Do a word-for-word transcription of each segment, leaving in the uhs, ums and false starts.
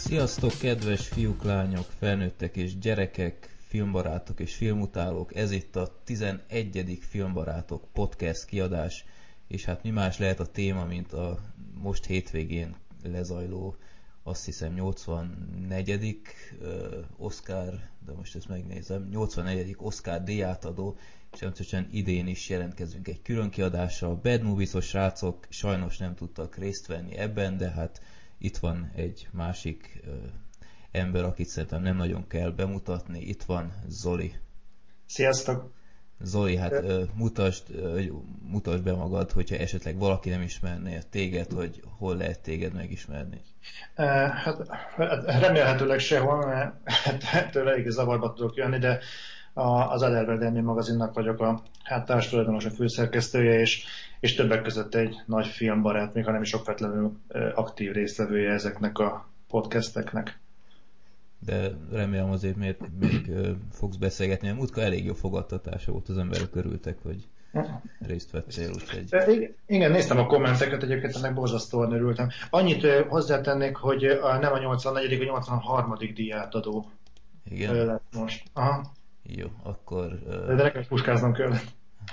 Sziasztok, kedves fiúk, lányok, felnőttek és gyerekek, filmbarátok és filmutálók! Ez itt a tizenegyedik Filmbarátok podcast kiadás, és hát mi más lehet a téma, mint a most hétvégén lezajló, azt hiszem nyolcvannegyedik Uh, Oscar, de most ezt megnézem, nyolcvannegyedik Oscar díjátadó, és természetesen idén is jelentkezünk egy külön kiadással. Bad Movies-os srácok sajnos nem tudtak részt venni ebben, de hát itt van egy másik uh, ember, akit szerintem nem nagyon kell bemutatni. Itt van Zoli. Sziasztok! Zoli, hát uh, mutasd, uh, mutasd be magad, hogyha esetleg valaki nem ismerné téged, hogy hol lehet téged megismerni. Uh, hát remélhetőleg sehol, mert ettől elég zavarba tudok jönni, de a, az Adderverdelmi magazinnak vagyok a hát társtulajdonos, a főszerkesztője, és, és többek között egy nagy filmbarát, még ha nem is okvetlenül aktív résztvevője ezeknek a podcasteknek. De remélem azért még, még uh, fogsz beszélgetni, mert múltkor elég jó fogadtatása volt, az emberek örültek, hogy részt vettél, úgyhogy... Igen, néztem a kommenteket, egyébként ennek borzasztóan örültem. Annyit uh, hozzátennék, hogy uh, nem a nyolcvannegyedik, a nyolcvanharmadik díjátadó igen? lett most. Aha. Jó, akkor... Uh... De nekem puskáznom kellett.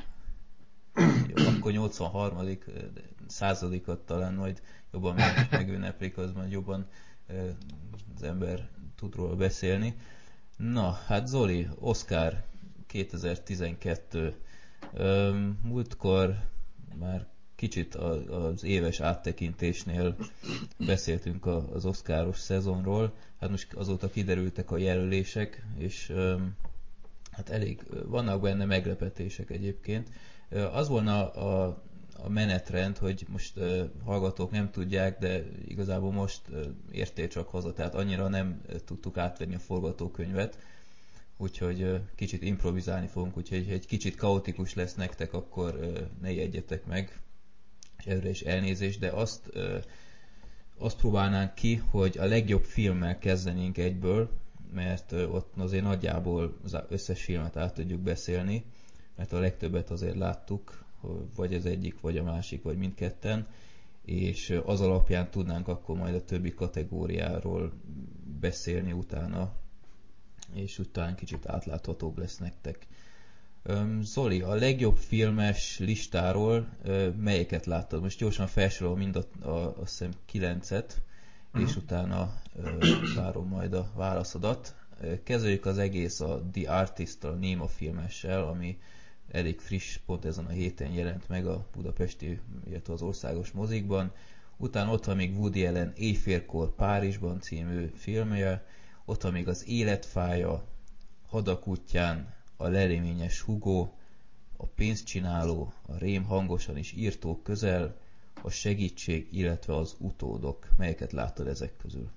Jó, akkor nyolcvanharmadik századikat talán majd jobban meg, megünneplik, az majd jobban uh, az ember tud róla beszélni. Na, hát Zoli, Oscar kétezer-tizenkettő. Um, múltkor már kicsit az éves áttekintésnél beszéltünk az Oscaros szezonról, hát most azóta kiderültek a jelölések, és um, hát elég, vannak benne meglepetések egyébként. Az volna a, a menetrend, hogy most uh, hallgatók nem tudják, de igazából most uh, értél csak haza, tehát annyira nem uh, tudtuk átvenni a forgatókönyvet, úgyhogy uh, kicsit improvizálni fogunk, úgyhogy ha egy kicsit kaotikus lesz nektek, akkor uh, ne jegyetek meg, és előre is elnézést, de azt, uh, azt próbálnánk ki, hogy a legjobb filmmel kezdenénk egyből, mert uh, ott azért nagyjából az összes filmet át tudjuk beszélni, mert a legtöbbet azért láttuk, vagy az egyik, vagy a másik, vagy mindketten, és az alapján tudnánk akkor majd a többi kategóriáról beszélni utána, és utána kicsit átláthatóbb lesz nektek. Zoli, a legjobb filmes listáról melyeket láttad? Most gyorsan felsorolom mind a, a, azt hiszem kilencet, uh-huh. és utána várom majd a válaszodat. Kezdjük az egész a The Artist, a Néma filmessel, ami elég friss, pont ezen a héten jelent meg a budapesti, illetve az országos mozikban. Utána ott van még Woody Allen Éjfélkor Párizsban című filmje, ott van még Az életfája, Hadak útján, A leléményes Hugo, A pénzcsináló, A rém hangosan is írtó közel, A segítség, illetve Az utódok. Melyeket láttad ezek közül?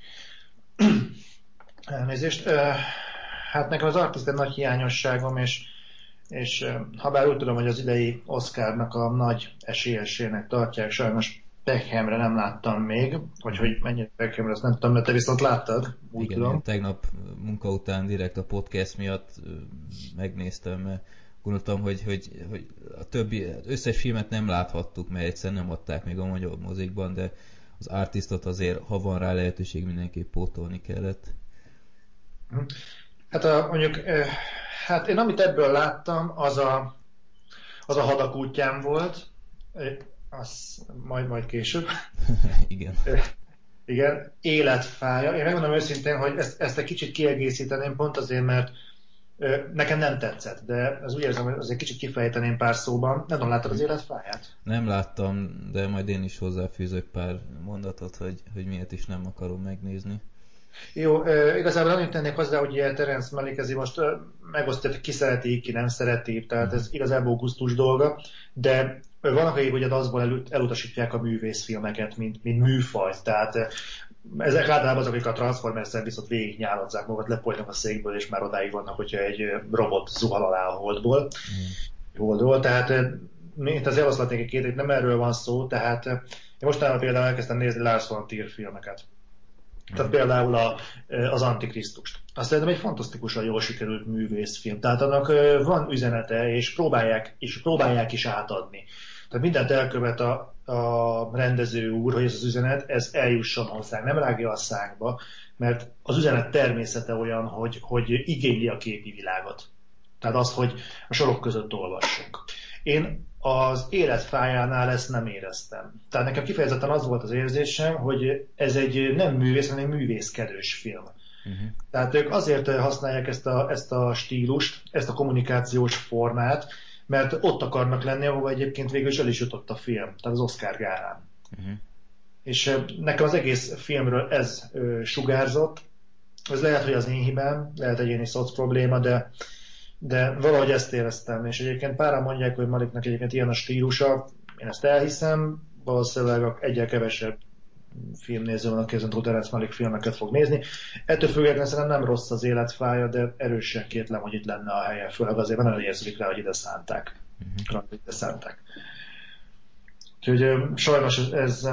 Elnézést. Hát nekem az Artist egy nagy hiányosságom, és és ha bár úgy tudom, hogy az idei Oscarnak a nagy esélyesének tartják, sajnos Beckhamre nem láttam még, vagy hogy mennyire Beckhamre, azt nem tudom, mert te viszont láttad, úgy igen, tudom. Igen, tegnap munka után direkt a podcast miatt megnéztem, mert gondoltam, hogy, hogy, hogy a többi, összes filmet nem láthattuk, mert egyszerűen nem adták még a magyar mozikban, de az Artistot azért, ha van rá lehetőség, mindenképp pótolni kellett. Hát a, mondjuk, hát én amit ebből láttam, az a, az a Hadak útján volt, az majd, majd később. Igen. Igen, életfája. Én megmondom őszintén, hogy ezt, ezt egy kicsit kiegészíteném, pont azért, mert nekem nem tetszett, de az úgy érzem, hogy azért kicsit kifejteném pár szóban. Nem tudom, láttad az életfáját? Nem láttam, de majd én is hozzáfűzök pár mondatot, hogy, hogy miért is nem akarom megnézni. Jó, igazából annyit tennék hozzá, hogy ilyen Terence Malick most megosztja, hogy ki szereti, ki nem szereti, tehát ez igazából gusztus dolga, de vannak, akik ugye azból elutasítják a művészfilmeket, mint, mint műfajt, tehát ezek általában azok, akik a Transformers-en viszont végignyálazzák magukat, lepolynak a székből, és már odáig vannak, hogyha egy robot zuhal alá a holdból. Mm. holdról, tehát mint az eloszlatnék két, nem erről van szó, tehát én mostanában például elkezdtem nézni Lars von Trier filmeket. Tehát például a, az Antikrisztust. Azt szerintem egy fantasztikusan jól sikerült művészfilm. Tehát annak van üzenete, és próbálják, és próbálják is átadni. Tehát mindent elkövet a, a rendező úr, hogy ez az üzenet, ez eljusson hozzánk, nem rágja a szánkba, mert az üzenet természete olyan, hogy, hogy igényli a képi világot. Tehát az, hogy a sorok között olvassunk. Én az életfájánál ezt nem éreztem. Tehát nekem kifejezetten az volt az érzésem, hogy ez egy nem művész, hanem egy művészkedős film. Uh-huh. Tehát ők azért használják ezt a, ezt a stílust, ezt a kommunikációs formát, mert ott akarnak lenni, ahova egyébként végül is el is jutott a film, tehát az Oscar gálán. Uh-huh. És nekem az egész filmről ez ö, sugárzott. Ez lehet, hogy az én hibám, lehet egyéni szoc probléma, de, de valahogy ezt éreztem. És egyébként páran mondják, hogy Maliknak egyébként ilyen a stílusa. Én ezt elhiszem, valószínűleg egyel kevesebb filmnéző van, aki ezentúl Terence Malick filmeket fog nézni. Ettől függetlenül szerintem nem rossz az életfája, de erősen kétlem, hogy itt lenne a helye. Főleg azért van, hogy érződik rá, hogy ide szánták. Uh-huh. Ide szánták. Úgyhogy sajnos ez, ez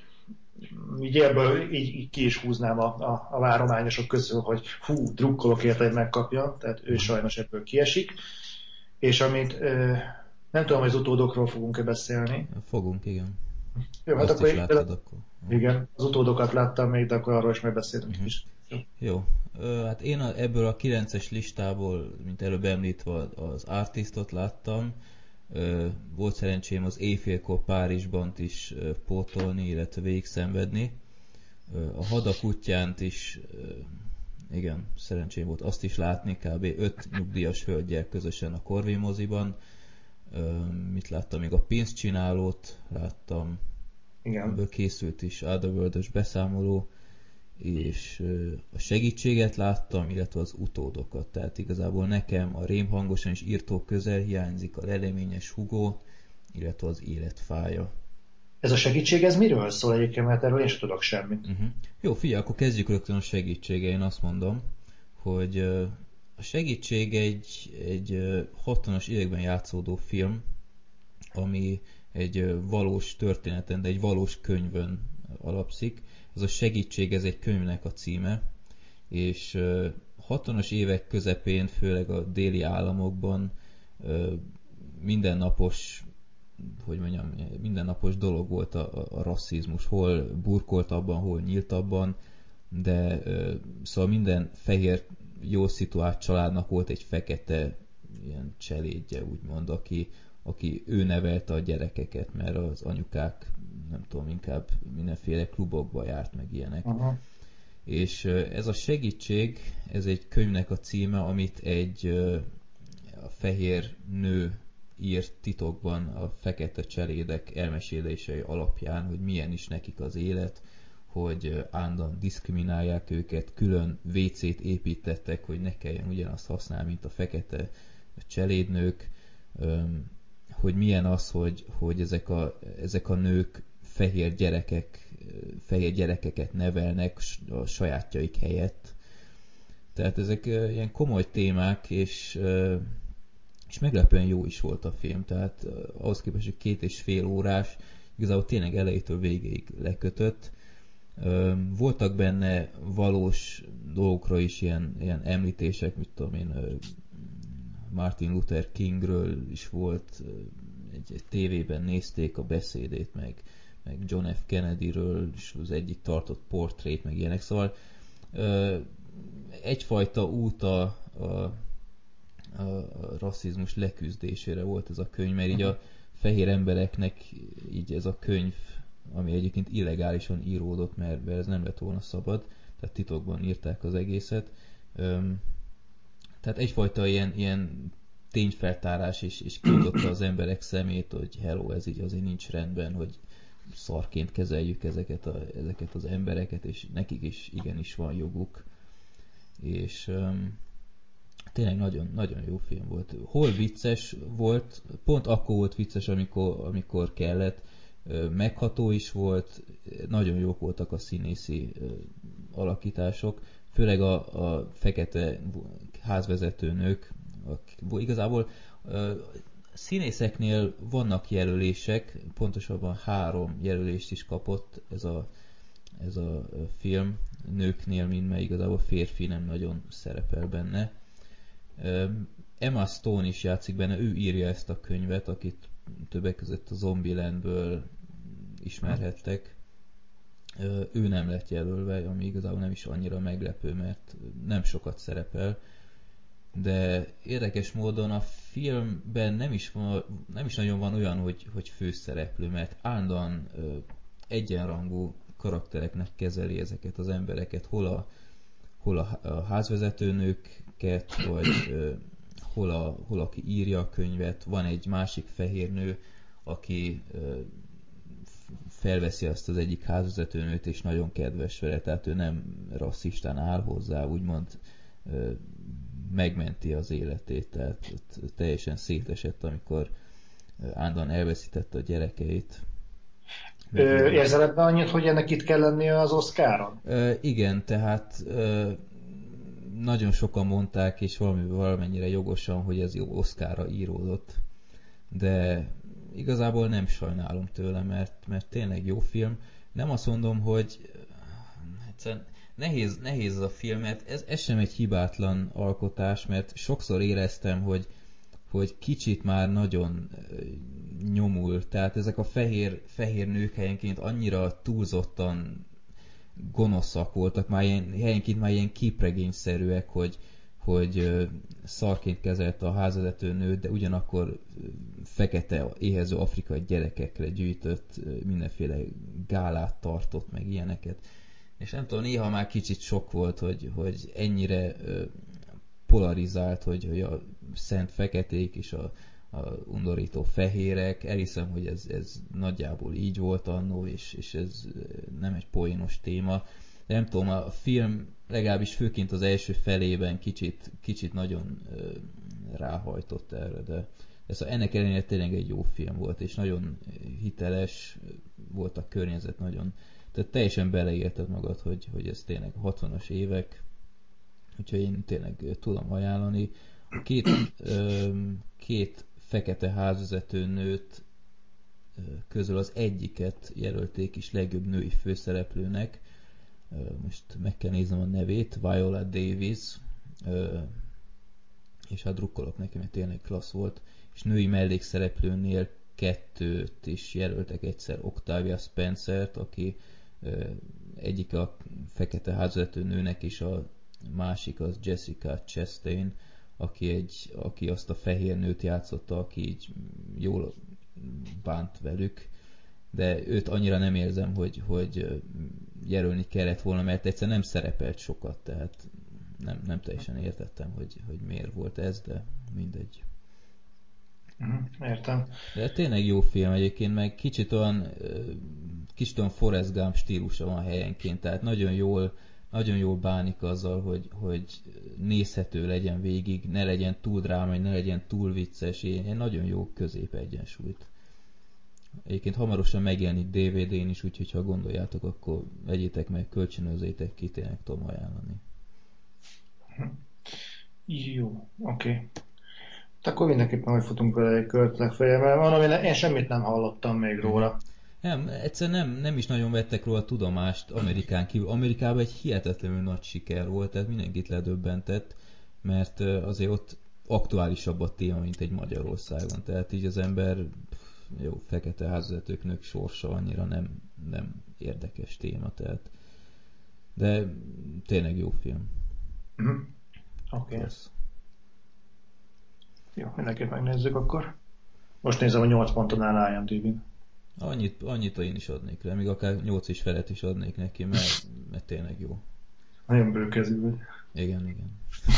így ebből így, így ki is húznám a, a, a várományosok közül, hogy hú, drukkolok érte, hogy megkapja, tehát ő sajnos ebből kiesik. És amit nem tudom, hogy az utódokról fogunk-e beszélni. Fogunk, igen. Jó, hát Azt akkor, is láttad akkor. Igen, az utódokat láttam még, de akkor arról is megbeszélünk uh-huh. is. Jó. Jó, hát én a, ebből a kilences listából, mint előbb említve, az Artistot láttam. Volt szerencsém az Éjfélkor Párizsban is pótolni, illetve végig szenvedni. A Hadakutyánt is, igen, szerencsém volt azt is látni, kb. öt nyugdíjas hölgyel közösen a Corvin moziban. Mit láttam még? A Pénzcsinálót láttam. Igen. Ebből készült is Otherworld-ös beszámoló, és a Segítséget láttam, illetve az Utódokat. Tehát igazából nekem a rémhangosan is írtó közel hiányzik, a leleményes Hugo, illetve az Életfája. Ez a Segítség, ez miről szól egyébként, mert erről én sem tudok semmit. Uh-huh. Jó, figyelj, akkor kezdjük rögtön a Segítsége. Én azt mondom, hogy a Segítség egy, egy hatvanas években játszódó film, ami egy valós történeten, de egy valós könyvön alapszik. Ez a Segítség, ez egy könyvnek a címe, és hatvanas évek közepén, főleg a déli államokban mindennapos, hogy mondjam, mindennapos dolog volt a, a, a rasszizmus, hol burkoltabban, hol nyíltabban, de szóval minden fehér, jól szituált családnak volt egy fekete ilyen cselédje, úgymond, aki aki ő nevelte a gyerekeket, mert az anyukák, nem tudom, inkább mindenféle klubokba járt, meg ilyenek. Uh-huh. És ez a Segítség, ez egy könyvnek a címe, amit egy a fehér nő írt titokban a fekete cselédek elmesélései alapján, hogy milyen is nekik az élet, hogy állandóan diszkriminálják őket, külön vé cét építettek, hogy ne kelljen ugyanazt használni, mint a fekete cselédnők, hogy milyen az, hogy, hogy ezek, a, ezek a nők fehér gyerekek, fehér gyerekeket nevelnek a sajátjaik helyett. Tehát ezek ilyen komoly témák, és, és meglepően jó is volt a film. Tehát ahhoz képest, hogy két és fél órás, igazából tényleg elejétől végéig lekötött. Voltak benne valós dolgokra is ilyen, ilyen említések, mit tudom én, Martin Luther Kingről is volt, egy, egy tévében nézték a beszédét, meg, meg John F. Kennedyről is az egyik tartott portrét, meg ilyenek. Szóval egyfajta út a, a, a rasszizmus leküzdésére volt ez a könyv, mert így a fehér embereknek így ez a könyv, ami egyébként illegálisan íródott, mert, mert ez nem lett volna szabad, tehát titokban írták az egészet. Tehát egyfajta ilyen, ilyen tényfeltárás is, és kinyitotta az emberek szemét, hogy hello, ez így azért nincs rendben, hogy szarként kezeljük ezeket, a, ezeket az embereket, és nekik is igenis van joguk. És um, tényleg nagyon, nagyon jó film volt. Hol vicces volt, pont akkor volt vicces, amikor, amikor kellett, megható is volt, nagyon jók voltak a színészi alakítások, főleg a, a fekete házvezetőnők. Igazából színészeknél vannak jelölések, pontosabban három jelölést is kapott ez a, ez a film, nőknél mind, mert igazából férfi nem nagyon szerepel benne. Emma Stone is játszik benne, ő írja ezt a könyvet, akit többek között a Zombielandből ismerhettek. Ő nem lett jelölve, ami igazából nem is annyira meglepő, mert nem sokat szerepel. De érdekes módon a filmben nem is, van, nem is nagyon van olyan, hogy, hogy főszereplő, mert állandóan ö, egyenrangú karaktereknek kezeli ezeket az embereket, hol a, hol a, a házvezetőnőket, vagy ö, hol, a, hol aki írja a könyvet, van egy másik fehér nő, aki ö, felveszi azt az egyik házvezetőnőt, és nagyon kedves vele, tehát ő nem rasszistán áll hozzá, úgymond ö, megmenti az életét, tehát teljesen szétesett, amikor állandóan elveszítette a gyerekeit. Ö, érzel ebben annyit, hogy ennek itt kell lennie az Oscaron? Ö, igen, tehát ö, nagyon sokan mondták, és valami, valamennyire jogosan, hogy ez jó Oscarra íródott, de igazából nem sajnálom tőle, mert, mert tényleg jó film. Nem azt mondom, hogy egyszerűen Nehéz, nehéz ez a film, mert ez, ez sem egy hibátlan alkotás, mert sokszor éreztem, hogy, hogy kicsit már nagyon nyomul. Tehát ezek a fehér, fehér nők helyenként annyira túlzottan gonoszak voltak, már ilyen, helyenként már ilyen képregényszerűek, hogy, hogy szarként kezelte a házvezető nőt, de ugyanakkor fekete, éhező afrikai gyerekekre gyűjtött, mindenféle gálát tartott, meg ilyeneket. És nem tudom, néha már kicsit sok volt, hogy, hogy ennyire ö, polarizált, hogy, hogy a szent feketék és a, a undorító fehérek. Elhiszem, hogy ez, ez nagyjából így volt annó, és, és ez nem egy poénos téma. De nem tudom, a film legalábbis főként az első felében kicsit, kicsit nagyon ö, ráhajtott erre, de ez, ennek ellenére tényleg egy jó film volt, és nagyon hiteles volt a környezet, nagyon. Tehát teljesen beleérted magad, hogy, hogy ez tényleg hatvanas évek, úgyhogy én tényleg tudom ajánlani. A két, ö, két fekete házvezető nőt ö, közül az egyiket jelölték is legjobb női főszereplőnek. Ö, most meg kell néznem a nevét, Viola Davis, ö, és hát drukkolok neki, mert tényleg klassz volt. És női mellékszereplőnél kettőt is jelöltek egyszer, Octavia Spencert, aki egyik a fekete házvezető nőnek, és a másik az Jessica Chastain, aki, egy, aki azt a fehér nőt játszotta, aki így jól bánt velük, de őt annyira nem érzem, hogy, hogy jelölni kellett volna, mert egyszer nem szerepelt sokat, tehát nem, nem teljesen értettem, hogy, hogy miért volt ez, de mindegy. Értem. De tényleg jó film egyébként, meg kicsit olyan, kicsit olyan Forrest Gump stílusa van helyenként, tehát nagyon jól, nagyon jól bánik azzal, hogy, hogy nézhető legyen végig, ne legyen túl drámai, ne legyen túl vicces, ilyen nagyon jó középegyensúlyt. Egyébként hamarosan megjelenik dé vé dén is, úgyhogy ha gondoljátok, akkor vegyétek meg, kölcsönözzétek ki, tényleg tudom ajánlani. Jó, oké. Okay. Akkor mindenképpen hogy futunk vele egy kört legfeljebb, mert van, amire én semmit nem hallottam még róla. Nem, egyszer nem, nem is nagyon vettek róla tudomást Amerikán kívül. Amerikában egy hihetetlenül nagy siker volt, tehát mindenkit ledöbbentett, mert azért ott aktuálisabb a téma, mint egy Magyarországon. Tehát így az ember, jó, fekete házvezetőknök sorsa annyira nem, nem érdekes téma, tehát. De tényleg jó film. Mm-hmm. Oké. Okay. Jó, mindenképp megnézzük akkor. Most nézem, a nyolc ponton áll I M D B-n. Annyit, annyit én is adnék rá, még akár nyolc is felett is adnék neki, mert, mert tényleg jó. Nagyon bőkezű vagy. Igen, igen.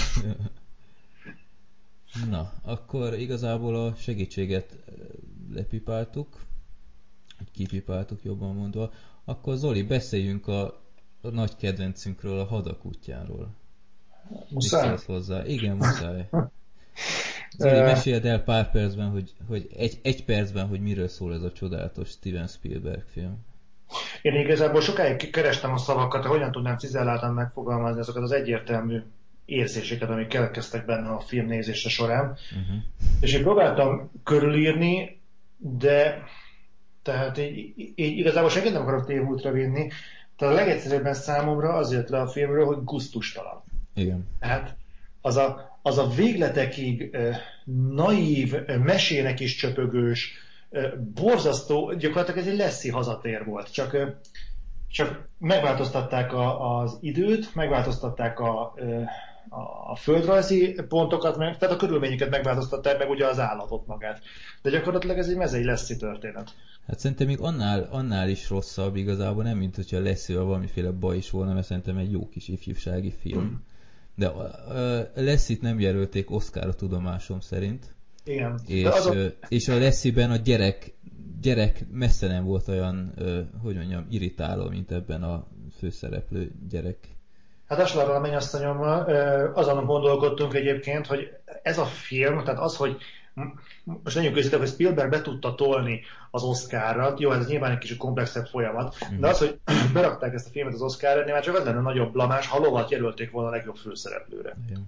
Na, akkor igazából a segítséget lepipáltuk, vagy kipipáltuk jobban mondva. Akkor Zoli, beszéljünk a, a nagy kedvencünkről, a Hadakútjáról. Muszáj? Hozzá. Igen, muszáj. Zoli, meséld el pár percben, hogy, hogy egy, egy percben, hogy miről szól ez a csodálatos Steven Spielberg film. Én igazából sokáig kerestem a szavakat, hogy hogyan tudnám cizelláltan megfogalmazni azokat az egyértelmű érzéseket, amik keletkeztek benne a film nézése során. Uh-huh. És én próbáltam körülírni, de tehát így, így igazából senkit nem akarok tévútra vinni. Tehát a legegyszerűbben számomra az jött le a filmről, hogy gusztustalan. Igen. Hát az a, az a végletekig eh, naív, eh, mesének is csöpögős, borzasztó, gyakorlatilag ez egy Lassie hazatér volt, csak, csak megváltoztatták a, az időt, megváltoztatták a, a, a földrajzi pontokat, meg, tehát a körülményeket megváltoztatták, meg ugye az állatot magát. De gyakorlatilag ez egy mezei Lassie történet. Hát szerintem még annál, annál is rosszabb igazából, nem mint hogyha Lassie-vel valamiféle baj is volna, mert szerintem egy jó kis ifjúsági film. Mm. De a, a Lassie-t nem jelölték Oscarra tudomásom szerint. Igen. És, azok... és a Lassie-ben a gyerek, gyerek messze nem volt olyan, hogy mondjam, irritáló, mint ebben a főszereplő gyerek. Hát Aslarral a mennyasszonyommal azon gondolkodtunk egyébként, hogy ez a film, tehát az, hogy most legyünk közétek, hogy Spielberg be tudta tolni az Oscarra, jó, ez nyilván egy kicsit komplexebb folyamat, mm. de az, hogy berakták ezt a filmet az Oscarra, már csak az lenne nagyobb blamás, ha Lovat jelölték volna a legjobb főszereplőre. Mm.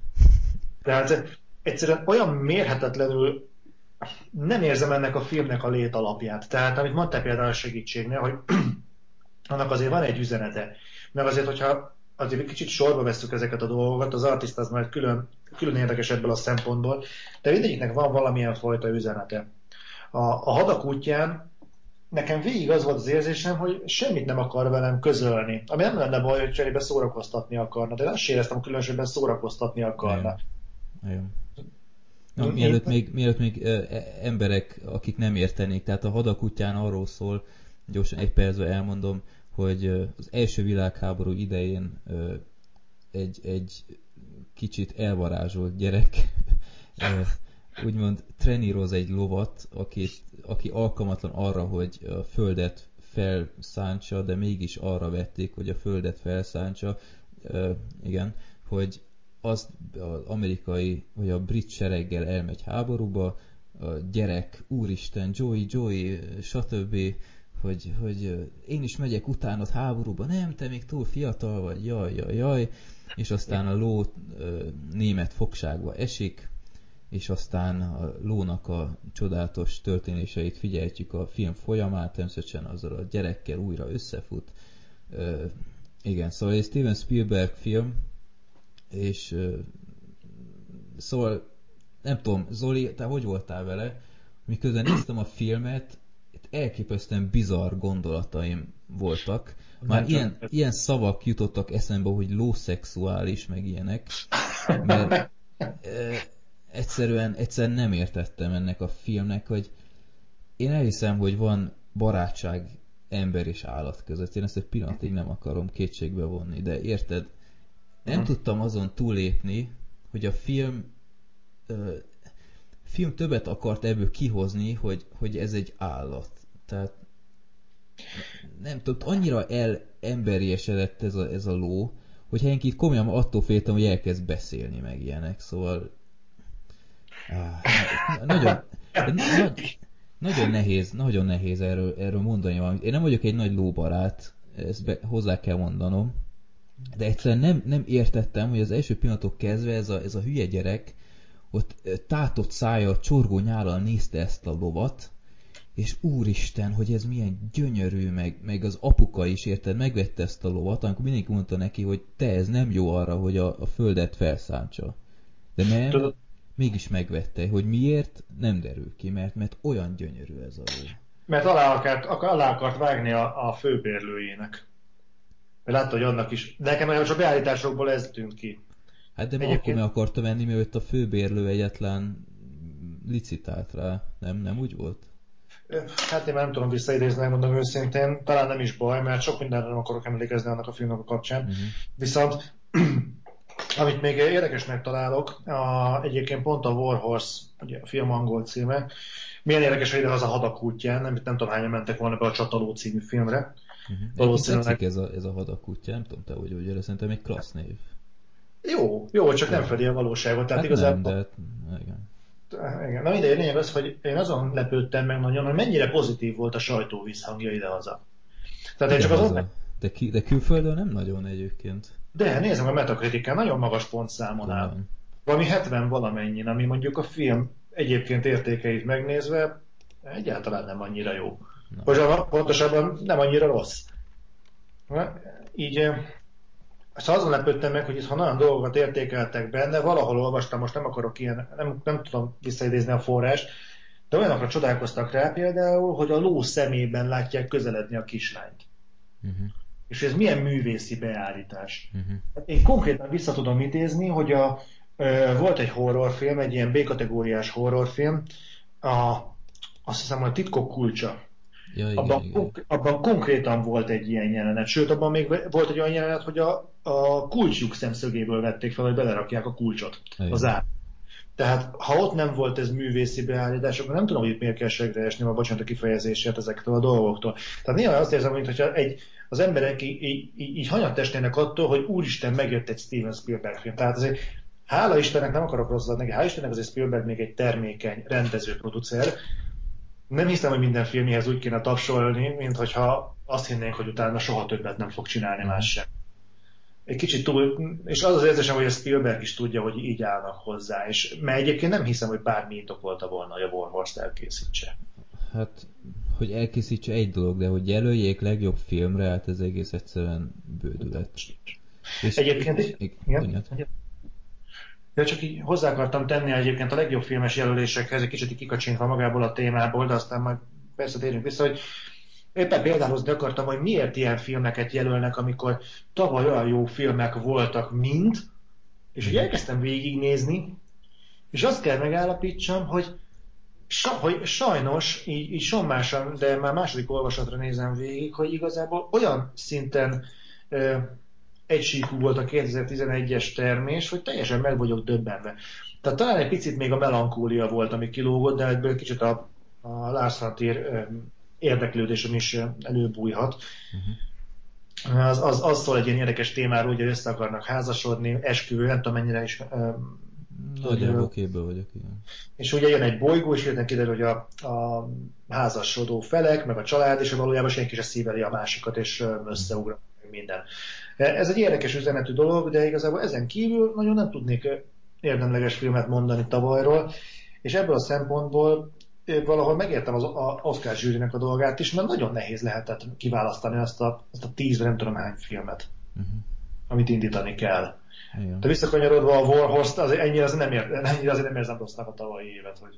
Tehát egyszerűen olyan mérhetetlenül nem érzem ennek a filmnek a lét alapját. Tehát, amit mondtál például a segítségnél, hogy annak azért van egy üzenete. Meg azért, hogyha azért egy kicsit sorba vesszük ezeket a dolgokat, az Artist az majd külön, külön érdekes ebből a szempontból, de mindegyiknek van valamilyen fajta üzenete. A, a Hadak útján nekem végig az volt az érzésem, hogy semmit nem akar velem közölni. Ami nem lenne baj, hogy cserébe szórakoztatni akarna, de azt éreztem, hogy különösebben szórakoztatni akarna. Igen. Na, mielőtt még, mielőtt még ö, emberek, akik nem értenék, tehát a Hadak útján arról szól, gyorsan egy percben elmondom, hogy ö, az első világháború idején ö, egy, egy kicsit elvarázsolt gyerek ö, úgymond treníroz egy lovat, aki, aki alkalmatlan arra, hogy a földet felszántsa, de mégis arra vették, hogy a földet felszántsa, ö, igen, hogy az az amerikai, vagy a brit sereggel elmegy háborúba, a gyerek, úristen, Joey, Joey, stb., hogy, hogy én is megyek utánad háborúba, nem, te még túl fiatal vagy, jaj, jaj, jaj, és aztán a ló német fogságba esik, és aztán a lónak a csodálatos történéseit figyeltjük a film folyamán, természetesen azzal a gyerekkel újra összefut. Igen, szóval egy Steven Spielberg film, és uh, szóval nem tudom, Zoli, te hogy voltál vele? Miközben néztem a filmet, elképesztően bizarr gondolataim voltak. Már ilyen, ilyen szavak jutottak eszembe, hogy lószexuális, meg ilyenek, mert uh, egyszerűen, egyszerűen nem értettem ennek a filmnek, hogy én elhiszem, hogy van barátság ember és állat között. Én ezt egy pillanatig nem akarom kétségbe vonni, de érted? Nem hmm. tudtam azon túlépni, hogy a film ö, film többet akart ebből kihozni, hogy, hogy ez egy állat. Tehát nem tudom, annyira elemberiesedett ez a, ez a ló, hogy helyenként komolyan attól féltem, hogy elkezd beszélni meg ilyenek, szóval áh, nagyon, nagy, nagyon nehéz, nagyon nehéz erről, erről mondani valamit. Én nem vagyok egy nagy lóbarát, ezt be, hozzá kell mondanom, de egyszerűen nem, nem értettem, hogy az első pillanatok kezdve ez a, ez a hülye gyerek ott tátott szája, csorgó nyállal nézte ezt a lovat, és úristen, hogy ez milyen gyönyörű, meg, meg az apuka is, érted, megvette ezt a lovat, amikor mindenki mondta neki, hogy te, ez nem jó arra, hogy a, a földet felszántsa. De nem, Tudod, mégis megvette. Hogy miért, nem derül ki, mert, mert olyan gyönyörű ez a ló. Mert alá akart, alá akart vágni a, a főbérlőjének. Mert látta, hogy annak is. De nekem nagyon csak beállításokból ez tűnt ki. Hát de Egyébként... akkor meg akarta venni, mielőtt a főbérlő egyetlen licitált rá. Nem, nem úgy volt? Hát én már nem tudom visszaidézni, megmondom őszintén. Talán nem is baj, mert sok mindenre nem akarok emlékezni annak a filmnek a kapcsán. Uh-huh. Viszont amit még érdekesnek találok, a, egyébként pont a War Horse, ugye a film angol címe, milyen érdekes, hogy ide az a Hadak útján, nem, nem tudom hányan mentek volna be a Csataló című filmre. Uh-huh. Valószínűleg... Tetszik ez a, ez a Hadak útján, nem tudom te, hogy hogy erre szerintem egy klassz név. Jó, jó, csak nem fedi a valóságot. Tehát hát igazából... nem, de... Igen. Igen. Na mindegy, lényeg az, hogy én azon lepődtem meg nagyon, hogy mennyire pozitív volt a sajtó visszhangja idehaza. Tehát én csak azon... Meg... De, ki, de külföldön nem nagyon egyébként. De nézzem a Metacritiken, nagyon magas pontszámon áll. Valami hetven valamennyin, ami mondjuk a film egyébként értékeit megnézve egyáltalán nem annyira jó. Na. Pontosabban nem annyira rossz. Na, így... Szóval azon lepődtem meg, hogy itt, ha nagyon dolgokat értékeltek benne, valahol olvastam, most nem akarok ilyen, nem, nem tudom visszaidézni a forrást, De olyanokra csodálkoztak rá például, hogy a ló szemében látják közeledni a kislányt. Uh-huh. És ez milyen művészi beállítás. Uh-huh. Én konkrétan vissza tudom idézni, hogy a, ö, volt egy horrorfilm, egy ilyen B-kategóriás horrorfilm, a, azt hiszem, a Titkok kulcsa. Ja, igen, abban, igen. abban konkrétan volt egy ilyen jelenet. Sőt, abban még volt egy olyan jelenet, hogy a, a kulcsjuk szemszögéből vették fel, hogy belerakják a kulcsot az át. Tehát, ha ott nem volt ez művészi beállítás, akkor nem tudom, hogy itt miért kell segre esni, a bocsánat a kifejezésért ezektől a dolgoktól. Tehát néha azt érzem, mintha egy, az emberek így, így, így hanyattestének attól, hogy úristen, megjött egy Steven Spielberg film. Tehát azért, hála Istennek, nem akarok rosszat neki, hála Istennek azért Spielberg még egy termékeny, rendező, producer. Nem hiszem, hogy minden filmjehez úgy kéne tapsolni, mint hogyha azt hinnénk, hogy utána soha többet nem fog csinálni más sem. Egy kicsit túl, és az az érzésem, hogy a Spielberg is tudja, hogy így állnak hozzá, és mert egyébként nem hiszem, hogy bármi indokolta volna, hogy a Warhorse-t elkészítse. Hát, hogy elkészítse egy dolog, de hogy jelöljék legjobb filmre, hát ez egész egyszerűen bődület. És egyébként, és, igen, ja, csak így hozzá akartam tenni egyébként a legjobb filmes jelölésekhez, egy kicsit így kikacsintva magából a témából, de aztán majd persze térjünk vissza, hogy éppen példáhozni akartam, hogy miért ilyen filmeket jelölnek, amikor tavaly olyan jó filmek voltak, mint, és hogy elkezdtem végignézni, és azt kell megállapítsam, hogy, sa, hogy sajnos, így, így sommásan, de már második olvasatra nézem végig, hogy igazából olyan szinten ö, egysíkú volt a kétezer-tizenegyes termés, hogy teljesen meg vagyok döbbenve. Tehát talán egy picit még a melankólia volt, ami kilógott, de ebből kicsit a, a Lars von Trier ö, érdeklődésem is előbújhat. Uh-huh. Az, az, az szól egy ilyen érdekes témáról, hogy össze akarnak házasodni, esküvő, nem tudom mennyire is... Nagyjából képből vagyok, igen. És ugye jön egy bolygó, és hirtelen kiderül, hogy a, a házasodó felek, meg a család, és valójában senki sem szíveli a másikat, és összeugra minden. Ez egy érdekes üzenetű dolog, de igazából ezen kívül nagyon nem tudnék érdemleges filmet mondani tavalyról, és ebből a szempontból valahol megértem az Oscar zsűrinek a dolgát is, mert nagyon nehéz lehetett kiválasztani azt a, azt a tíz, nem tudom hány filmet, uh-huh. amit indítani kell. Igen. De visszakanyarodva a Warhorse-t, azért ennyire azért nem, ér, ennyire azért nem érzem rossznak a tavalyi évet. Hogy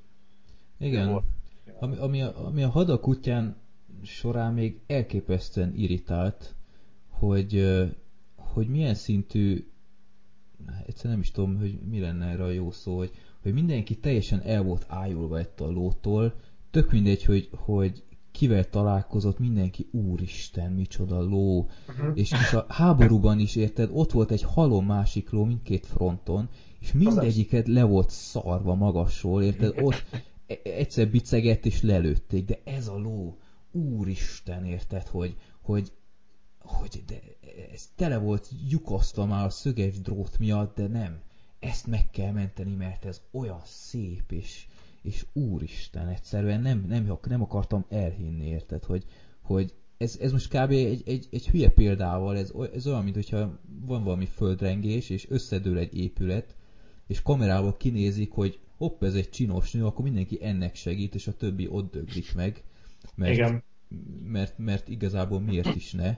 igen, ami, ami, a, ami a Hadakutyán során még elképesztően irritált, hogy, hogy milyen szintű, egyszerűen nem is tudom, hogy mi lenne erre a jó szó, hogy hogy mindenki teljesen el volt ájulva ettől a lótól, tök mindegy, hogy, hogy kivel találkozott, mindenki úristen, micsoda ló, uh-huh. és, és a háborúban is érted, ott volt egy halom másik ló mindkét fronton, és mindegyiket le volt szarva magasról, érted, ott egyszer bicegett és lelőtték, de ez a ló, úristen, érted, hogy, hogy, hogy de ez tele volt lyukasztva már a szöges drót miatt, de nem. Ezt meg kell menteni, mert ez olyan szép, és, és úristen, egyszerűen nem, nem, nem akartam elhinni, érted, hogy, hogy ez, ez most kb. egy, egy, egy hülye példával, ez, ez olyan, mint hogyha van valami földrengés, és összedől egy épület, és kamerával kinézik, hogy hopp, ez egy csinos nő, akkor mindenki ennek segít, és a többi ott döglik meg, mert, Igen. mert, mert igazából miért is ne.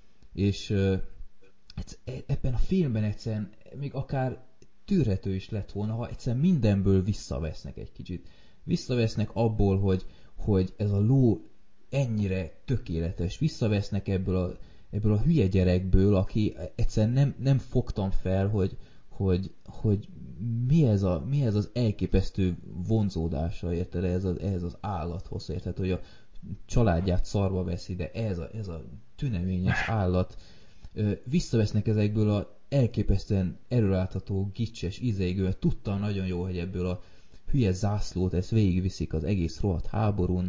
És uh, ebben a filmben egyszerűen még akár tűrhető is lett volna, ha egyszerűen mindenből visszavesznek egy kicsit. Visszavesznek abból, hogy, hogy ez a ló ennyire tökéletes. Visszavesznek ebből a, ebből a hülye gyerekből, aki egyszerűen nem, nem fogtam fel, hogy, hogy, hogy mi, ez a, mi ez az elképesztő vonzódása, érted, ez az, ehhez az állathoz, érted, hogy a családját szarba veszi, de ez a, ez a tüneményes állat. Visszavesznek ezekből a elképesztően erőlátható, gicses, ízeigő, mert tudtam nagyon jó, hogy ebből a hülye zászlót ezt végigviszik az egész rohadt háborún.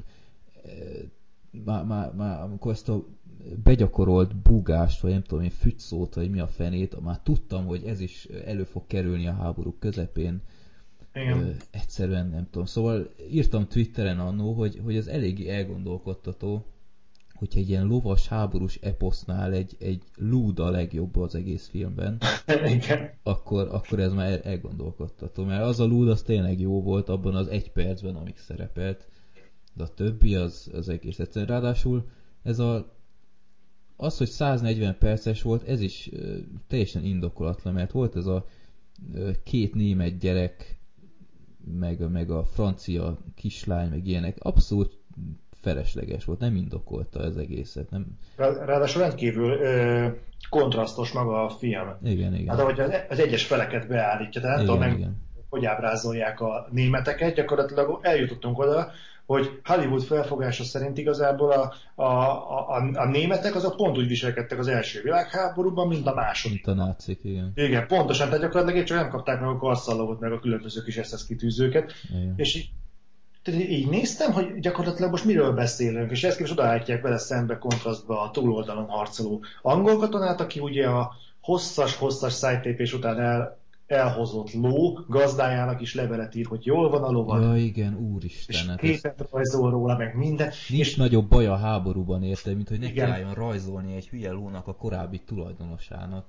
Már, már, már amikor ezt a begyakorolt búgást, vagy nem tudom én, fügyszót, vagy mi a fenét, már tudtam, hogy ez is elő fog kerülni a háború közepén. Igen. Egyszerűen nem tudom. Szóval írtam Twitteren annó, hogy, hogy ez eléggé elgondolkodtató, hogyha egy ilyen lovas háborús eposznál egy, egy lúd a legjobb az egész filmben, akkor, akkor ez már elgondolkodtató. Mert az a lúd az tényleg jó volt abban az egy percben, amíg szerepelt, de a többi az, az egész egyszerűen. Ráadásul ez a, az, hogy száznegyven perces volt, ez is uh, teljesen indokolatlan, mert volt ez a uh, két német gyerek, meg, meg a francia kislány, meg ilyenek, abszolút felesleges volt, nem indokolta az egészet. Nem... Ráadásul rendkívül ö, kontrasztos maga a film. Igen, igen. Hát ahogy az, az egyes feleket beállítja, tehát nem tudom meg, hogy ábrázolják a németeket, gyakorlatilag eljutottunk oda, hogy Hollywood felfogása szerint igazából a, a, a, a németek azok pont úgy viselkedtek az első világháborúban, mint a második. Mint a nácik, igen. Igen, pontosan, tehát gyakorlatilag csak nem kapták meg a karszalagot, meg a különböző kis es es kitűzőket. Igen. És így, így néztem, hogy gyakorlatilag most miről beszélünk, és ezt képest odaállítják vele szembe kontrasztba a túloldalon harcoló angol katonát, aki ugye a hosszas-hosszas szájtépés után el elhozott ló gazdájának is levelet ír, hogy jól van a lovag. Ja, igen, úristen. És hát képet ez... rajzol róla, meg minden. Nincs és... nagyobb baj a háborúban, érted, mint hogy ne kelljen rajzolni egy hülye lónak a korábbi tulajdonosának.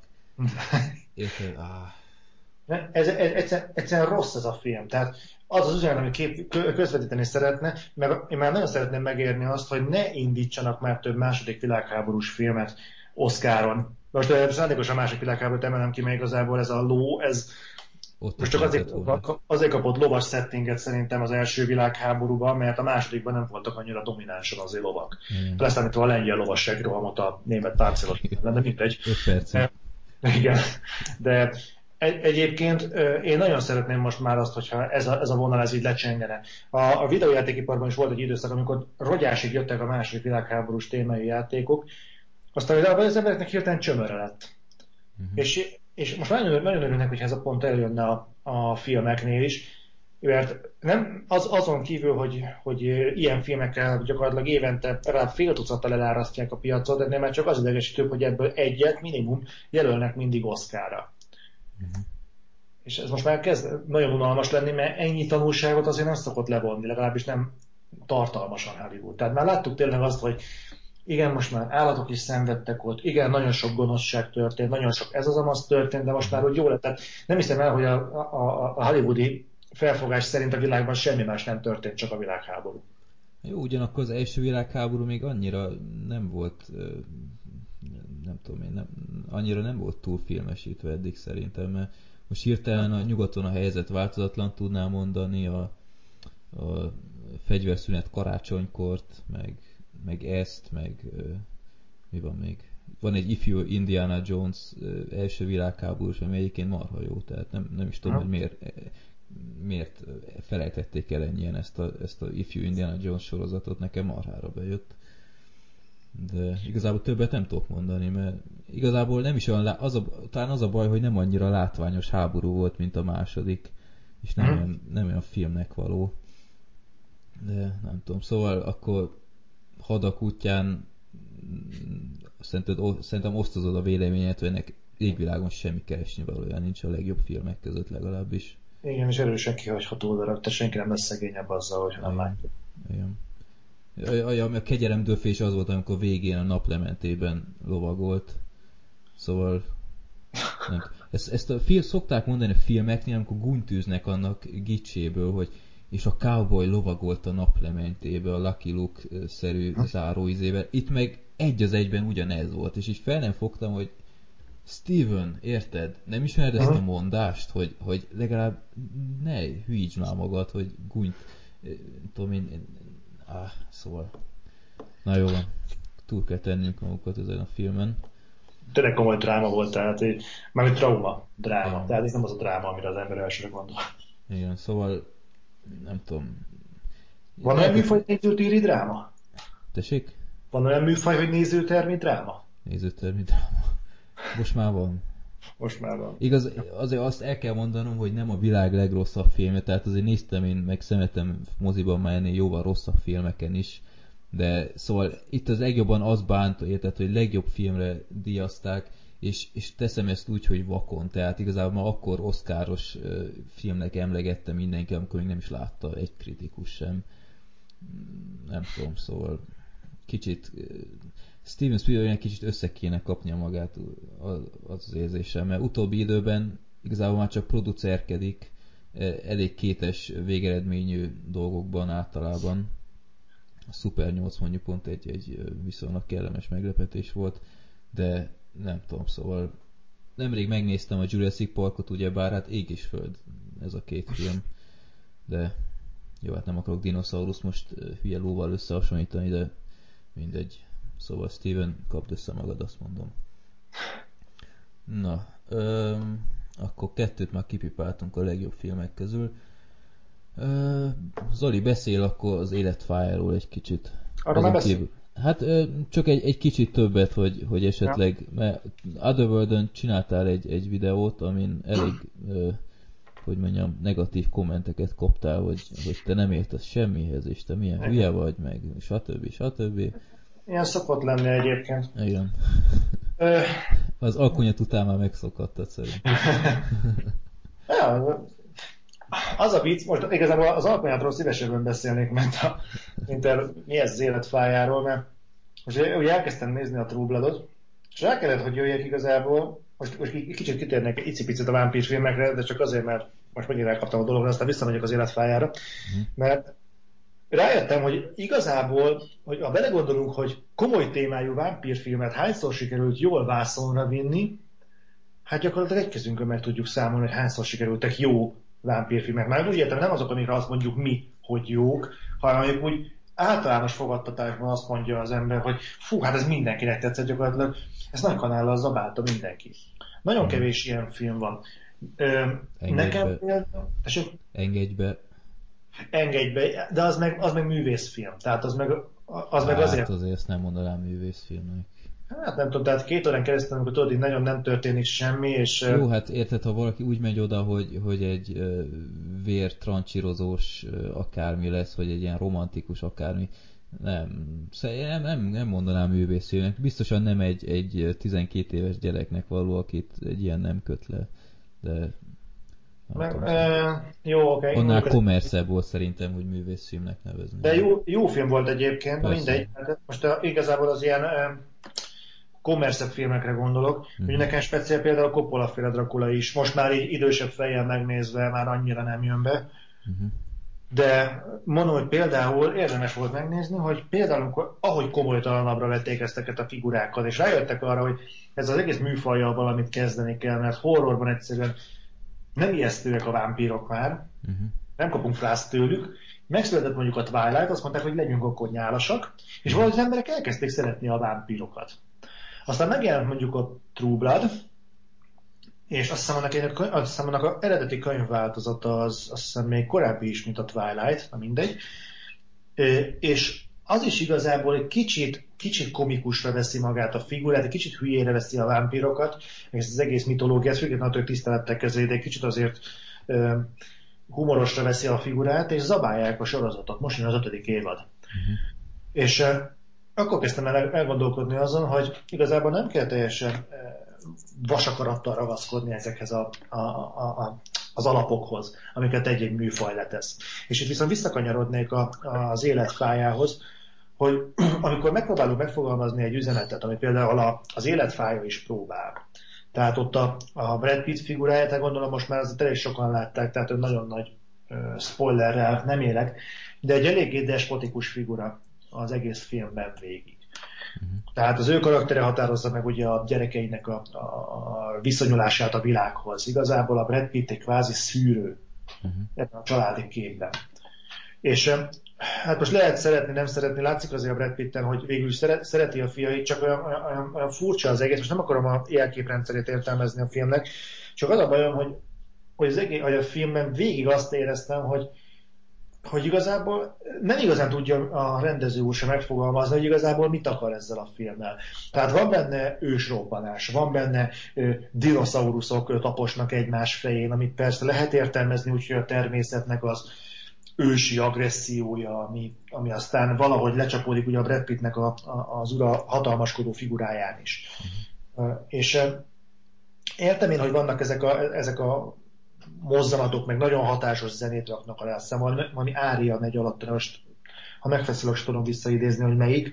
Érted? Ah. Ez, ez, egyszerűen, egyszerűen rossz ez a film. Tehát az az üzenet, amit kép, közvetíteni szeretne, meg én már nagyon szeretném megérni azt, hogy ne indítsanak már több második világháborús filmet Oscaron. Most szándékosan a második világháborút emelem ki, mert igazából ez a ló, ez ott most csak azért, azért kapott lovas settinget szerintem az első világháborúban, mert a másodikban nem voltak annyira dominánsan azért lovak. Mm. Leszámítva a lengyel lovasság rohamot a német páncélos, de mindegy. öt percig. Igen, de egy, egyébként én nagyon szeretném most már azt, hogyha ez a, ez a vonal ez így lecsengene. A, a videójátékiparban is volt egy időszak, amikor rogyásig jöttek a második világháborús témájú játékok, aztán az embereknek hirtelen csömörre lett. Uh-huh. És, és most nagyon, nagyon örülnek, hogy ez a pont eljönne a, a filmeknél is, mert nem, az, azon kívül, hogy, hogy ilyen filmekkel gyakorlatilag évente rá fél tucattal elárasztják a piacot, de már csak az idegesítőbb, hogy ebből egyet minimum jelölnek mindig Oscarra. Uh-huh. És ez most már kezd nagyon unalmas lenni, mert ennyi tanulságot azért nem szokott levonni, legalábbis nem tartalmasan Hollywood. Tehát már láttuk tényleg azt, hogy igen, most már állatok is szenvedtek ott, igen, nagyon sok gonoszság történt, nagyon sok ez az amaz történt, de most már úgy jó lett. Tehát nem hiszem el, hogy a, a, a hollywoodi felfogás szerint a világban semmi más nem történt, csak a világháború. Jó, ugyanakkor az első világháború még annyira nem volt, nem tudom én, nem, annyira nem volt túl filmesítve eddig szerintem, mert most hirtelen a nyugaton a helyzet változatlan tudná mondani, a, a fegyverszünet karácsonykort, meg meg ezt, meg uh, mi van még? Van egy ifjú Indiana Jones uh, első világháborús, ami egyébként marha jó, tehát nem, nem is tudom, ha. hogy miért, miért felejtették el ennyien ezt a, ezt a ifjú Indiana Jones sorozatot, nekem marhára bejött. De igazából többet nem tudok mondani, mert igazából nem is olyan, az a, talán az a baj, hogy nem annyira látványos háború volt, mint a második, és nem, hmm. olyan, nem olyan filmnek való. De nem tudom, szóval akkor hadak útján szerintem, szerintem osztozod a véleményet, hogy ennek égvilágon semmi keresni valójában nincs a legjobb filmek között legalábbis. Igen, és erősen kihagyható darab, tehát senki nem lesz szegényebb azzal, hogy nem látja. Igen. A, a kegyelem döfés az volt, amikor végén a naplementében lovagolt. Szóval nem. Ezt, ezt a film, szokták mondani a filmeknél, amikor gunytűznek annak gicséből, hogy és a cowboy lovagolt a naplementébe a Lucky Luke-szerű záróizével. Itt meg egy az egyben ugyanez volt, és így fel nem fogtam, hogy Steven, érted? Nem ismered ezt a mondást, hogy, hogy legalább ne hülyíts már magad, hogy gúnyt, tudom én, én áh, szóval na jó van, túl kell tennünk magukat ezen a filmen. Tényleg komoly dráma volt, tehát mármint trauma, dráma, ja. Tehát ez nem az a dráma, amire az ember elsőre gondol. Igen, szóval nem tudom. Van olyan műfaj, hogy nézőtéri dráma? Tessék? Van olyan műfaj, hogy nézőtermi dráma? Nézőtermi dráma. Most már van. Most már van. Igaz, azért azt el kell mondanom, hogy nem a világ legrosszabb filmje, tehát azért néztem én, meg szemetem moziban már ennél jóval rosszabb filmeken is, de szóval itt az legjobban az bánt, érted, hogy legjobb filmre díjazták, és, és teszem ezt úgy, hogy vakon, tehát igazából már akkor oszkáros uh, filmnek emlegette mindenki, amikor még nem is látta egy kritikus sem. Nem tudom, szóval kicsit uh, Steven Spielbergnek kicsit össze kéne kapnia magát, az az érzésem, mert utóbbi időben igazából már csak producerkedik, elég kétes végeredményű dolgokban általában. A Super nyolc mondjuk pont egy, egy viszonylag kellemes meglepetés volt, de nem tudom, szóval nemrég megnéztem a Jurassic Parkot, ugyebár hát ég és föld ez a két film. de jó, hát nem akarok dinoszaurusz most hülye lóval összehasonlítani, de mindegy. Szóval Steven, kapd össze magad, azt mondom. Na, öm, akkor kettőt már kipipáltunk a legjobb filmek közül. Ö, Zoli, beszél akkor az életfájáról egy kicsit. Arra már beszél. Hát ö, csak egy, egy kicsit többet, hogy, hogy esetleg, ja. Mert Otherworld-ön csináltál egy, egy videót, amin elég, ö, hogy mondjam, negatív kommenteket kaptál, hogy, hogy te nem értesz semmihez, és te milyen hülye vagy, meg stb. stb. Ilyen szokott lenni egyébként. Igen. Az alkonyat után már megszokadtad szerintem. Ja, az a vicc, most igazából az alkonyatról szívesebben beszélnék, mint, a, mint a, mi ez az életfájáról, mert most ugye elkezdtem nézni a True Bloodot, és el kellett, hogy jöjjek igazából, most, most kicsit kitérnek egy icipicit a vámpírfilmekre, de csak azért, mert most megint elkaptam a dologra, aztán visszamegyek az életfájára, mert rájöttem, hogy igazából, hogy ha belegondolunk, hogy komoly témájú vámpírfilmet hányszor sikerült jól vászonra vinni, hát gyakorlatilag egy kezünkön meg tudjuk számolni, hogy hányszor sikerültek jó vámpírfilmek. Már úgy értem, nem azok, amikre azt mondjuk mi, hogy jók, hanem amik úgy általános fogadtatásban azt mondja az ember, hogy fú, hát ez mindenkinek tetszett gyakorlatilag, ezt nagy kanállal zabálta mindenki. Nagyon kevés ilyen film van. Ö, nekem például... Engedj be. Engedj be, de az meg, az meg művészfilm. Tehát az meg, az hát meg azért... azért ezt nem mondanám művészfilmnek. Hát nem tudom, tehát két órán keresztül, amikor tudod, hogy nagyon nem történik semmi, és... Jó, hát érted, ha valaki úgy megy oda, hogy, hogy egy uh, vértrancsírozós uh, akármi lesz, vagy egy ilyen romantikus akármi, nem, nem, nem, nem mondanám művészfilmnek. Biztosan nem egy, egy tizenkét éves gyereknek való, akit egy ilyen nem köt le, de... Meg, e, jó, oké. Okay. Annál kommerszebb volt szerintem, hogy művészfilmnek nevezni. De jó, jó film volt egyébként, persze. Mindegy. Most a, igazából az ilyen e, kommerszebb filmekre gondolok. Mm-hmm. Ugye nekem speciál például a Coppola-féle Dracula is. Most már így idősebb fejjel megnézve már annyira nem jön be. Mm-hmm. De mondom, hogy például érdemes volt megnézni, hogy például amikor, ahogy komolytalanabbra vették ezteket a figurákat, és rájöttek arra, hogy ez az egész műfajjal valamit kezdeni kell, mert horrorban egyszerűen nem ijesztőek a vámpírok már, uh-huh. nem kapunk frászt tőlük. Megszületett mondjuk a Twilight, azt mondták, hogy legyünk akkor nyálasak, és valahogy az emberek elkezdték szeretni a vámpírokat. Aztán megjelent mondjuk a True Blood, és azt hiszem, annak, azt hiszem, annak az eredeti könyvváltozata az azt hiszem még korábbi is, mint a Twilight, na mindegy. És az is igazából egy kicsit, kicsit komikusra veszi magát a figurát, egy kicsit hülyére veszi a vámpírokat, meg ezt az egész mitológiát, függetlenül, hogy tisztelettel kezeli, de egy kicsit azért uh, humorosra veszi a figurát, és zabálják a sorozatot. Most jön az ötödik évad. Uh-huh. És uh, akkor kezdtem el elgondolkodni azon, hogy igazából nem kell teljesen uh, vasakarattal ragaszkodni ezekhez a, a, a, a, az alapokhoz, amiket egy-egy műfaj letesz. És itt viszont visszakanyarodnék a, az életfájához, hogy amikor megpróbálunk megfogalmazni egy üzenetet, ami például a, az életfája is próbál. Tehát ott a, a Brad Pitt figuráját, gondolom most már azért elég sokan látták, tehát ő nagyon nagy uh, spoilerrel nem élek, de egy eléggé despotikus figura az egész filmben végig. Uh-huh. Tehát az ő karaktere határozza meg ugye a gyerekeinek a, a, a viszonyulását a világhoz. Igazából a Brad Pitt egy kvázi szűrő uh-huh. ebben a családi képben. És hát most lehet szeretni, nem szeretni, látszik azért a Brad Pitten, hogy végül is szeret, szereti a fiait, csak olyan, olyan, olyan furcsa az egész. Most nem akarom a jelképrendszerét értelmezni a filmnek, csak az a bajom, hogy, hogy, az egész, hogy a filmben végig azt éreztem, hogy hogy igazából nem igazán tudja a rendező úr sem megfogalmazni, hogy igazából mit akar ezzel a filmmel. Tehát van benne ősrobbanás, van benne ö, dinoszauruszok taposnak egymás fején, amit persze lehet értelmezni úgy, hogy a természetnek az ősi agressziója, ami, ami aztán valahogy lecsapódik ugye a Brad Pittnek a, a, az ura hatalmaskodó figuráján is. Uh, és uh, értem én, hogy vannak ezek a, ezek a mozzanatok, meg nagyon hatásos zenét raknak alá, aztán valami, valami ária megy alatt, most ha megfeszülök, tudom visszaidézni, hogy melyik.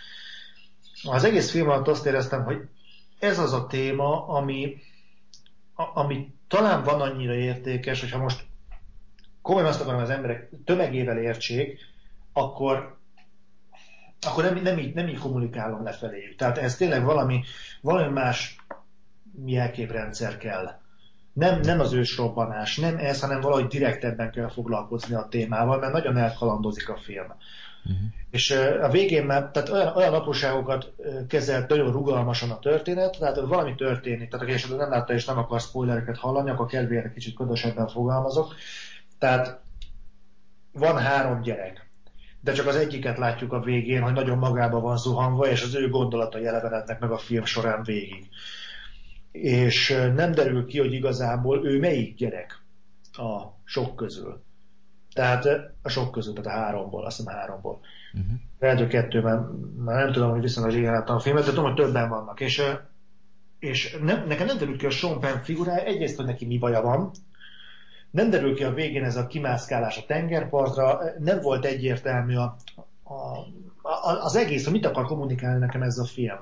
Az egész film alatt azt éreztem, hogy ez az a téma, ami, a, ami talán van annyira értékes, hogyha most komolyan azt akarom, az emberek tömegével értsék, akkor, akkor nem, nem, így, nem így kommunikálom lefeléjük. Tehát ez tényleg valami, valami más jelképrendszer kell Nem, nem az ősrobbanás, nem ez, hanem valahogy direktebben kell foglalkozni a témával, mert nagyon elkalandozik a film. Uh-huh. És a végén már tehát olyan, olyan apróságokat kezelt nagyon rugalmasan a történet, tehát valami történik, tehát aki esetleg nem látta és nem akar spoilereket hallani, akkor kedvéért kicsit ködösebben fogalmazok. Tehát van három gyerek, de csak az egyiket látjuk a végén, hogy nagyon magába van zuhanva, és az ő gondolatai elevenednek meg a film során végig. És nem derül ki, hogy igazából ő melyik gyerek a sok közül. Tehát a sok közül, tehát a háromból, azt hiszem háromból. Uh-huh. Lehet, kettő, mert már nem tudom, hogy viszonylag régen láttam a filmet, de tudom, hogy többen vannak. És, és nem, nekem nem derül ki a Sean Penn figurája, egyrészt, hogy neki mi baja van, nem derül ki a végén ez a kimászkálás a tengerpartra, nem volt egyértelmű a, a, a, az egész, hogy mit akar kommunikálni nekem ez a film.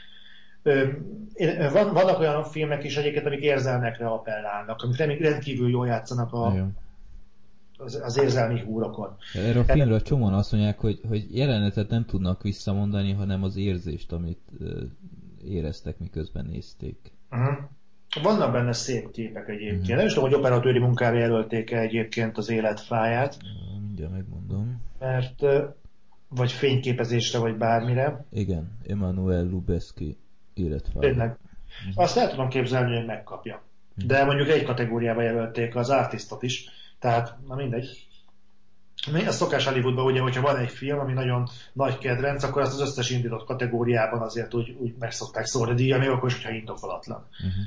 Van, vannak olyan filmek is egyébként, amik érzelmekre appellálnak, amik rendkívül jól játszanak a, az, az érzelmi húrokon. Erre a filmről csomóan azt mondják, hogy, hogy jelenetet nem tudnak visszamondani, hanem az érzést, amit éreztek, miközben nézték. Uh-huh. Vannak benne szép képek egyébként. Uh-huh. Nem is tudom, hogy operatőri munkára jelölték-e egyébként az életfáját. Mindjárt megmondom. Mert vagy fényképezésre, vagy bármire. Igen, Emmanuel Lubezki életfája. Tényleg. Uh-huh. Azt el tudom képzelni, hogy megkapja. Uh-huh. De mondjuk egy kategóriába jelölték az artistot is. Tehát, na mindegy. A szokás Hollywoodban ugye, hogyha van egy film, ami nagyon nagy kedvenc, akkor azt az összes indított kategóriában azért úgy, úgy meg szokták szólni díjra, még akkor is, hogyha indokolatlan. Uh-huh.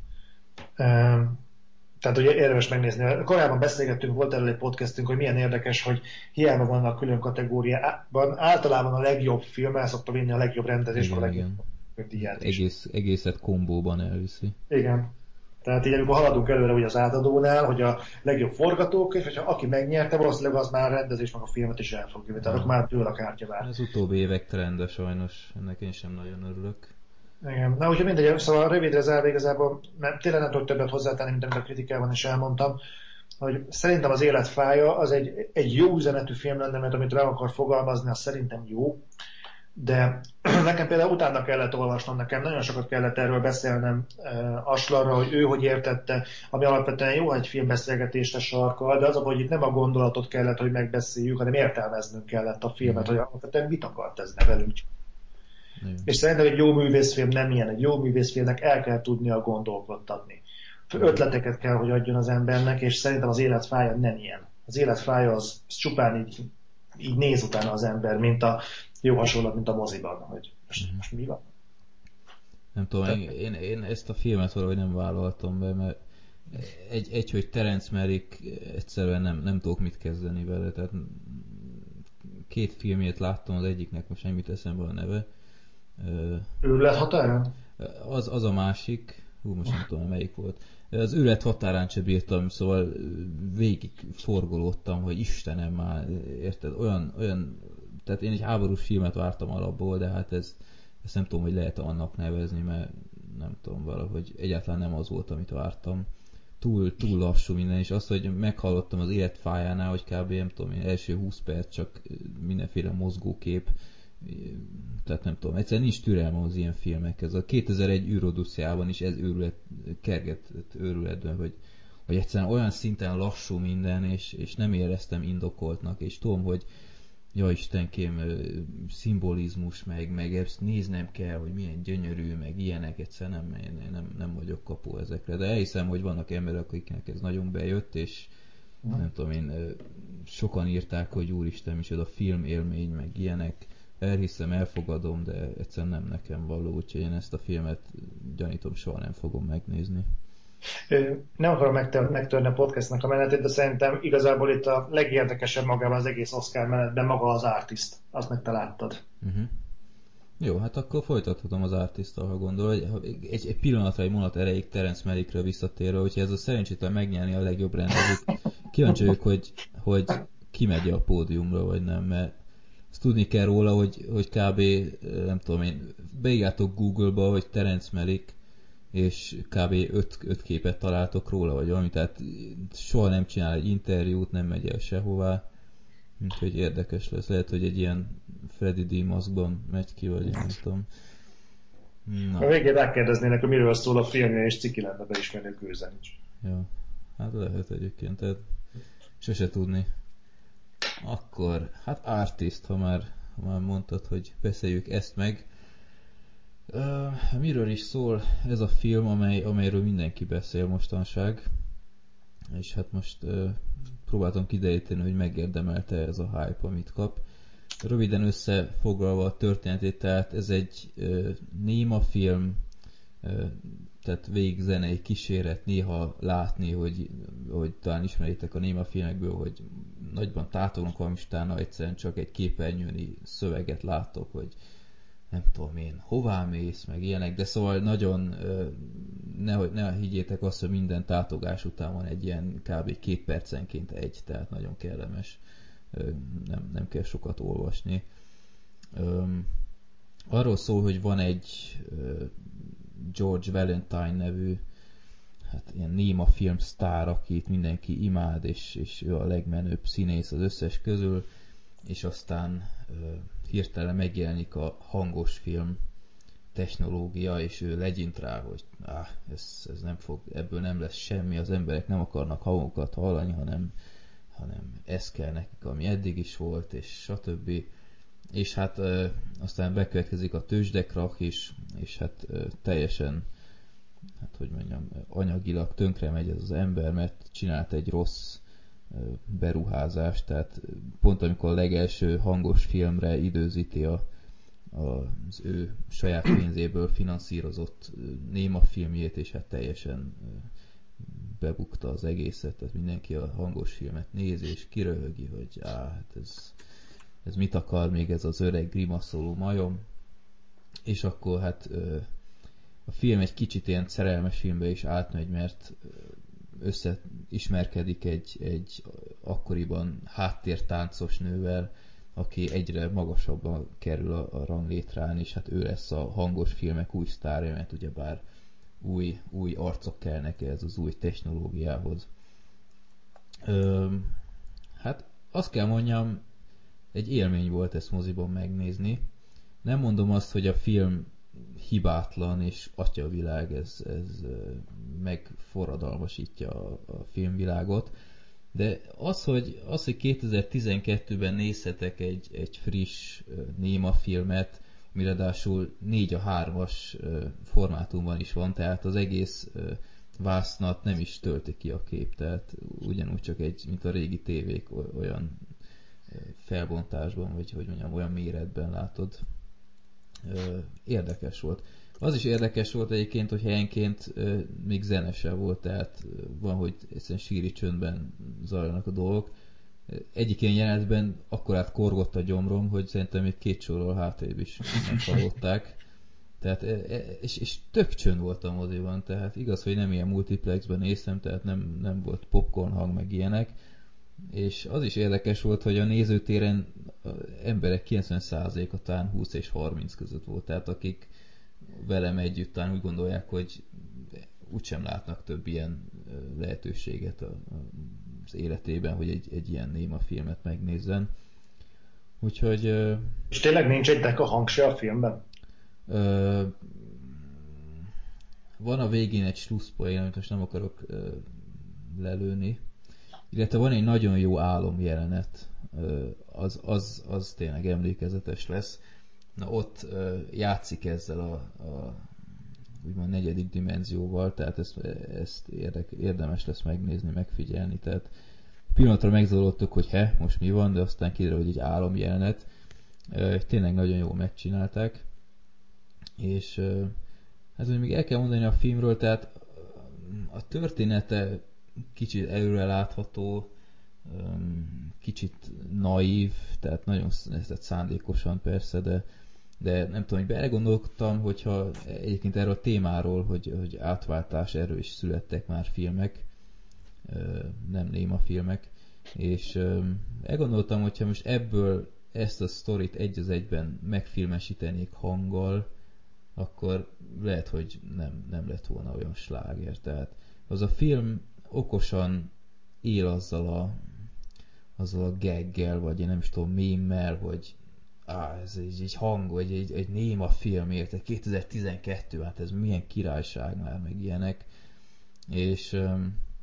Um, tehát ugye érdemes megnézni. Korábban beszélgettünk, volt erről egy podcastünk, hogy milyen érdekes, hogy hiába vannak külön kategóriában, általában a legjobb film el szokta vinni a legjobb rendezést, igen, a legjobb díját is. Egész, egészet kombóban elviszi. Igen. Tehát így, amikor haladunk előre ugye az átadónál, hogy a legjobb forgatókönyv, hogyha aki megnyerte, valószínűleg az már a rendezés, meg a filmet is el fog jövni. Tehát akkor már tőle a kártya vár. Az utóbbi évek trende sajnos, ennek én sem nagyon örülök. Igen. Na úgyhogy mindegy, szóval rövidre zárva igazából, mert tényleg nem tudok többet hozzátenni, mint amit a kritikában is elmondtam, hogy szerintem az életfája az egy, egy jó üzenetű film lenne, mert amit rá akar fogalmazni, az szerintem jó. De nekem például utána kellett olvasnom, nekem nagyon sokat kellett erről beszélnem uh, Aslarra, hogy ő hogy értette, ami alapvetően jó egy filmbeszélgetésre sarkal, de az a, hogy itt nem a gondolatot kellett, hogy megbeszéljük, hanem értelmeznünk kellett a filmet, mm. hogy alapvetően mit akart ez velünk. Mm. És szerintem egy jó művészfilm nem ilyen, egy jó művészfilmnek el kell tudnia gondolkodtatni. Ötleteket kell, hogy adjon az embernek, és szerintem az életfája nem ilyen. Az életfája az, az csupán így, így néz utána az ember, mint a jó hasonlat, mint a moziban, hogy most, mm. most mi van? Nem tudom, Te... én, én ezt a filmet valahogy nem vállaltam be, mert egy, egy hogy Terence Malick egyszerűen nem, nem tudok mit kezdeni vele, tehát két filmjét láttam, az egyiknek most nem jut eszembe a neve. Őrület határán? Az, az a másik, hú, most nem tudom, melyik volt. Az őrület határán sem bírtam, szóval végig forgolódtam, hogy Istenem már, érted, olyan, olyan, tehát én egy háborús filmet vártam alapból, de hát ez, ezt nem tudom, hogy lehet annak nevezni, mert nem tudom, valahogy egyáltalán nem az volt, amit vártam. Túl, túl lassú minden, és azt, hogy meghallottam az életfájánál, hogy kb. Nem tudom, első húsz perc csak mindenféle mozgókép, tehát nem tudom, egyszerűen nincs türelme az ilyen filmekhez. A kétezer-egy űrodusszjában is ez őrület, kergetett őrületben, hogy, hogy egyszerűen olyan szinten lassú minden, és, és nem éreztem indokoltnak, és tudom, hogy ja Istenkém, szimbolizmus, meg, meg ezt néznem kell, hogy milyen gyönyörű, meg ilyenek, egyszerűen nem, én nem, nem vagyok kapó ezekre, de elhiszem, hogy vannak emberek, akiknek ez nagyon bejött, és mm. nem tudom én, sokan írták, hogy úristen, micsoda film élmény, meg ilyenek, elhiszem, elfogadom, de egyszerűen nem nekem való, úgyhogy én ezt a filmet gyanítom, soha nem fogom megnézni. Nem akarom megtörni a podcastnak a menetét, de szerintem igazából itt a legérdekesebb magában az egész Oscar menetben maga az Artist. Azt meg te láttad. Uh-huh. Jó, hát akkor folytathatom az Artist-tal, ha gondol. Egy, egy pillanatra, egy mondat erejéig Terence Malickről visszatérve, hogyha ez a szerencsétlen megnyerni a legjobb rendezőt, kíváncsi vagyok, hogy, hogy kimegy a pódiumra, vagy nem, mert azt tudni kell róla, hogy, hogy kb. Nem tudom én, beírjátok Google-ba, hogy Terence Malick, és kb. öt képet találtok róla, vagy valami, tehát soha nem csinál egy interjút, nem megy el sehová, úgyhogy érdekes lesz. Lehet, hogy egy ilyen Freddy D. maszkban megy ki, vagy nem tudom. Na. A végén rákérdeznének, hogy miről szól a filmje, és ciki lenne beismerni a Gőzenics. Ja, hát lehet egyébként, tehát sose tudni. Akkor, hát Artist, ha már, ha már mondtad, hogy beszéljük ezt meg. Uh, miről is szól ez a film, amely, amelyről mindenki beszél mostanság, és hát most uh, próbáltam kideríteni, hogy megérdemelte ez a hype, amit kap. Röviden összefoglalva a történetét, tehát ez egy uh, néma film, uh, tehát végigzenei kíséret, néha látni, hogy, hogy talán ismeritek a néma filmekből, hogy nagyban tátognak valami, és utána egyszerűen csak egy képernyőni szöveget látok, hogy nem tudom én, hová mész, meg ilyenek, de szóval nagyon, nehogy, ne higgyétek azt, hogy minden tátogás után van egy ilyen kb. Két percenként egy, tehát nagyon kellemes, nem, nem kell sokat olvasni. Arról szól, hogy van egy George Valentine nevű, hát ilyen néma filmsztár, akit mindenki imád, és, és ő a legmenőbb színész az összes közül, és aztán hirtelen megjelenik a hangos film technológia, és ő legyint rá, hogy áh, ez, ez nem fog, ebből nem lesz semmi, az emberek nem akarnak hangokat hallani, hanem, hanem ez kell nekik, ami eddig is volt, és stb. És hát e, aztán bekövetkezik a tőzsdekrach is, és hát e, teljesen, hát hogy mondjam, anyagilag tönkre megy ez az ember, mert csinált egy rossz beruházás, tehát pont amikor a legelső hangos filmre időzíti a, a, az ő saját pénzéből finanszírozott néma filmjét, és hát teljesen bebukta az egészet, tehát mindenki a hangos filmet nézi, és kiröhögi, hogy á, hát ez, ez mit akar még ez az öreg grimaszoló majom, és akkor hát a film egy kicsit ilyen szerelmes filmbe is átmegy, mert összeismerkedik egy, egy akkoriban háttértáncos nővel, aki egyre magasabban kerül a, a ranglétrán, és hát ő lesz a hangos filmek új sztárja, mert ugyebár új, új arcok kellnek ez az új technológiához. Öm, hát azt kell mondjam, egy élmény volt ezt moziban megnézni. Nem mondom azt, hogy a film hibátlan és atyavilág, ez, ez megforradalmasítja a, a filmvilágot, de az, hogy, az, hogy kétezer-tizenkettőben nézhetek egy, egy friss néma filmet, mi ráadásul négy a hármas formátumban is van, tehát az egész vásznat nem is tölti ki a kép, tehát ugyanúgy csak egy, mint a régi tévék, olyan felbontásban, vagy hogy mondjam, olyan méretben látod. Érdekes volt. Az is érdekes volt egyébként, hogy helyenként még zene sem volt, tehát van, hogy egyszerűen síri csöndben zajlanak a dolgok. Egyik ilyen jelenetben akkorát korgott a gyomrom, hogy szerintem még két sorral hátrébb is meghallották. Tehát, és, és tök csönd volt a moziban, tehát igaz, hogy nem ilyen multiplexben néztem, tehát nem, nem volt popcorn hang meg ilyenek. És az is érdekes volt, hogy a nézőtéren emberek kilencven százaléka talán húsz és harminc között volt, tehát akik velem együtt talán úgy gondolják, hogy úgysem látnak több ilyen lehetőséget az életében, hogy egy, egy ilyen néma filmet megnézzen. Úgyhogy... És tényleg nincs egy deka hang se a filmben? Ö, van a végén egy slusszpoén, amit most nem akarok ö, lelőni, illetve van egy nagyon jó álom jelenet, az, az, az tényleg emlékezetes lesz. Na ott játszik ezzel a, a úgymond negyedik dimenzióval, tehát ezt, ezt érdek, érdemes lesz megnézni, megfigyelni. Tehát pillanatra megzolottuk, hogy he, most mi van, de aztán kiderül, hogy egy álom jelenet. Tényleg nagyon jól megcsinálták. És hát még el kell mondani a filmről, tehát a története kicsit előrelátható, kicsit naív, tehát nagyon tehát szándékosan persze, de, de nem tudom, hogy belegondoltam, hogyha egyébként erről a témáról, hogy, hogy átváltás, erről is születtek már filmek, nem néma filmek, és elgondoltam, hogyha most ebből ezt a sztorit egy az egyben megfilmesítenék hanggal, akkor lehet, hogy nem, nem lett volna olyan sláger. Tehát az a film okosan él azzal a, azzal a gaggel, vagy én nem is tudom, mémmel, hogy á, ez egy, egy hang, vagy egy, egy néma film érte, kétezer-tizenkettő, hát ez milyen királyság már, meg ilyenek. És um,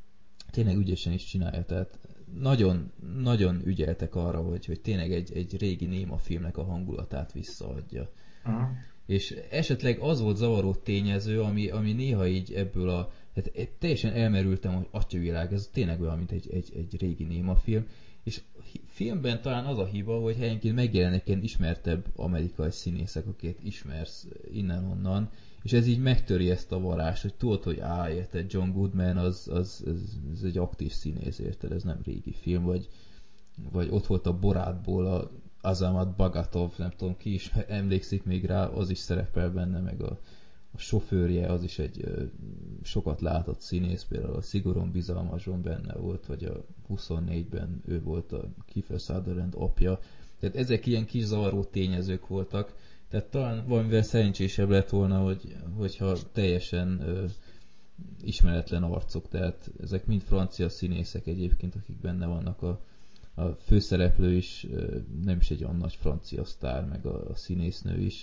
tényleg ügyesen is csinálja, tehát nagyon, nagyon ügyeltek arra, hogy, hogy tényleg egy, egy régi néma filmnek a hangulatát visszaadja. Uh-huh. És esetleg az volt zavaró tényező, ami, ami néha így ebből a... Tehát teljesen elmerültem, hogy atyavilág, ez tényleg olyan, mint egy, egy, egy régi néma film. És filmben talán az a hiba, hogy helyenként megjelennek ilyen ismertebb amerikai színészek, akiket ismersz innen-onnan, és ez így megtöri ezt a varást, hogy tudod, hogy á, érted, John Goodman az, az, az, az egy aktív színész, érted, ez nem régi film, vagy, vagy ott volt a Borátból a Azamat Bagatov, nem tudom ki is emlékszik még rá, az is szerepel benne, meg a, a sofőrje, az is egy ö, sokat látott színész, például a Szigorúan bizalmason benne volt, vagy a huszonnégyben ő volt a Kiefer Sutherland apja. Tehát ezek ilyen kis zavaró tényezők voltak, tehát talán valamivel szerencsésebb lett volna, hogy, hogyha teljesen ö, ismeretlen arcok, tehát ezek mind francia színészek egyébként, akik benne vannak, a, a főszereplő is ö, nem is egy olyan nagy francia sztár, meg a, a színésznő is.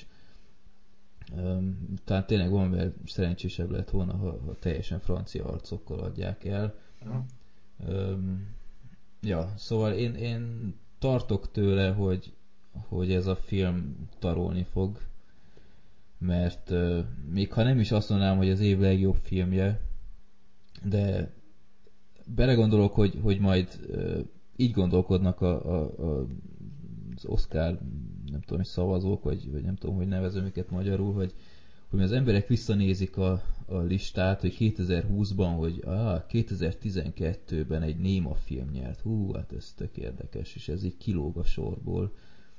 Tehát tényleg valamivel szerencsésebb lett volna, ha, ha teljesen francia arcokkal adják el. Uh-huh. Um, ja, szóval én, én tartok tőle, hogy, hogy ez a film tarolni fog, mert uh, még ha nem is azt mondanám, hogy az év legjobb filmje, de belegondolok, hogy, hogy majd uh, így gondolkodnak a, a, a az Oscar, nem tudom, hogy szavazók, vagy, vagy nem tudom, hogy nevezem őket magyarul, hogy, hogy az emberek visszanézik a, a listát, hogy kétezer-húszban, hogy ah, kétezer-tizenkettőben egy néma film nyert. Hú, hát ez tök érdekes, és ez így kilóg a sorból.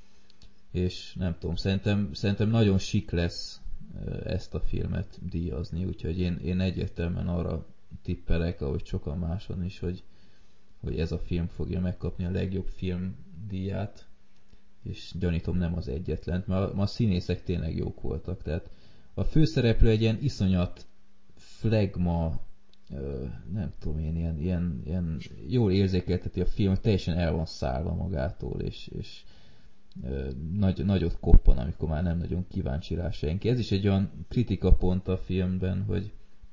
És nem tudom, szerintem, szerintem nagyon sik lesz ezt a filmet díjazni, úgyhogy én, én egyértelműen arra tippelek, ahogy sokan máson is, hogy, hogy ez a film fogja megkapni a legjobb film díját, és gyanítom nem az egyetlen, mert ma a színészek tényleg jók voltak, tehát a főszereplő egy ilyen iszonyat flegma, nem tudom én, ilyen, ilyen, ilyen jól érzékelteti a film, hogy teljesen el van szállva magától, és, és nagy, nagyot koppan, amikor már nem nagyon kíváncsi rá senki. Ez is egy olyan kritikapont a filmben, hogy,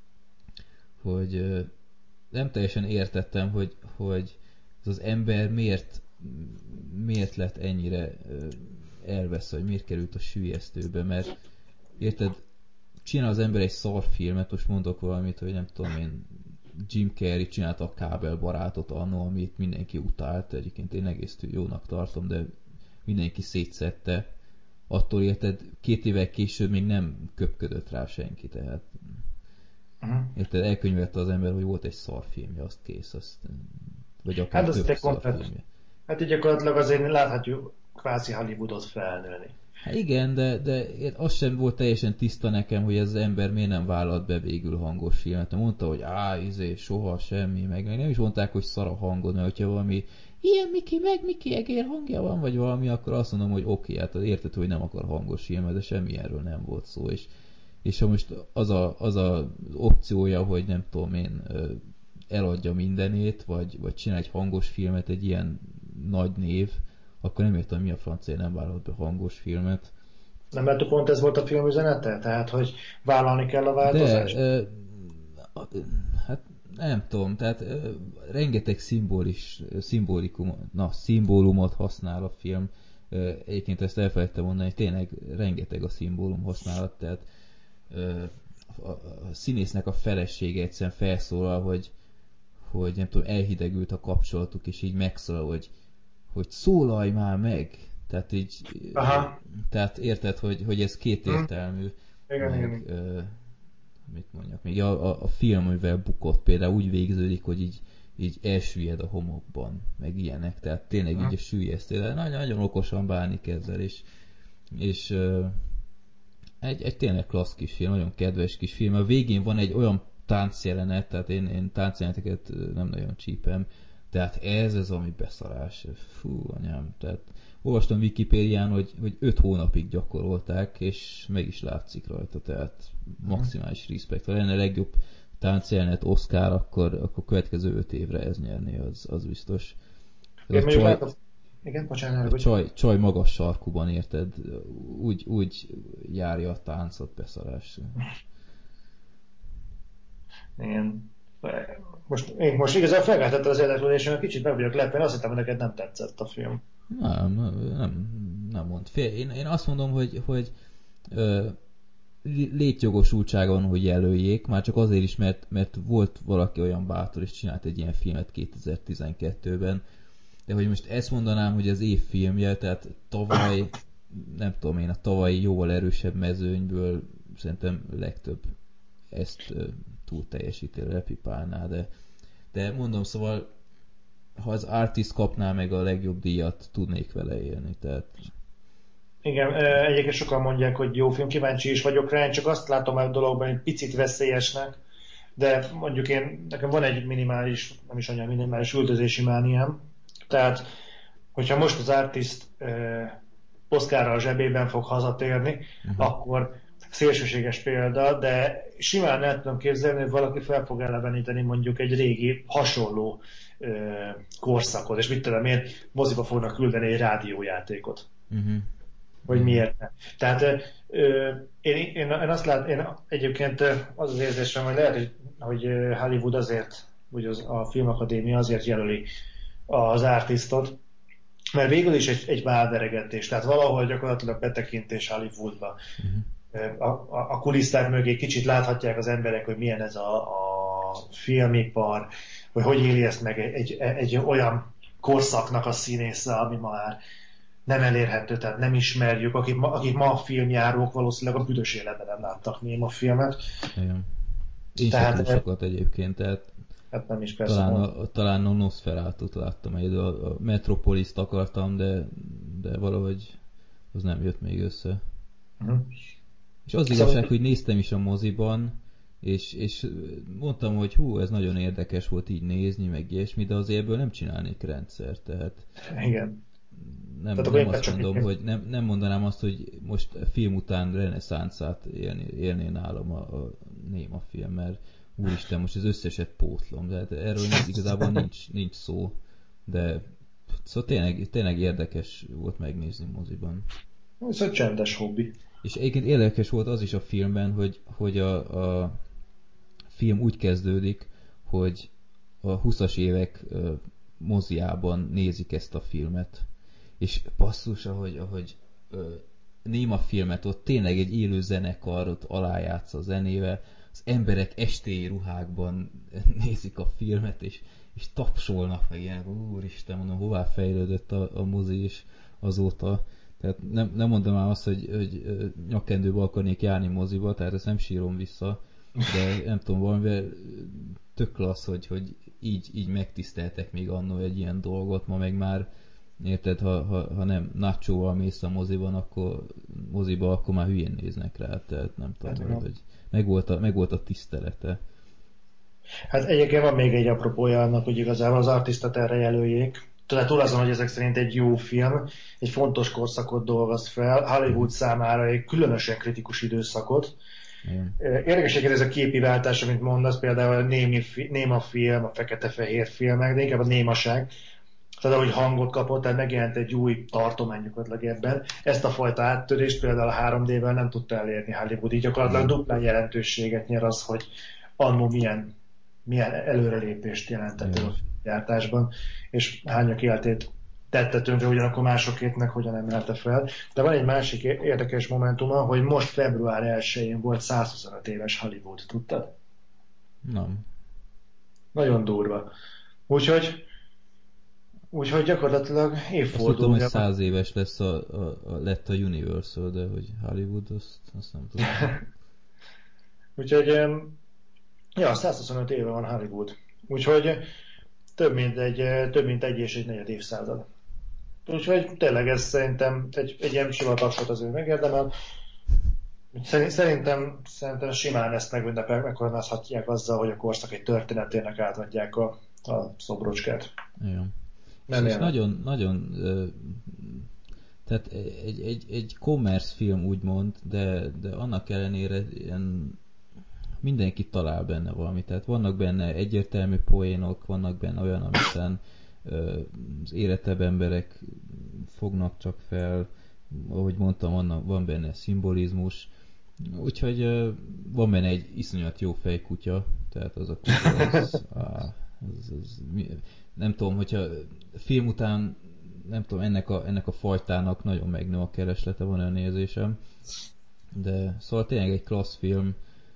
hogy nem teljesen értettem, hogy, hogy ez az ember miért miért lett ennyire elvesz, vagy miért került a süllyesztőbe, mert érted, csinál az ember egy szarfilmet, most mondok valamit, hogy nem tudom én, Jim Carrey csinálta a Kábelbarátot annó, amit mindenki utált, egyébként én egész jónak tartom, de mindenki szétszette, attól érted, két évvel később még nem köpködött rá senki, tehát uh-huh. érted, elkönyvelte az ember, hogy volt egy szarfilmje, azt kész, azt, vagy akár hát több szarfilmje. Hát így gyakorlatilag azért láthatjuk kvázi Hollywoodot felnőni. Hát igen, de, de az sem volt teljesen tiszta nekem, hogy ez az ember miért nem vállalt be végül hangos filmet. Mondta, hogy á, izé, soha semmi, meg, meg nem is mondták, hogy szar a hangod, mert hogyha valami ilyen Miki, meg Miki egér hangja van, vagy valami, akkor azt mondom, hogy oké, okay, hát érted, hogy nem akar hangos filmet, de semmi erről nem volt szó. És, és ha most az a, az a opciója, hogy nem tudom én, eladja mindenét, vagy, vagy csinál egy hangos filmet, egy ilyen nagy név, akkor nem értem, mi a francia nem vállalt be hangos filmet. Nem, mert pont ez volt a film üzenete? Tehát, hogy vállalni kell a változást? De, ö, hát nem tudom, tehát ö, rengeteg szimbolis, szimbolikum, na, szimbólumot használ a film. Ö, egyébként ezt elfelejtettem mondani, tényleg rengeteg a szimbólum használat, tehát ö, a, a színésznek a felesége egyszerűen felszólal, hogy, hogy nem tudom, elhidegült a kapcsolatuk, és így megszólal, hogy hogy szólalj már meg. Tehát így, Aha. tehát érted, hogy, hogy ez kétértelmű. Igen, meg, igen. Uh, mit mondjak, még a, a, a film, amivel bukott például úgy végződik, hogy így, így elsüllyed a homokban, meg ilyenek, tehát tényleg uh-huh. így a süllyesztő, de nagyon, nagyon okosan bánik ezzel, és, és uh, egy, egy tényleg klassz kis film, nagyon kedves kis film. A végén van egy olyan táncjelenet, tehát én, én táncjeleneteket nem nagyon csípem, tehát ez, ez ami beszarás. Fú, anyám. Tehát olvastam Wikipédián, hogy, hogy öt hónapig gyakorolták, és meg is látszik rajta, tehát maximális respekt. Ha lenne a legjobb táncjelenet Oscar, akkor, akkor következő öt évre ez nyerni, az, az biztos. Ez Igen, a csaj, a... Igen, bocsánat, a csaj, csaj magas sarkuban, érted? Úgy, úgy járja a táncot, beszarás. Igen. Most, én most igazán felkeltettem az érdeklődésemet, kicsit meg vagyok lepve, azt hittem, hogy neked nem tetszett a film. Nem, nem, nem mond. Én, én azt mondom, hogy, hogy ö, létjogosultsága van, hogy jelöljék, már csak azért is, mert, mert volt valaki olyan bátor, és csinált egy ilyen filmet kétezer-tizenkettőben, de hogy most ezt mondanám, hogy az év filmje, tehát tavaly, nem tudom én, a tavalyi jóval erősebb mezőnyből szerintem legtöbb ezt uh, túl teljesíti, lepipálná, de, de mondom, szóval ha az Artist kapná meg a legjobb díjat, tudnék vele élni, tehát... Igen, egyébként sokan mondják, hogy jó film, kíváncsi is vagyok rá, én csak azt látom a dologban, egy picit veszélyesnek, de mondjuk én, nekem van egy minimális, nem is annyira minimális üldözési mániám, tehát hogyha most az Artist eh, Oscarra a zsebében fog hazatérni, uh-huh. akkor szélsőséges példa, de simán el tudom képzelni, hogy valaki fel fog eleveníteni mondjuk egy régi, hasonló eh, korszakot, és mit tudom én, moziba fognak küldeni egy rádiójátékot. Uh-huh. Vagy miért nem. Tehát ö, én, én, én azt látom, én egyébként az az érzésem, hogy lehet, hogy Hollywood azért, vagy az, a Filmakadémia azért jelöli az Artistot, mert végül is egy, egy válveregetés, tehát valahol gyakorlatilag betekintés Hollywoodba. Uh-huh. A, a, a kulisszák mögé kicsit láthatják az emberek, hogy milyen ez a, a filmipar, hogy hogy éli ezt meg egy, egy, egy olyan korszaknak a színésze, ami ma már nem elérhető, tehát nem ismerjük, akik ma, akik ma filmjárók, valószínűleg a büdös életben nem láttak néma filmet. Igen. Én tehát, sem túl sokat egyébként, tehát hát nem is persze. Talán a, talán a Nosferatu-t láttam, a, a Metropolis-t akartam, de, de valahogy az nem jött még össze. Uh-huh. És az igazság, szóval... hogy néztem is a moziban, és, és mondtam, hogy hú, ez nagyon érdekes volt így nézni, meg ilyesmi, de azért ebből nem csinálnék rendszert, tehát... Igen. Nem, nem azt mondom, hogy nem, nem mondanám azt, hogy most film után reneszánszát élni, élné nálam a, a néma film, mert úristen, most az összeset pótlom, de hát erről igazából nincs, nincs szó, de szóval tényleg, tényleg érdekes volt megnézni moziban. Ez egy csendes hobbi. És egyébként érdekes volt az is a filmben, hogy, hogy a, a film úgy kezdődik, hogy a huszas évek moziában nézik ezt a filmet. És basszus, ahogy, ahogy ö, néma filmet, ott tényleg egy élő zenekar ott alájátsz a zenével, az emberek estéi ruhákban nézik a filmet, és, és tapsolnak meg ilyen, úristen, mondom, hová fejlődött a, a mozi is azóta. Tehát nem, nem mondom már azt, hogy, hogy nyakkendőbe akarnék járni moziba, tehát ezt nem sírom vissza, de nem tudom, valamivel tök klassz, hogy, hogy így, így megtiszteltek még annól egy ilyen dolgot, ma meg már érted, ha, ha, ha nem nachóval mész a moziban, akkor moziba, akkor már hülyén néznek rá, tehát nem tudom, hát, hogy megvolt a, megvolt a tisztelete. Hát egyébként van még egy apropója annak, hogy igazából az Artistot erre jelöljék. Tehát túl azon, hogy ezek szerint egy jó film, egy fontos korszakot dolgoz fel, Hollywood számára egy különösen kritikus időszakot. Igen. Érdekes, hogy ez a képi váltás, amit mondasz, például a némi, néma film, a fekete-fehér filmek, de inkább a némaság. Tehát ahogy hangot kapott, tehát megjelent egy új tartomány gyakorlatilag ebben. Ezt a fajta áttörést például a három dé-vel nem tudta elérni Hollywood. Így gyakorlatilag duplán jelentőséget nyer az, hogy annó milyen, milyen előrelépést jelentett a gyártásban, és hányak életét tette tönkre, ugyanakkor másokét meg hogyan emelte fel. De van egy másik érdekes momentuma, hogy most február elsején volt százhuszonöt éves Hollywood, tudtad? Nem. Nagyon durva. Úgyhogy Úgyhogy gyakorlatilag évfordulója. Azt tudom, hogy száz éves lesz a, a, a, lett a Universal, de hogy Hollywood, azt, azt nem tudom. Úgyhogy, ja, százhuszonöt éve van Hollywood. Úgyhogy több mint egy, több mint egy és egy negyed évszázad. Úgyhogy tényleg ez szerintem egy, egy ilyen sima tapsot az ő megérdemel. Szerintem, szerintem simán ezt megünnepel, megkoronázhatják azzal, hogy a korszak egy történetének átadják a, a szobrocskát. Igen. Nem és nagyon, nagyon tehát egy, egy, egy commerce film úgymond, de, de annak ellenére ilyen mindenki talál benne valamit, tehát vannak benne egyértelmű poénok, vannak benne olyan, amiten az érettebb emberek fognak csak fel, ahogy mondtam, van benne szimbolizmus, Úgyhogy uh, van benne egy iszonyat jó fejkutya, tehát az a kutya, az, á, az, az, mi, nem tudom, hogyha film után, nem tudom, ennek a, ennek a fajtának nagyon megnő a kereslete, van olyan érzésem, de szóval tényleg egy klassz film,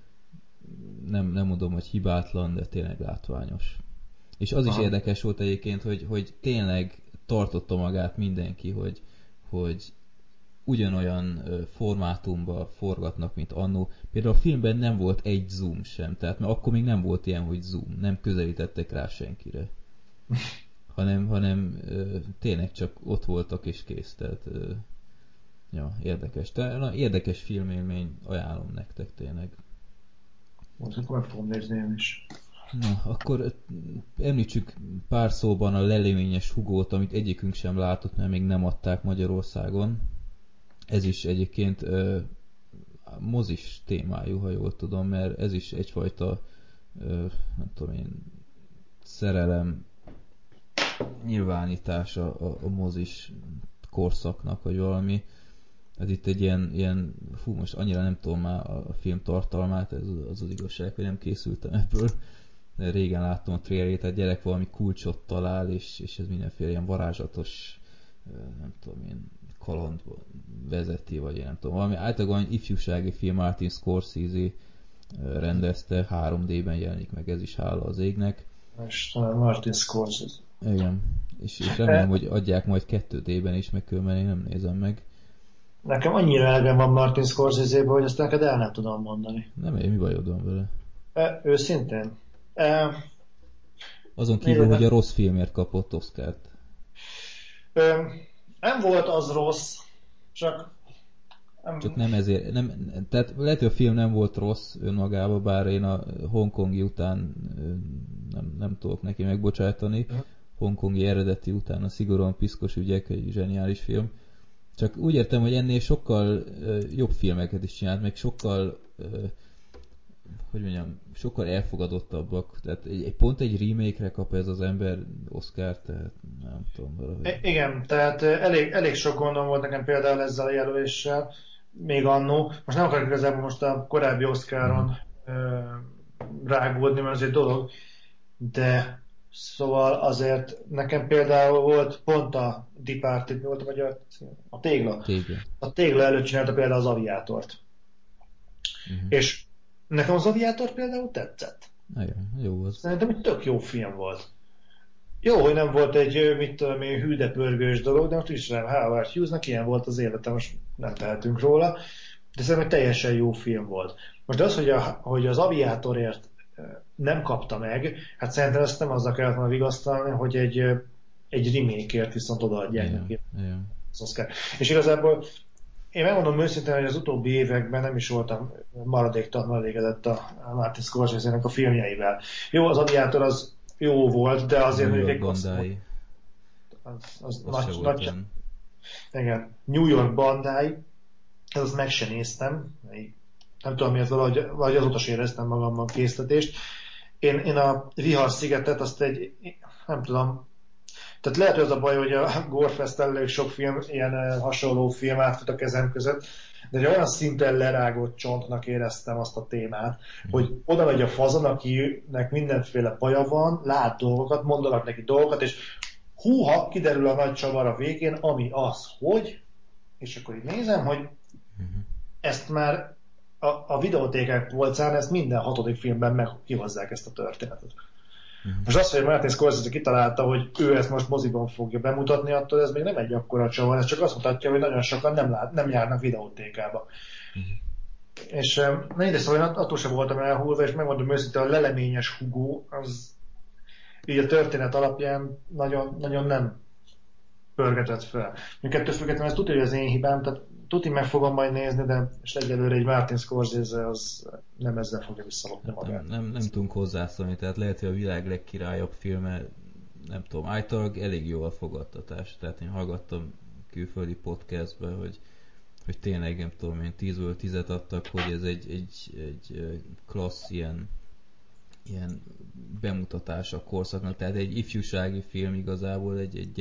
nem, nem mondom, hogy hibátlan, de tényleg látványos. És az is Aha. érdekes volt egyébként, hogy, hogy tényleg tartotta magát mindenki, hogy, hogy ugyanolyan formátumban forgatnak, mint annó. Például a filmben nem volt egy zoom sem, tehát mert akkor még nem volt ilyen, hogy zoom, nem közelítettek rá senkire. hanem, hanem tényleg csak ott voltak és kész, tehát ja, érdekes. Te, na, érdekes filmélmény, ajánlom nektek tényleg. Most akkor meg fogom nézni én is. Na, akkor említsük pár szóban a leleményes Hugót, amit egyikünk sem látott, mert még nem adták Magyarországon. Ez is egyébként ö, mozis témájú, ha jól tudom, mert ez is egyfajta ö, nem tudom én, szerelem nyilvánítása a, a mozis korszaknak, vagy valami. Ez itt egy ilyen, ilyen, fú, most annyira nem tudom már a, a film tartalmát, ez az az igazság, hogy nem készültem ebből. De régen láttam a trailerét, tehát gyerek valami kulcsot talál, és, és ez mindenféle ilyen varázslatos, nem tudom én, kalandba vezeti, vagy én nem tudom. Valami általában ifjúsági film, Martin Scorsese rendezte, három dé-ben jelenik meg, ez is hála az égnek. És Martin Scorsese. Igen, és, és remélem, hogy adják majd kettő dé-ben is, meg különben én nem nézem meg. Nekem annyira elegem van Martin Scorsese-ből, hogy ezt neked el nem tudom mondani. Nem, én mi bajod van vele? E, őszintén? E, Azon kívül, hogy a rossz filmért kapott Oscart. E, nem volt az rossz, csak... Nem... Csak nem ezért, nem, tehát lehet, hogy a film nem volt rossz önmagában, bár én a hongkongi után nem, nem tudok neki megbocsátani. Uh-huh. Hongkongi eredeti után a szigorúan piszkos ügyek, egy zseniális film. Csak úgy értem, hogy ennél sokkal uh, jobb filmeket is csinált, meg sokkal uh, hogy mondjam, sokkal elfogadottabbak. Tehát egy, egy pont egy remake-re kap ez az ember Oscar-t, tehát nem tudom valahogy. I- igen, tehát elég, elég sok gondom volt nekem például ezzel a jelöléssel, még annó. Most nem akarok igazából most a korábbi Oscaron hmm. rágódni, mert ez egy dolog, de szóval azért nekem például volt pont a Departed, mi volt a magyar? A Tégla. Tégla. A Tégla előtt csinálta például az Aviátort. Uh-huh. És nekem az Aviátor például tetszett. Igen, jó az. Szerintem egy tök jó film volt. Jó, hogy nem volt egy, mit tudom én, hűdepörgős dolog, de most is nem, Howard Hughesnak ilyen volt az élete, most nem tehetünk róla, de szerintem egy teljesen jó film volt. Most az, hogy, a, hogy az Aviátorért nem kapta meg, hát szerintem ezt nem azzal kellett volna vigasztalni, hogy egy, egy remake-ért viszont odaadják neki az Oscar. És igazából én megmondom őszintén, hogy az utóbbi években nem is voltam maradéktalanul elégedett a Martin Scorsese-nek a filmjeivel. Jó, az Aviátor az jó volt, de azért New York bandái. Az, az, az nagy, nagy, igen, New York bandái, ezt meg sem néztem, nem tudom miért, valahogy, valahogy azóta sem éreztem magamban késztetést. Én, én a Vihar szigetet azt egy, nem tudom, tehát lehet, hogy az a baj, hogy a Gorefest elég sok film, ilyen hasonló film átfut a kezem között, de egy olyan szinten lerágott csontnak éreztem azt a témát, mm. hogy oda megy a fazon, akinek mindenféle baja van, lát dolgokat, mondanak neki dolgokat, és húha, kiderül a nagy csavar a végén, ami az, hogy, és akkor így nézem, hogy mm. ezt már a, a videótékák polcán, ezt minden hatodik filmben meg kihozzák ezt a történetet. Uh-huh. Most az, hogy Martin Scorsese kitalálta, hogy ő ezt most moziban fogja bemutatni, attól ez még nem egy akkora csavar, ez csak azt mutatja, hogy nagyon sokan nem, lát, nem járnak videótékába. Uh-huh. És na ide szóval én attól sem voltam elhúlva, és megmondom őszintén, a leleményes Hugo, az így a történet alapján nagyon, nagyon nem pörgetett fel. Még ettől függetlenül ez tudja, hogy az én hibám, tehát tuti meg fogom majd nézni, de és egyelőre egy Martin Scorsese az nem ezzel fogja visszalopni magát. Nem, nem, nem tudunk hozzászólni, tehát lehet, hogy a világ legkirályabb filme, nem tudom, általában elég jó a fogadtatás, tehát én hallgattam külföldi podcastbe, hogy, hogy tényleg nem tudom, én tízből tízet adtak, hogy ez egy, egy, egy klassz ilyen, ilyen bemutatás a korszaknak, tehát egy ifjúsági film igazából, egy, egy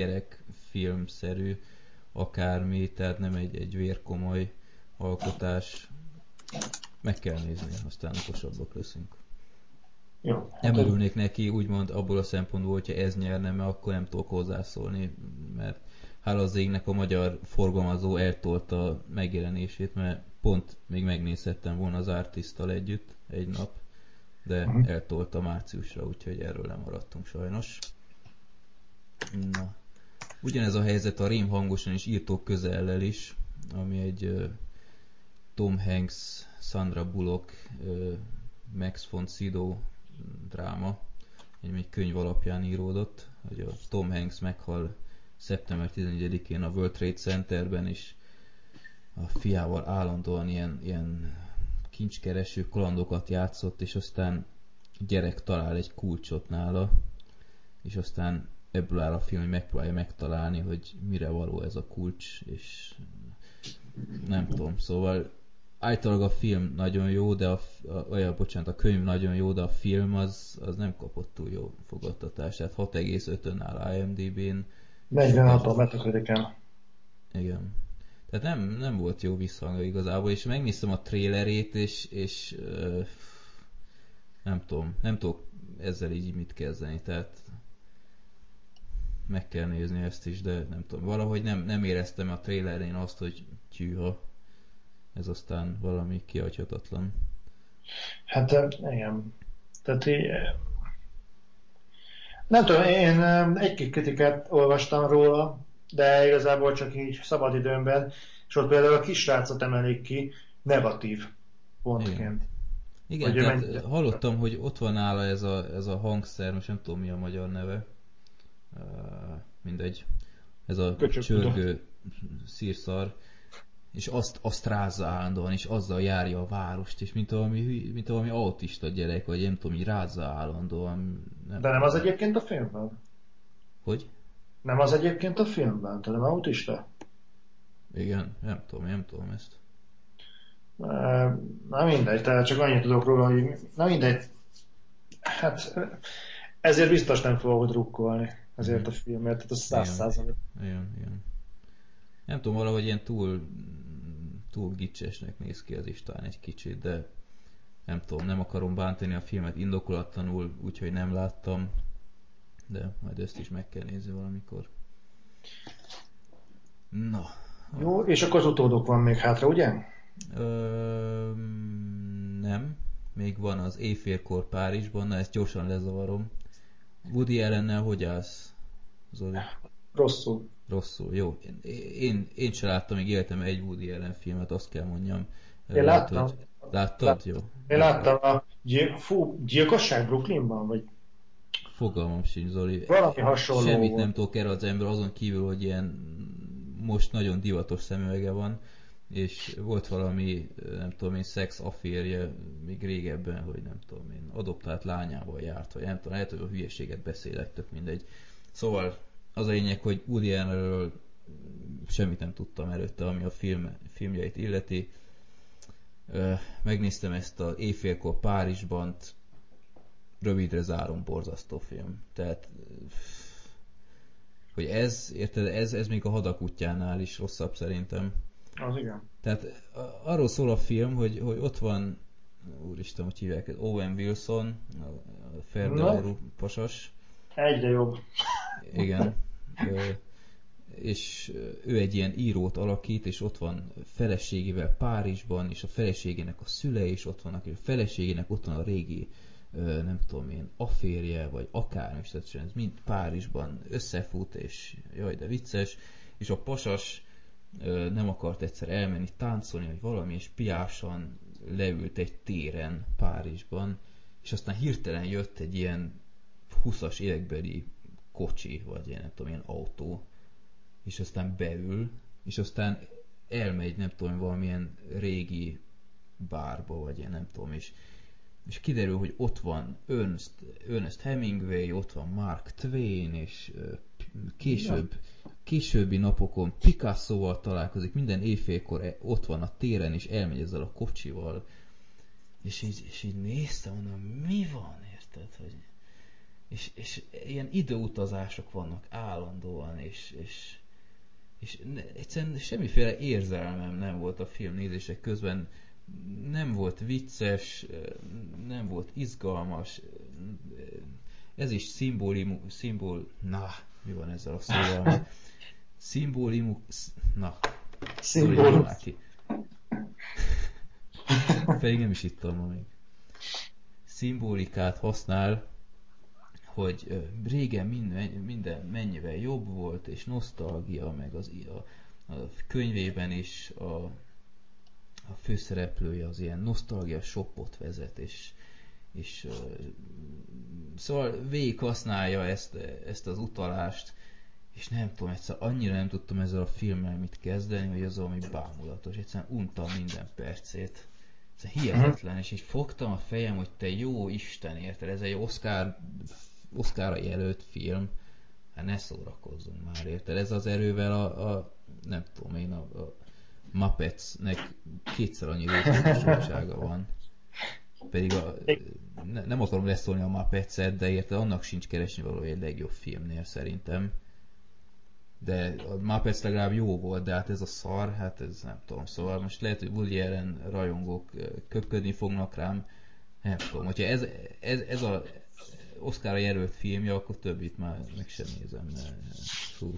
gyerekfilmszerű akármi, tehát nem egy, egy vérkomoly alkotás. meg kell nézni, aztán okosabbak leszünk. Jó. Nem örülnék neki úgymond abból a szempontból, hogyha ez nyerne, mert akkor nem tudok hozzászólni, mert hála az égnek a magyar forgalmazó eltolta a megjelenését, mert pont még megnézhettem volna az Artisttal együtt egy nap, de uh-huh. eltolta márciusra, úgyhogy erről lemaradtunk sajnos. Na. Ugyanez a helyzet a Rém hangosan és írtók közellel is, ami egy uh, Tom Hanks, Sandra Bullock, uh, Max von Sydow dráma, egy könyv alapján íródott, hogy a Tom Hanks meghal szeptember tizenegyedikén a World Trade Centerben, és a fiával állandóan ilyen, ilyen kincskereső kalandokat játszott, és aztán gyerek talál egy kulcsot nála, és aztán ebből áll a film, hogy megpróbálja megtalálni, hogy mire való ez a kulcs, és nem tudom, szóval általában a film nagyon jó, de a, a, olyan, bocsánat, a könyv nagyon jó, de a film az, az nem kapott túl jó fogadtatást. Tehát hat egész ötön áll IMDb-n. negyvenhat Metacriticen. Igen. Tehát nem, nem volt jó visszhangja igazából, és megnéztem a trailerét, és, és uh, nem tudom, nem tudok ezzel így mit kezdeni, tehát meg kell nézni ezt is, de nem tudom, valahogy nem, nem éreztem a trailerén azt, hogy tyűha. Ez aztán valami kihagyhatatlan. Hát igen. Tehát így, nem tudom, én egy-két kritikát olvastam róla, de igazából csak így szabadidőmben, és ott például a kisrácot emelik ki negatív pontként. Igen, igen, tehát mennyire... hallottam, hogy ott van nála ez a, ez a hangszer, most nem tudom mi a magyar neve, uh, mindegy, ez a Köcsök csörgő szírszar, és azt, azt rázza állandóan, és azzal járja a várost, és mint valami, mint valami autista gyerek, vagy nem tudom, így rázza állandóan. Nem. De nem az egyébként a filmben? Hogy? Nem az egyébként a filmben, te nem autista? Igen, nem tudom, nem tudom ezt. Na mindegy, tehát csak annyit tudok róla, hogy na mindegy. Hát ezért biztos nem fogok drukkolni ezért a filmért, tehát a száz százalék. Igen, igen. Nem tudom, valahogy ilyen túl, túl gicsesnek néz ki az is talán egy kicsit, de nem tudom, nem akarom bántani a filmet indokolatlanul, úgyhogy nem láttam, de majd ezt is meg kell nézni valamikor. Na. Jó, és akkor az utódok van még hátra, ugye? Ö, nem. Még van az Éjfélkor Párizsban, na ezt gyorsan lezavarom. Woody Allennel hogy állsz, Zoli? Rosszul. Rosszul, jó. Én, én sem láttam még életemben egy Woody Allen filmet, azt kell mondjam. Én Lehet, láttam. Hogy... Láttad? Lát... Jó. Én láttam a gyil... Fú, gyilkosság Brooklynban, vagy? Fogalmam sincs, Zoli. Valami hasonló. Semmit volt. nem tudok erre az ember, azon kívül, hogy ilyen most nagyon divatos szemüvege van, és volt valami, nem tudom én, szex afférje még régebben, hogy nem tudom én, adoptált lányával járt, vagy nem tudom, lehet, hogy a hülyeséget beszélek, tök mindegy. Szóval az a lényeg, hogy Woody Allenről semmit nem tudtam előtte, ami a film, filmjeit illeti. Megnéztem ezt az Éjfélkor Párizsban, rövidre zárom, borzasztó film. Tehát, hogy ez, érted, ez, ez még a Hadak útjánál is rosszabb szerintem. Az igen. Tehát arról szól a film, hogy, hogy ott van, úristen, hogy hívják, Owen Wilson, a Ferdeorú pasas. Egyre jobb. Igen. És ő egy ilyen írót alakít, és ott van feleségével Párizsban, és a feleségének a szülei is ott vannak, és a feleségének ott van a régi, nem tudom én, afférje, vagy akármi, és ez mind Párizsban összefut, és jaj, de vicces, és a pasas nem akart egyszer elmenni táncolni, vagy valami, és piásan leült egy téren Párizsban, és aztán hirtelen jött egy ilyen huszas évekbeli kocsi, vagy ilyen, nem tudom, ilyen autó, és aztán beül, és aztán elmegy, nem tudom, valamilyen régi bárba, vagy ilyen, nem tudom, és, és kiderül, hogy ott van Ernest, Ernest Hemingway, ott van Mark Twain, és később, későbbi napokon Picasso-val találkozik, minden éjfélkor ott van a téren, és elmegy ezzel a kocsival, és így, és így néztem, mondom, mi van, érted, hogy... És, és ilyen időutazások vannak állandóan, és, és, és egyszerűen semmiféle érzelmem nem volt a film nézések közben. nem volt vicces, nem volt izgalmas, ez is szimbólimu, szimbol, na, mi van ezzel a szóval? Szimbólimu, na, Szimbólum. Pedig nem is ittam ma még. Szimbólikát használ, hogy régen minden, minden mennyivel jobb volt, és nosztalgia, meg az, a, a könyvében is a, a főszereplője az ilyen nosztalgia shopot vezet, és, és szóval végig használja ezt, ezt az utalást, és nem tudom, egyszer annyira nem tudtam ezzel a filmmel mit kezdeni, hogy az valami bámulatos, egyszerűen untam minden percét. Ez hihetetlen, és így fogtam a fejem, hogy te jó Isten, érted, ez egy Oscar, Oscarra jelölt film, hát ne szórakozzunk már, érted, ez az erővel a, a nem tudom én, a, a Muppetsnek kétszer annyi létjogosultsága van. Pedig a, ne, nem akarom leszólni a Muppetset, de érted, annak sincs keresni való egy legjobb filmnél szerintem. De a Muppets legalább jó volt, de hát ez a szar, hát ez nem tudom, szóval most lehet, hogy Woody Allen rajongók köpködni fognak rám, nem tudom, hogyha ez, ez, ez a Oscarra jelölt filmje, akkor többit már meg sem nézem, mert fú.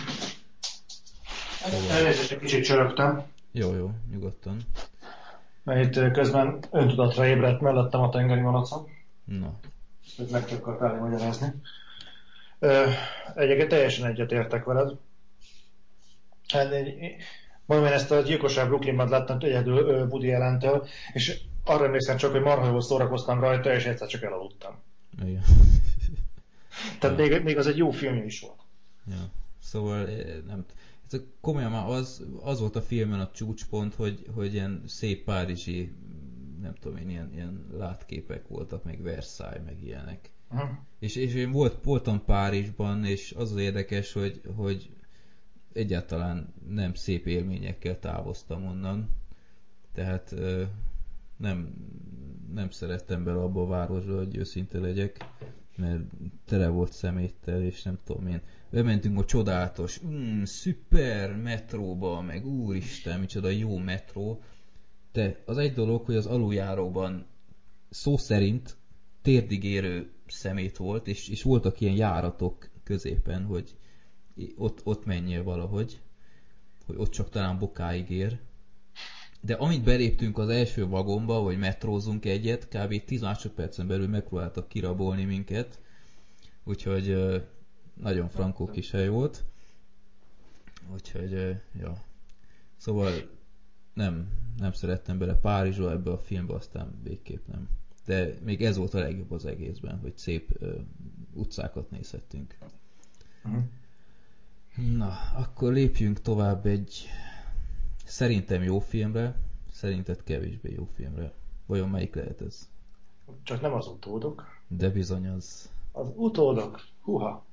Elnézést, egy kicsit csörögtem. Jó, jó, nyugodtan. Mert itt közben öntudatra ébredt mellettem a tengeri malacon. Na. Ezt meg csak akartál magyarázni. Egyébként teljesen egyetértek veled. Hát, mondom, én ezt a Gyilkosság Brooklynban láttam egyedül Woody Allentől, és arra emlékszem csak, hogy marha jól szórakoztam rajta, és egyszer csak elaludtam. Igen. Tehát ja. még, még az egy jó film is volt. Ja. Szóval nem, ez komolyan már az, az volt a filmen a csúcspont, hogy, hogy ilyen szép párizsi, nem tudom én, ilyen, ilyen látképek voltak, meg Versailles, meg ilyenek. Uh-huh. És, és én volt, voltam Párizsban, és az az érdekes, hogy, hogy egyáltalán nem szép élményekkel távoztam onnan. Tehát nem, nem szerettem bele abba a városba, hogy őszinte legyek, mert tele volt szeméttel, és nem tudom én. Bementünk a csodálatos, mm, szuper metróba, meg úristen, micsoda jó metró. De az egy dolog, hogy az aluljáróban szó szerint térdig érő szemét volt, és, és voltak ilyen járatok középen, hogy ott, ott menjél valahogy, hogy ott csak talán bokáig ér. De amint beléptünk az első vagomba, hogy metrózunk egyet, kb. tíz másodpercen belül megpróbáltak kirabolni minket, úgyhogy nagyon frankó kis hely volt. Úgyhogy, ja. Szóval nem, nem szerettem bele Párizsba ebbe a filmbe, aztán végképp nem. De még ez volt a legjobb az egészben, hogy szép uh, utcákat nézhettünk. Uh-huh. Na, akkor lépjünk tovább egy szerintem jó filmre, szerinted kevésbé jó filmre. Vajon melyik lehet ez? Csak nem az utódok. De bizony az. Az utódok. Húha.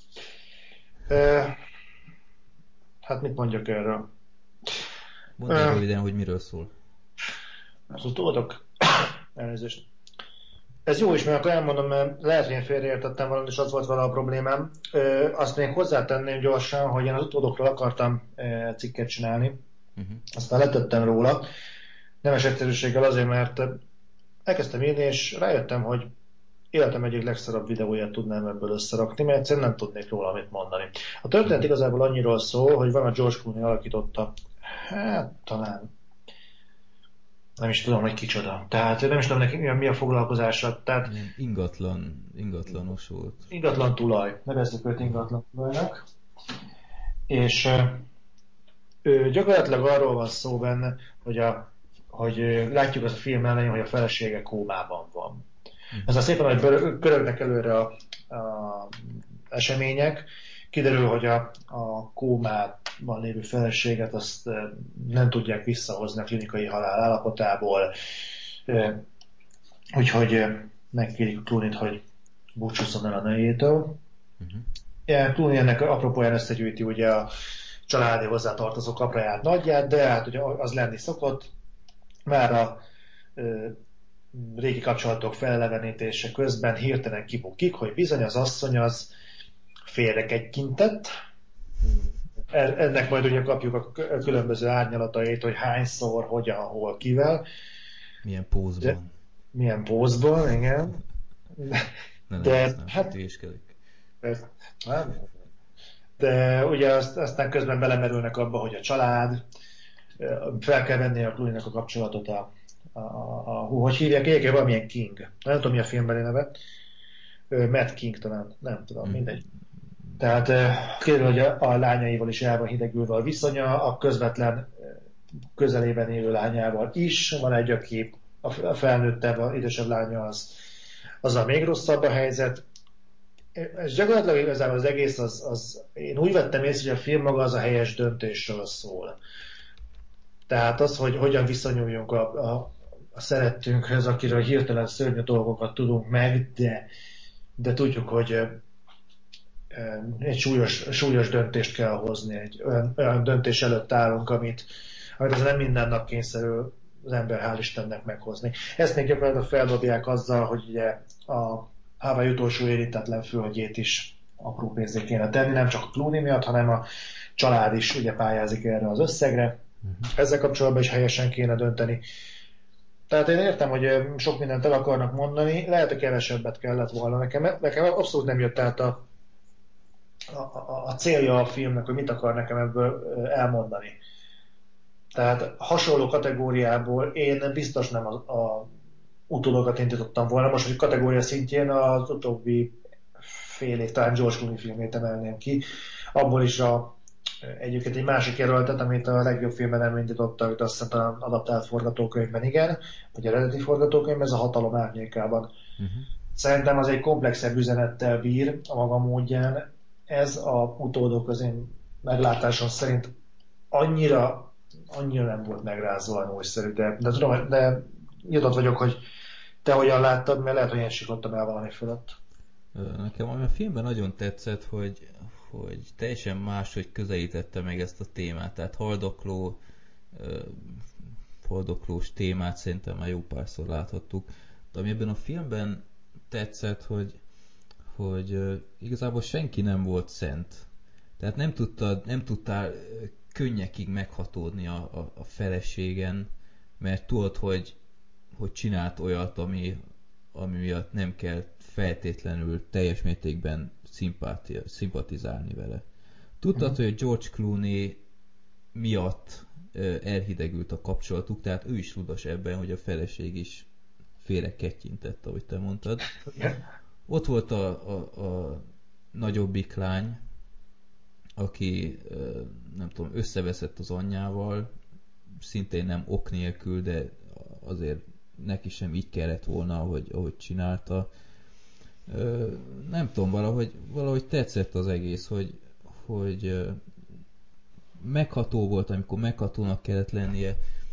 E, hát mit mondjak erről? Mondd el röviden, hogy miről szól. Az utódok. Elnézést. Ez jó is, mert akkor elmondom, mert lehet, hogy én félreértettem valamit, és az volt vele a problémám. Ö, azt még hozzátenném gyorsan, hogy én az utódokról akartam e, cikket csinálni. Uh-huh. Aztán letettem róla. Nemes egyszerűséggel azért, mert elkezdtem írni, és rájöttem, hogy életem egyik legszarabb videóját tudnám ebből összerakni, mert egyszerűen nem tudnék róla mit mondani. A történet igazából annyiról szól, hogy van a George Clooney alakította, hát talán nem is tudom, hogy kicsoda. Tehát nem is tudom neki mi a foglalkozása. Tehát ingatlan, ingatlanos volt. Ingatlan tulaj. Nevezzük őt ingatlan tulajnak. És ő, gyakorlatilag arról van szó benne, hogy, a, hogy látjuk az a film elején, hogy a felesége kómában van. Hm. Ez a szépen, hogy pörögnek előre a, a események, kiderül, hogy a, a kómában lévő feleséget azt nem tudják visszahozni a klinikai halál állapotából, úgyhogy megkérik Clooney-t, hogy búcsúzzon el a nőjétől. Uh-huh. Clooney ennek apropóján összegyűjti ugye a családi hozzátartozó kapraját, nagyját, de hát ugye az lenni szokott, már a ö, régi kapcsolatok felelevenítése közben hirtelen kibukik, hogy bizony az asszony az félrekegykintett, ennek majd ugye kapjuk a különböző árnyalatait, hogy hányszor, hogyan, hol, kivel. Milyen pózban. Milyen pózban, igen. Ne, nem, de, nem, hát, persze, nem. De ugye azt, aztán közben belemerülnek abba, hogy a család, fel kell venni a Clooney-nek a kapcsolatot a, a, a, a hogy hívják, egyébként valamilyen King. Nem tudom, mi a filmbeli neve. Matt King talán, nem tudom, hmm. mindegy. Tehát kiderül, hogy a, a lányaival is el van hidegülve a viszonya, a közvetlen közelében élő lányával is. Van egy, aki a felnőttebb, a idősebb lánya, az, az a még rosszabb a helyzet. És gyakorlatilag igazából az egész, az, az, én úgy vettem észre, hogy a film maga az a helyes döntésről szól. Tehát az, hogy hogyan viszonyuljunk a, a, a szerettünkhöz, akiről hirtelen szörnyű dolgokat tudunk meg, de, de tudjuk, hogy egy súlyos, súlyos döntést kell hozni, egy olyan, olyan döntés előtt állunk, amit, amit az nem minden nap kényszerül az ember hál' Istennek meghozni. Ezt még gyakorlatilag feldobják azzal, hogy ugye a Hawaii utolsó érintetlen fölgyét is apró pénzé kéne tenni, nem csak a Clooney miatt, hanem a család is ugye pályázik erre az összegre. Uh-huh. Ezzel kapcsolatban is helyesen kéne dönteni. Tehát én értem, hogy sok mindent el akarnak mondani, lehet, hogy kevesebbet kellett volna. Nekem, nekem abszolút nem jött át a, a, a, a célja a filmnek, hogy mit akar nekem ebből elmondani. Tehát hasonló kategóriából én biztos nem a, a utódokat indítottam volna. Most, hogy kategória szintjén az utóbbi fél év, talán George Clooney filmét emelném ki. Abból is a, egyébként egy másik jelöltet, amit a legjobb filmben nem indítottak, de azt hiszem talán adaptált forgatókönyvben igen, vagy eredeti forgatókönyvben, ez a Hatalom árnyékában. Uh-huh. Szerintem az egy komplexebb üzenettel bír a maga módján. Ez a utódok az én meglátásom szerint annyira, annyira nem volt megrázóan újszerű, de, de tudom, de nyitott vagyok, hogy te hogyan láttad, mert lehet, hogy én siklottam el valami fölött. Nekem a filmben nagyon tetszett, hogy, hogy teljesen máshogy közelítette meg ezt a témát, tehát haldokló, haldoklós témát szerintem már jó párszor láthattuk. De ami ebben a filmben tetszett, hogy, hogy igazából senki nem volt szent. Tehát nem tudtad, nem tudtál könnyekig meghatódni a, a, a feleségen, mert tudod, hogy, hogy csinált olyat, ami, ami miatt nem kell feltétlenül teljes mértékben szimpatizálni vele. Tudtad, uh-huh. hogy George Clooney miatt elhidegült a kapcsolatuk, tehát ő is ludas ebben, hogy a feleség is félre kettyintett, ahogy te mondtad. Yeah. Ott volt a, a, a nagyobbik lány, aki nem tudom, összeveszett az anyjával, szintén nem ok nélkül, de azért neki sem így kellett volna, ahogy, ahogy csinálta. Nem tudom, valahogy, valahogy tetszett az egész, hogy, hogy megható volt, amikor meghatónak kellett lennie.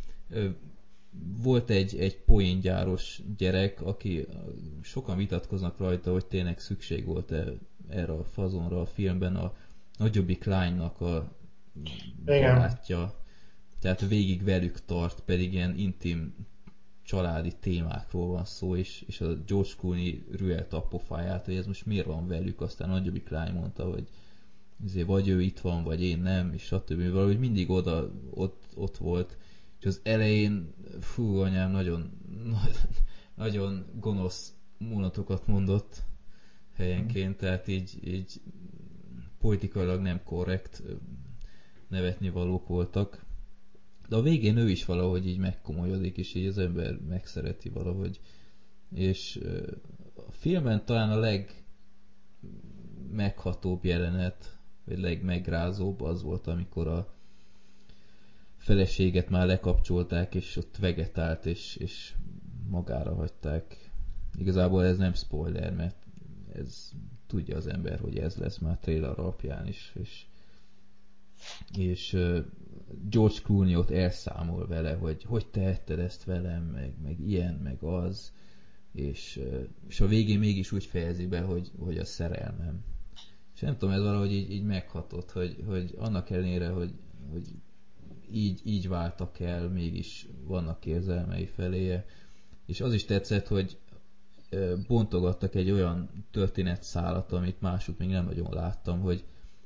Volt egy, egy poéngyáros gyerek, aki sokan vitatkoznak rajta, hogy tényleg szükség volt-e erre a fazonra a filmben. A nagyobbik lánynak a barátja, tehát végig velük tart, pedig ilyen intim családi témákról van szó, és, és a George Clooney rühelte a pofáját, hogy ez most miért van velük, aztán a nagyobbik lány mondta, hogy azért vagy ő itt van, vagy én nem, és stb. Valahogy mindig oda, ott, ott volt, és az elején, fú, anyám, nagyon, nagyon gonosz mondatokat mondott helyenként, tehát így, így politikailag nem korrekt nevetni valók voltak. De a végén ő is valahogy így megkomolyodik, és így az ember megszereti valahogy. És a filmen talán a legmeghatóbb jelenet, vagy legmegrázóbb az volt, amikor a feleséget már lekapcsolták, és ott vegetált, és, és magára hagyták. Igazából ez nem spoiler, mert ez tudja az ember, hogy ez lesz már trailer alapján is, és, és uh, George Clooney ott elszámol vele, hogy hogy tehetted ezt velem, meg, meg ilyen, meg az, és, uh, és a végén mégis úgy fejezi be, hogy, hogy a szerelmem. És nem tudom, ez valahogy így, így meghatott, hogy, hogy annak ellenére, hogy, hogy így, így váltak el, mégis vannak érzelmei feléje. És az is tetszett, hogy bontogattak egy olyan történetszálat, amit másút még nem nagyon láttam, hogy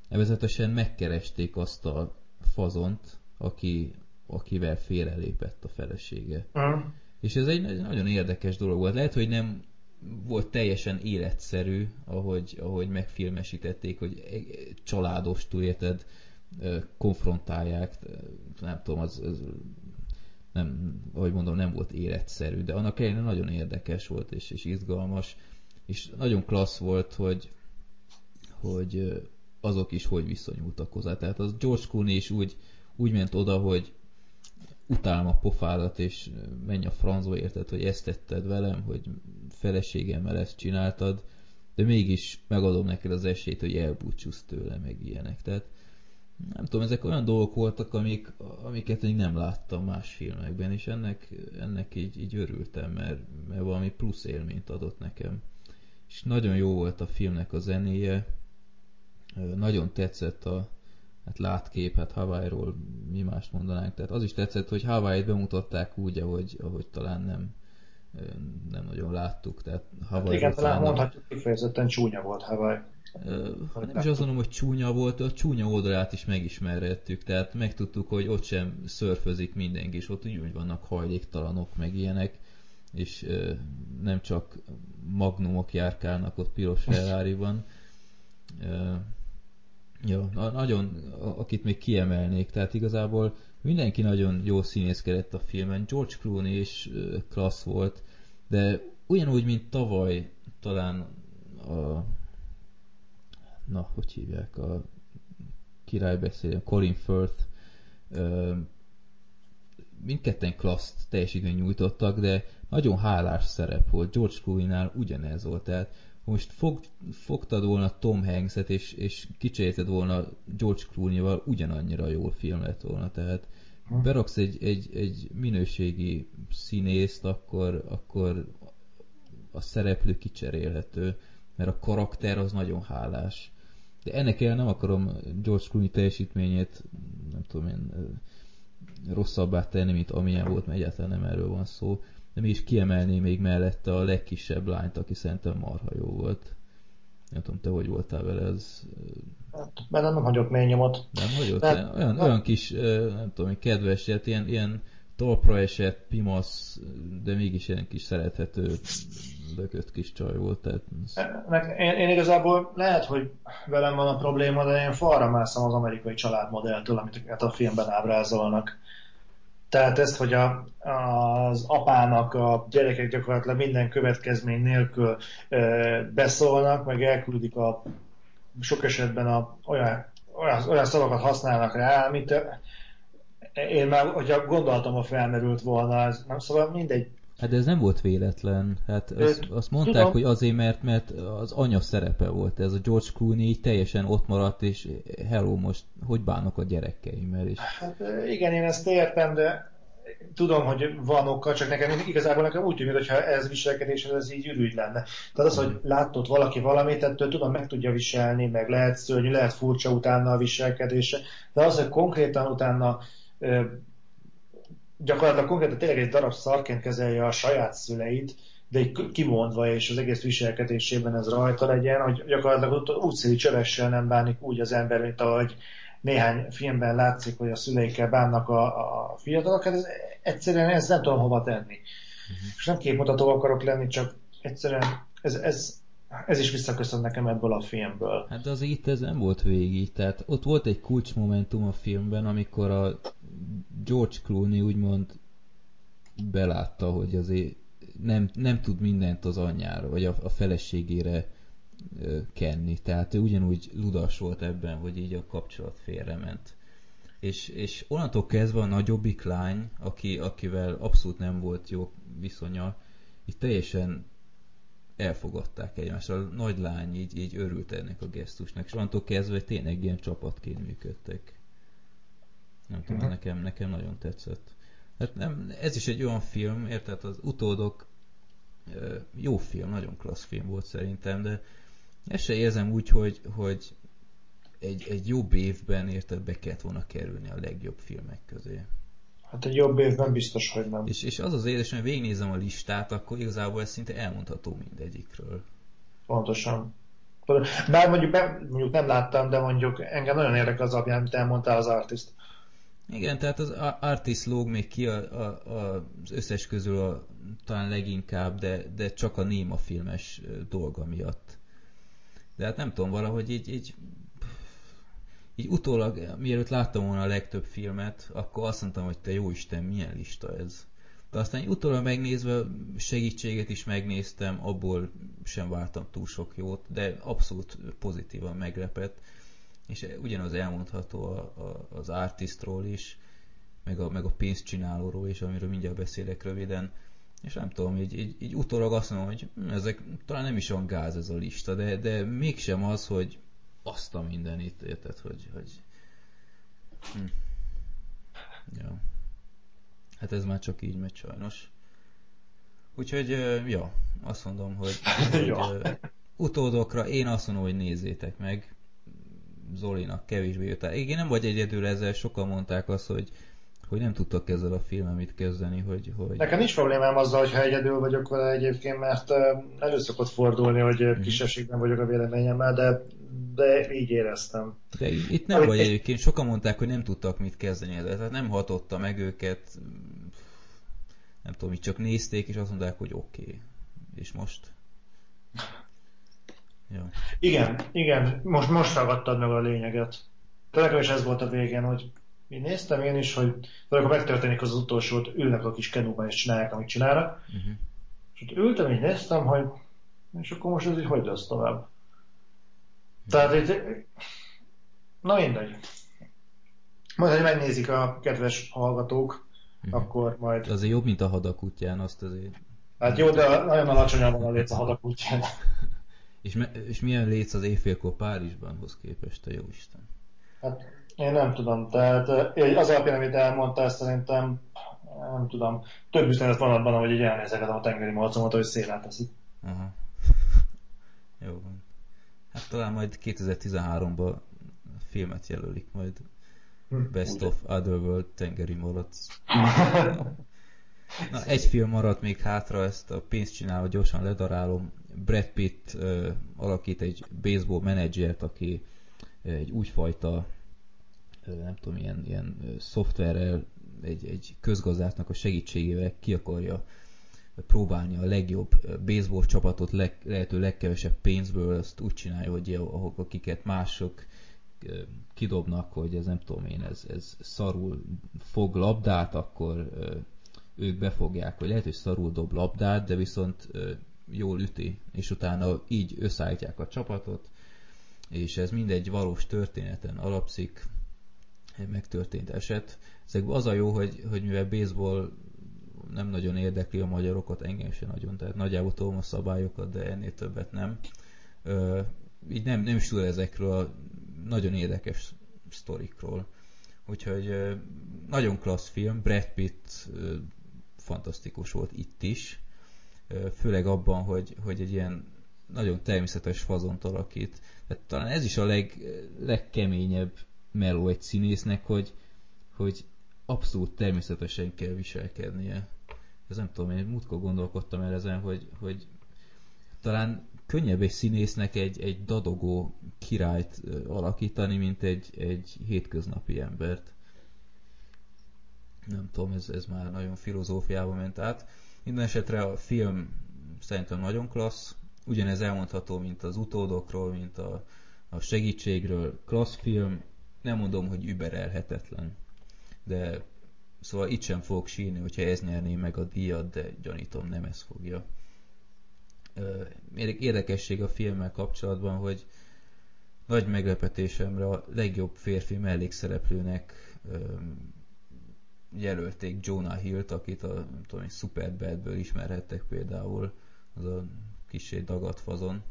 nevezetesen megkeresték azt a fazont, aki, akivel félrelépett a felesége. Uh-huh. És ez egy, egy nagyon érdekes dolog volt. Lehet, hogy nem volt teljesen életszerű, ahogy, ahogy megfilmesítették, hogy családostul, érted, konfrontálják, nem tudom, az, az nem, ahogy mondom, nem volt életszerű, de annak ellenére nagyon érdekes volt, és, és izgalmas, és nagyon klassz volt, hogy, hogy azok is hogy viszonyultak hozzá. Tehát az George Clooney is úgy, úgy ment oda, hogy utálom a pofádat, és menj a francba, érted, hogy ezt tetted velem, hogy feleségemmel ezt csináltad, de mégis megadom neked az esélyt, hogy elbúcsúsz tőle, meg ilyenek. Tehát nem tudom, ezek olyan dolgok voltak, amik, amiket még nem láttam más filmekben, és ennek, ennek így, így örültem, mert, mert valami plusz élményt adott nekem. És nagyon jó volt a filmnek a zenéje, nagyon tetszett a hát látkép, hát Hawaii-ról mi mást mondanánk, tehát az is tetszett, hogy Hawaii-t bemutatták úgy, ahogy, ahogy talán nem, nem nagyon láttuk. Tehát hát igen, talán mondhatjuk, kifejezetten csúnya volt Hawaii. Uh, nem is azt mondom, hogy csúnya volt, a csúnya oldalát is megismerhettük, tehát megtudtuk, hogy ott sem szörfözik mindenki, és ott úgy vannak hajléktalanok, meg ilyenek, és uh, nem csak magnumok járkálnak ott piros Ferrariban. Uh, ja, nagyon, akit még kiemelnék, tehát igazából mindenki nagyon jól színészkedett a filmen, George Clooney is uh, klassz volt, de ugyanúgy, mint tavaly talán a na, hogy hívják a király beszélő, Colin Firth, mindketten klassz teljesítményt nyújtottak, de nagyon hálás szerep volt. George Clooney-nál ugyanez volt, tehát most fog, fogtad volna Tom Hanks-et, és, és kicserélted volna George Clooney-val, ugyanannyira jól film lett volna, tehát beraksz egy, egy, egy minőségi színészt, akkor, akkor a szereplő kicserélhető, mert a karakter az nagyon hálás. De ennek el nem akarom George Clooney teljesítményét, nem tudom én, rosszabbá tenni, mint amilyen volt, mert egyáltalán nem erről van szó. De mégis kiemelném még mellette a legkisebb lányt, aki szerintem marha jó volt. Nem tudom, te hogy voltál vele, ez... Hát, benne nem hagyok mély nyomot. Nem hagyott? Tehát, olyan, nem. olyan kis, nem tudom, kedves, ilyen, ilyen talpra esett, pimasz, de mégis ilyen kis szerethető, lökött kis csaj volt. Tehát... Én, én igazából lehet, hogy velem van a probléma, de én falra mászom az amerikai családmodelltől, amit a filmben ábrázolnak. Tehát ezt, hogy a, az apának a gyerekek gyakorlatilag minden következmény nélkül e, beszólnak, meg elküldik a sok esetben a, olyan, olyan, olyan szavakat használnak rá, amit én már, hogyha gondoltam, ha felmerült volna, ez nem, szóval mindegy. Hát de ez nem volt véletlen. Hát azt, azt mondták, tudom, hogy azért, mert, mert az anya szerepe volt ez. A George Clooney teljesen ott maradt, és hello, most hogy bánok a gyerekeimmel is. Hát igen, én ezt értem, de tudom, hogy van oka, csak nekem igazából nekem úgy tűnik, hogyha ez viselkedés, ez így ürügy lenne. Tehát az, hogy látott valaki valamit, ettől tudom, meg tudja viselni, meg lehet szörnyű, lehet furcsa utána a viselkedése, de az, hogy konkrétan utána gyakorlatilag konkrétan tényleg egy darab szarként kezelje a saját szüleit, de egy kimondva, és az egész viselkedésében ez rajta legyen, hogy gyakorlatilag útszéli csövessel nem bánik úgy az ember, mint ahogy néhány filmben látszik, hogy a szüleikkel bánnak a, a fiatalok, hát ez, egyszerűen ez nem tudom hova tenni. Uh-huh. És nem képmutató akarok lenni, csak egyszerűen ez, ez, ez is visszaköszön nekem ebből a filmből. Hát az itt ez nem volt végig, tehát ott volt egy kulcsmomentum a filmben, amikor a George Clooney úgymond belátta, hogy azért nem, nem tud mindent az anyjára, vagy a, a feleségére ö, kenni. Tehát ő ugyanúgy ludas volt ebben, hogy így a kapcsolat félrement. És, és onnantól kezdve a nagyobbik lány, aki, akivel abszolút nem volt jó viszonya, így teljesen elfogadták egymást. A nagy lány így, így örült ennek a gesztusnak, és onnantól kezdve tényleg ilyen csapatként működtek. Nem tudom, uh-huh. nekem, nekem nagyon tetszett. Hát nem, ez is egy olyan film, érted, az Utódok jó film, nagyon klassz film volt szerintem, de ezt se érzem úgy, hogy, hogy egy, egy jobb évben, érted, be kellett volna kerülni a legjobb filmek közé. Hát egy jobb évben biztos, hogy nem. És, és az az érdekes, hogy végignézem a listát, akkor igazából ez szinte elmondható mindegyikről. Pontosan. Bár mondjuk, mondjuk nem láttam, de mondjuk engem nagyon érdekel az alapján, amit elmondtál, az Artist. Igen, tehát az Artist lóg még ki a, a, a, az összes közül a, talán leginkább, de, de csak a néma filmes dolga miatt. De hát nem tudom, valahogy így, így, így utólag, mielőtt láttam volna a legtöbb filmet, akkor azt mondtam, hogy te jóisten, milyen lista ez. De aztán utólag megnézve segítséget is megnéztem, abból sem vártam túl sok jót, de abszolút pozitívan meglepett. És ugyanaz elmondható a, a, az Artistról is, meg a, meg a pénzcsinálóról is, amiről mindjárt beszélek röviden. És nem tudom, így, így, így utólag azt mondom, hogy hm, ezek talán nem is olyan gáz ez a lista, de, de mégsem az, hogy azt a mindenit, érted, hogy... hogy... Hm. Ja. Hát ez már csak így megy sajnos. Úgyhogy, ja, azt mondom, hogy, hogy utódokra én azt mondom, hogy nézzétek meg. Zolinak kevésbé jött el. Igen, nem vagy egyedül ezzel, sokan mondták azt, hogy, hogy nem tudtak ezzel a filmmel mit kezdeni, hogy... hogy... Nekem nincs problémám azzal, hogyha egyedül vagyok vele egyébként, mert elő szokott fordulni, hogy mm-hmm. kisebbségben vagyok a véleményemmel, de, de így éreztem. De itt nem vagy egyébként, sokan mondták, hogy nem tudtak mit kezdeni ezzel, tehát nem hatotta meg őket, nem tudom, így csak nézték, és azt mondták, hogy oké. Okay. És most... Ja. Igen, igen, most, most ragadtad meg a lényeget. Tényleg is ez volt a végén, hogy én néztem én is, hogy amikor megtörténik az, az utolsó, hogy ülnek a kis kenúban és csinálják, amit csinálnak. Uh-huh. És ott ültem, és néztem, hogy és akkor most ez így hogy lesz tovább. Uh-huh. Tehát itt, na mindegy. Majd, hogy megnézik a kedves hallgatók, uh-huh. akkor majd... De azért jobb, mint a Hadakutyán, azt azért... Hát jó, de nagyon alacsonyan van a léc a Hadakutyán. És, me, és milyen létsz az éjfélkor Párizsbanhoz képest, a jóisten? Hát én nem tudom, tehát az alapján, amit elmondtál, szerintem nem tudom, több üzenet van abban, hogy így elnézek a tengeri malacomat, hogy szélát teszik. Aha. Jó van. Hát talán majd kétezer-tizenháromban filmet jelölik, majd hm, Best ugye. of Otherworld tengeri malac. Na, egy film maradt még hátra, ezt a pénzcsináló gyorsan ledarálom. Brad Pitt uh, alakít egy baseball menedzsert, aki uh, egy úgyfajta, uh, nem tudom, ilyen, ilyen uh, szoftverrel, egy, egy közgazdásznak a segítségével ki akarja próbálni a legjobb uh, baseball csapatot leg, lehető legkevesebb pénzből, azt úgy csinálja, hogy ahol akiket mások uh, kidobnak, hogy ez nem tudom én, ez, ez szarul fog labdát, akkor uh, ők befogják, hogy lehet, hogy szarul dob labdát, de viszont uh, jól üti, és utána így összeállítják a csapatot, és ez mindegy valós történeten alapszik, egy megtörtént eset. Ezekben az a jó, hogy, hogy mivel baseball nem nagyon érdekli a magyarokat, engem sem nagyon, tehát nagyjából tudom a szabályokat, de ennél többet nem. Ö, így nem, nem is tud ezekről a nagyon érdekes sztorikról. Úgyhogy ö, nagyon klassz film, Brad Pitt ö, fantasztikus volt itt is, főleg abban, hogy, hogy egy ilyen nagyon természetes fazont alakít. Tehát talán ez is a leg, legkeményebb meló egy színésznek, hogy, hogy abszolút természetesen kell viselkednie. Ez nem tudom, én múltkor gondolkodtam el ezen, hogy, hogy talán könnyebb egy színésznek egy, egy dadogó királyt alakítani, mint egy, egy hétköznapi embert. Nem tudom, ez, ez már nagyon filozófiába ment át. Minden esetre a film szerintem nagyon klassz, ugyanez elmondható, mint az utódokról, mint a, a segítségről. Klassz film, nem mondom, hogy überelhetetlen, de szóval itt sem fogok sírni, hogyha ez nyerné meg a díjat, de gyanítom, nem ez fogja. Érdekesség a filmmel kapcsolatban, hogy nagy meglepetésemre a legjobb férfi mellékszereplőnek jelölték Jonah Hillt, akit a nem tudom, Superbadből ismerhettek például, az a kissé dagadt fazon.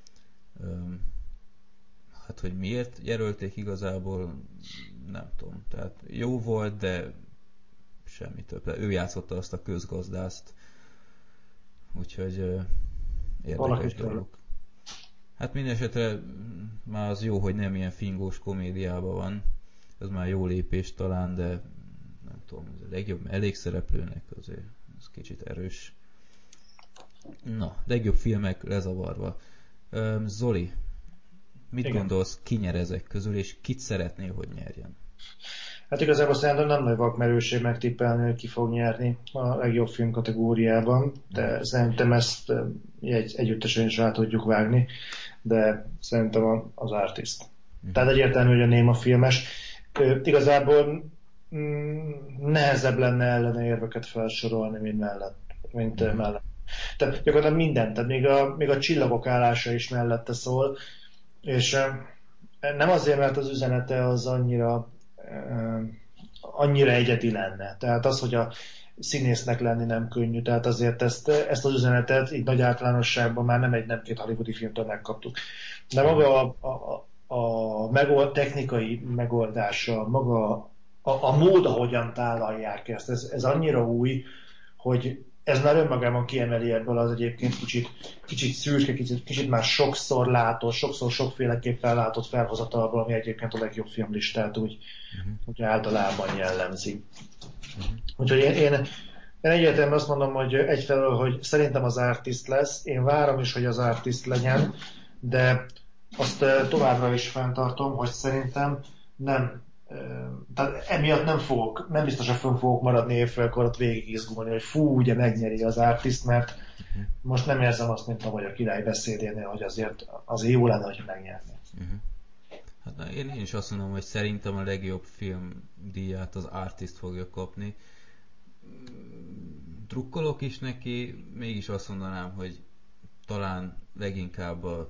Hát, hogy miért jelölték igazából, nem tudom. Tehát jó volt, de semmi több. Ő játszotta azt a közgazdászt. Úgyhogy érdekes dolog. Hát minden esetre már az jó, hogy nem ilyen fingós komédiában van. Ez már jó lépés talán, de nem tudom, ez a legjobb mellékszereplőnek azért ez kicsit erős. Na, legjobb filmek lezavarva. Zoli, Mit Igen. gondolsz, ki nyer ezek közül, és kit szeretnél, hogy nyerjen? Hát igazából szerintem nem nagy vakmerőség megtippelni, hogy ki fog nyerni a legjobb film kategóriában, de mm. szerintem ezt egy, együttesen is rá tudjuk vágni, de szerintem az Artist. Mm. Tehát egyértelmű, hogy a Néma filmes. Igazából mm, nehezebb lenne ellene érveket felsorolni, mint mellett. Mint mm. mellett. Tehát gyakorlatilag mindent, tehát még a, még a csillagok állása is mellette szól, és nem azért, mert az üzenete az annyira annyira egyedi lenne. Tehát az, hogy a színésznek lenni nem könnyű, tehát azért ezt, ezt az üzenetet így nagy általánosságban már nem egy, nem két hollywoodi filmtől megkaptuk. De maga a, a, a megold, technikai megoldása, maga a, a mód, ahogyan tálalják ezt, ez, ez annyira új, hogy ez már önmagában kiemeli ebből az egyébként kicsit, kicsit szürke, kicsit, kicsit már sokszor látott, sokszor sokféleképpen látott felhozatalból, ami egyébként a legjobb filmlistát úgy, uh-huh. úgy általában jellemzi. Uh-huh. Úgyhogy én, én, én egyértelműen azt mondom, hogy egyfelől, hogy szerintem az Artist lesz, én várom is, hogy az Artist legyen, de azt továbbra is fenntartom, hogy szerintem nem tehát emiatt nem fogok, nem biztos, hogy fönn fogok maradni évfélkor ott végig izgulni, hogy fú, ugye megnyeri az Artist, mert uh-huh. most nem érzem azt, mint tavaly a király beszédénél, hogy azért az jó lenne, hogy megnyerni. Uh-huh. Hát én, én is azt mondom, hogy szerintem a legjobb film díját az Artist fogja kapni. Drukkolok is neki, mégis azt mondanám, hogy talán leginkább a...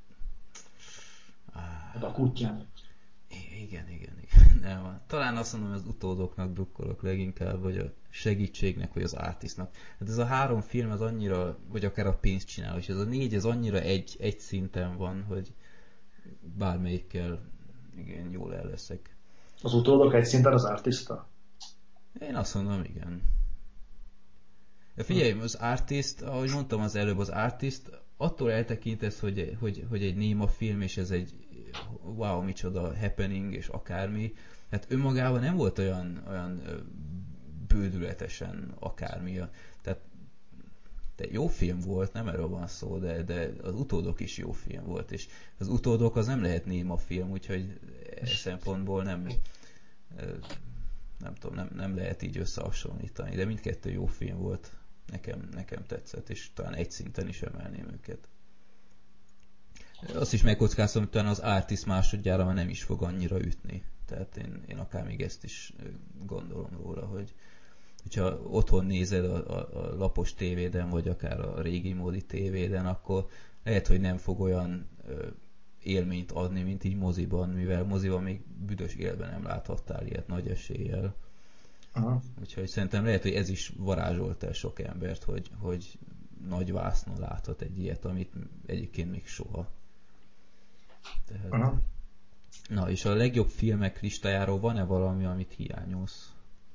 Ah, a kutyán. Igen, igen, igen. Nem, talán azt mondom, hogy az utódoknak drukkolok leginkább, vagy a segítségnek, vagy az Artistnak. Hát ez a három film az annyira, vagy akár a pénzt csinál, és ez a négy, ez annyira egy, egy szinten van, hogy bármelyikkel igen, jól el leszek. Az utódok egy szinten az Artista? Én azt mondom, igen. De figyelj, az Artist, ahogy mondtam az előbb, az Artist attól eltekintesz, hogy, hogy, hogy egy néma film, és ez egy wow, micsoda happening, és akármi. Hát önmagában nem volt olyan, olyan bődületesen akármi. Tehát de jó film volt, nem erről van szó, de, de az utódok is jó film volt, és az utódok az nem lehet néma film, úgyhogy e szempontból nem nem tudom, nem, nem lehet így összehasonlítani, de mindkettő jó film volt. Nekem, nekem tetszett, és talán egy szinten is emelném őket. Azt is megkockáztam, hogy talán az Artist másodjára már nem is fog annyira ütni. Tehát én, én akár még ezt is gondolom róla, hogy hogyha otthon nézed a, a, a lapos tévéden, vagy akár a régi módi tévéden, akkor lehet, hogy nem fog olyan ö, élményt adni, mint így moziban, mivel moziban még büdös életben nem láthattál ilyet nagy eséllyel. Aha. Úgyhogy szerintem lehet, hogy ez is varázsolt el sok embert, hogy, hogy nagy vásznon láthat egy ilyet, amit egyébként még soha. Tehát... Aha. Na, és a legjobb filmek listájáról van-e valami, amit hiányolsz?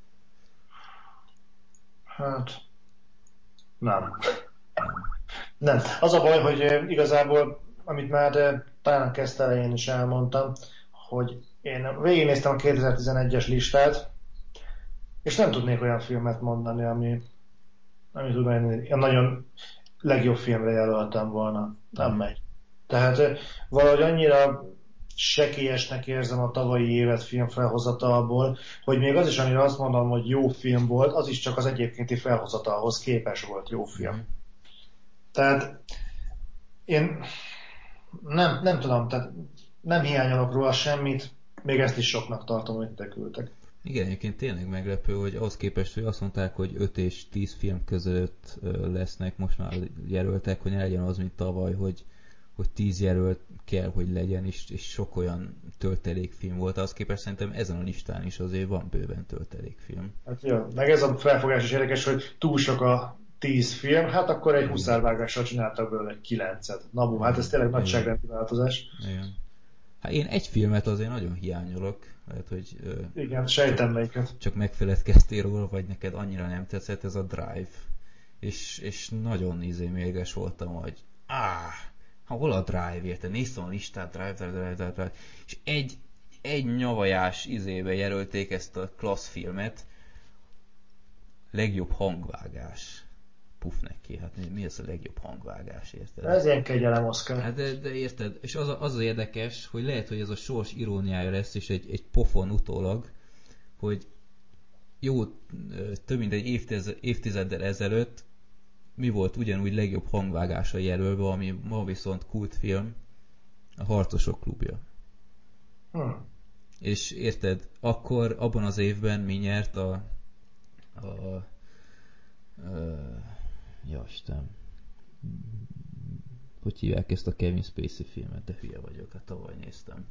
Hát... Nem. Nem. Az a baj, hogy igazából, amit már talán a kezd elején is elmondtam, hogy én végignéztem a kétezer-tizenegyes listát, és nem tudnék olyan filmet mondani, ami, ami tudom, én nagyon legjobb filmre jelöltem volna. Nem megy. Tehát valahogy annyira sekélyesnek érzem a tavalyi évet filmfelhozatalból, hogy még az is, amire azt mondom, hogy jó film volt, az is csak az egyébkénti felhozatalhoz képes volt jó film. Tehát én nem, nem tudom, tehát nem hiányolok róla semmit, még ezt is soknak tartom, hogy te küldtek. Igen, egyébként tényleg meglepő, hogy ahhoz képest, hogy azt mondták, hogy öt és tíz film között lesznek, most már jelöltek, hogy ne legyen az, mint tavaly, hogy, hogy tíz jelölt kell, hogy legyen, és, és sok olyan töltelékfilm volt, ahhoz képest szerintem ezen a listán is azért van bőven töltelékfilm. Hát jó, meg ez a felfogás is érdekes, hogy túl sok a tíz film, hát akkor egy huszárvágással csináltak belőle egy kilencet. Na bú, hát ez tényleg nagyságrendi változás. Igen. Hát én egy filmet azért nagyon hiányolok, lehet, hogy igen, sejtem melyiket. Csak megfeledkeztél róla, vagy neked annyira nem tetszett, ez a Drive. És, és nagyon izé mérges voltam, hogy áh, ha hol a Drive, érte? Néztem a listát, Drive, Drive, Drive, Drive, Drive, és egy, egy nyavajás izébe jelölték ezt a klassz filmet, legjobb hangvágás. puf neki, hát mi, mi ez a legjobb hangvágás, érted? Ez ilyen kegyelem, Oscar. Hát de, de érted, és az, a, az az érdekes, hogy lehet, hogy ez a sors iróniája lesz, és egy, egy pofon utólag, hogy jó, több mint egy évtized, évtizeddel ezelőtt mi volt ugyanúgy legjobb hangvágása jelölve, ami ma viszont kultfilm, a Harcosok klubja. Hmm. És érted, akkor abban az évben mi nyert a, a, a, a ja, Isten, hogy hívják ezt a Kevin Spacey filmet, de hülye vagyok, hát tavaly néztem.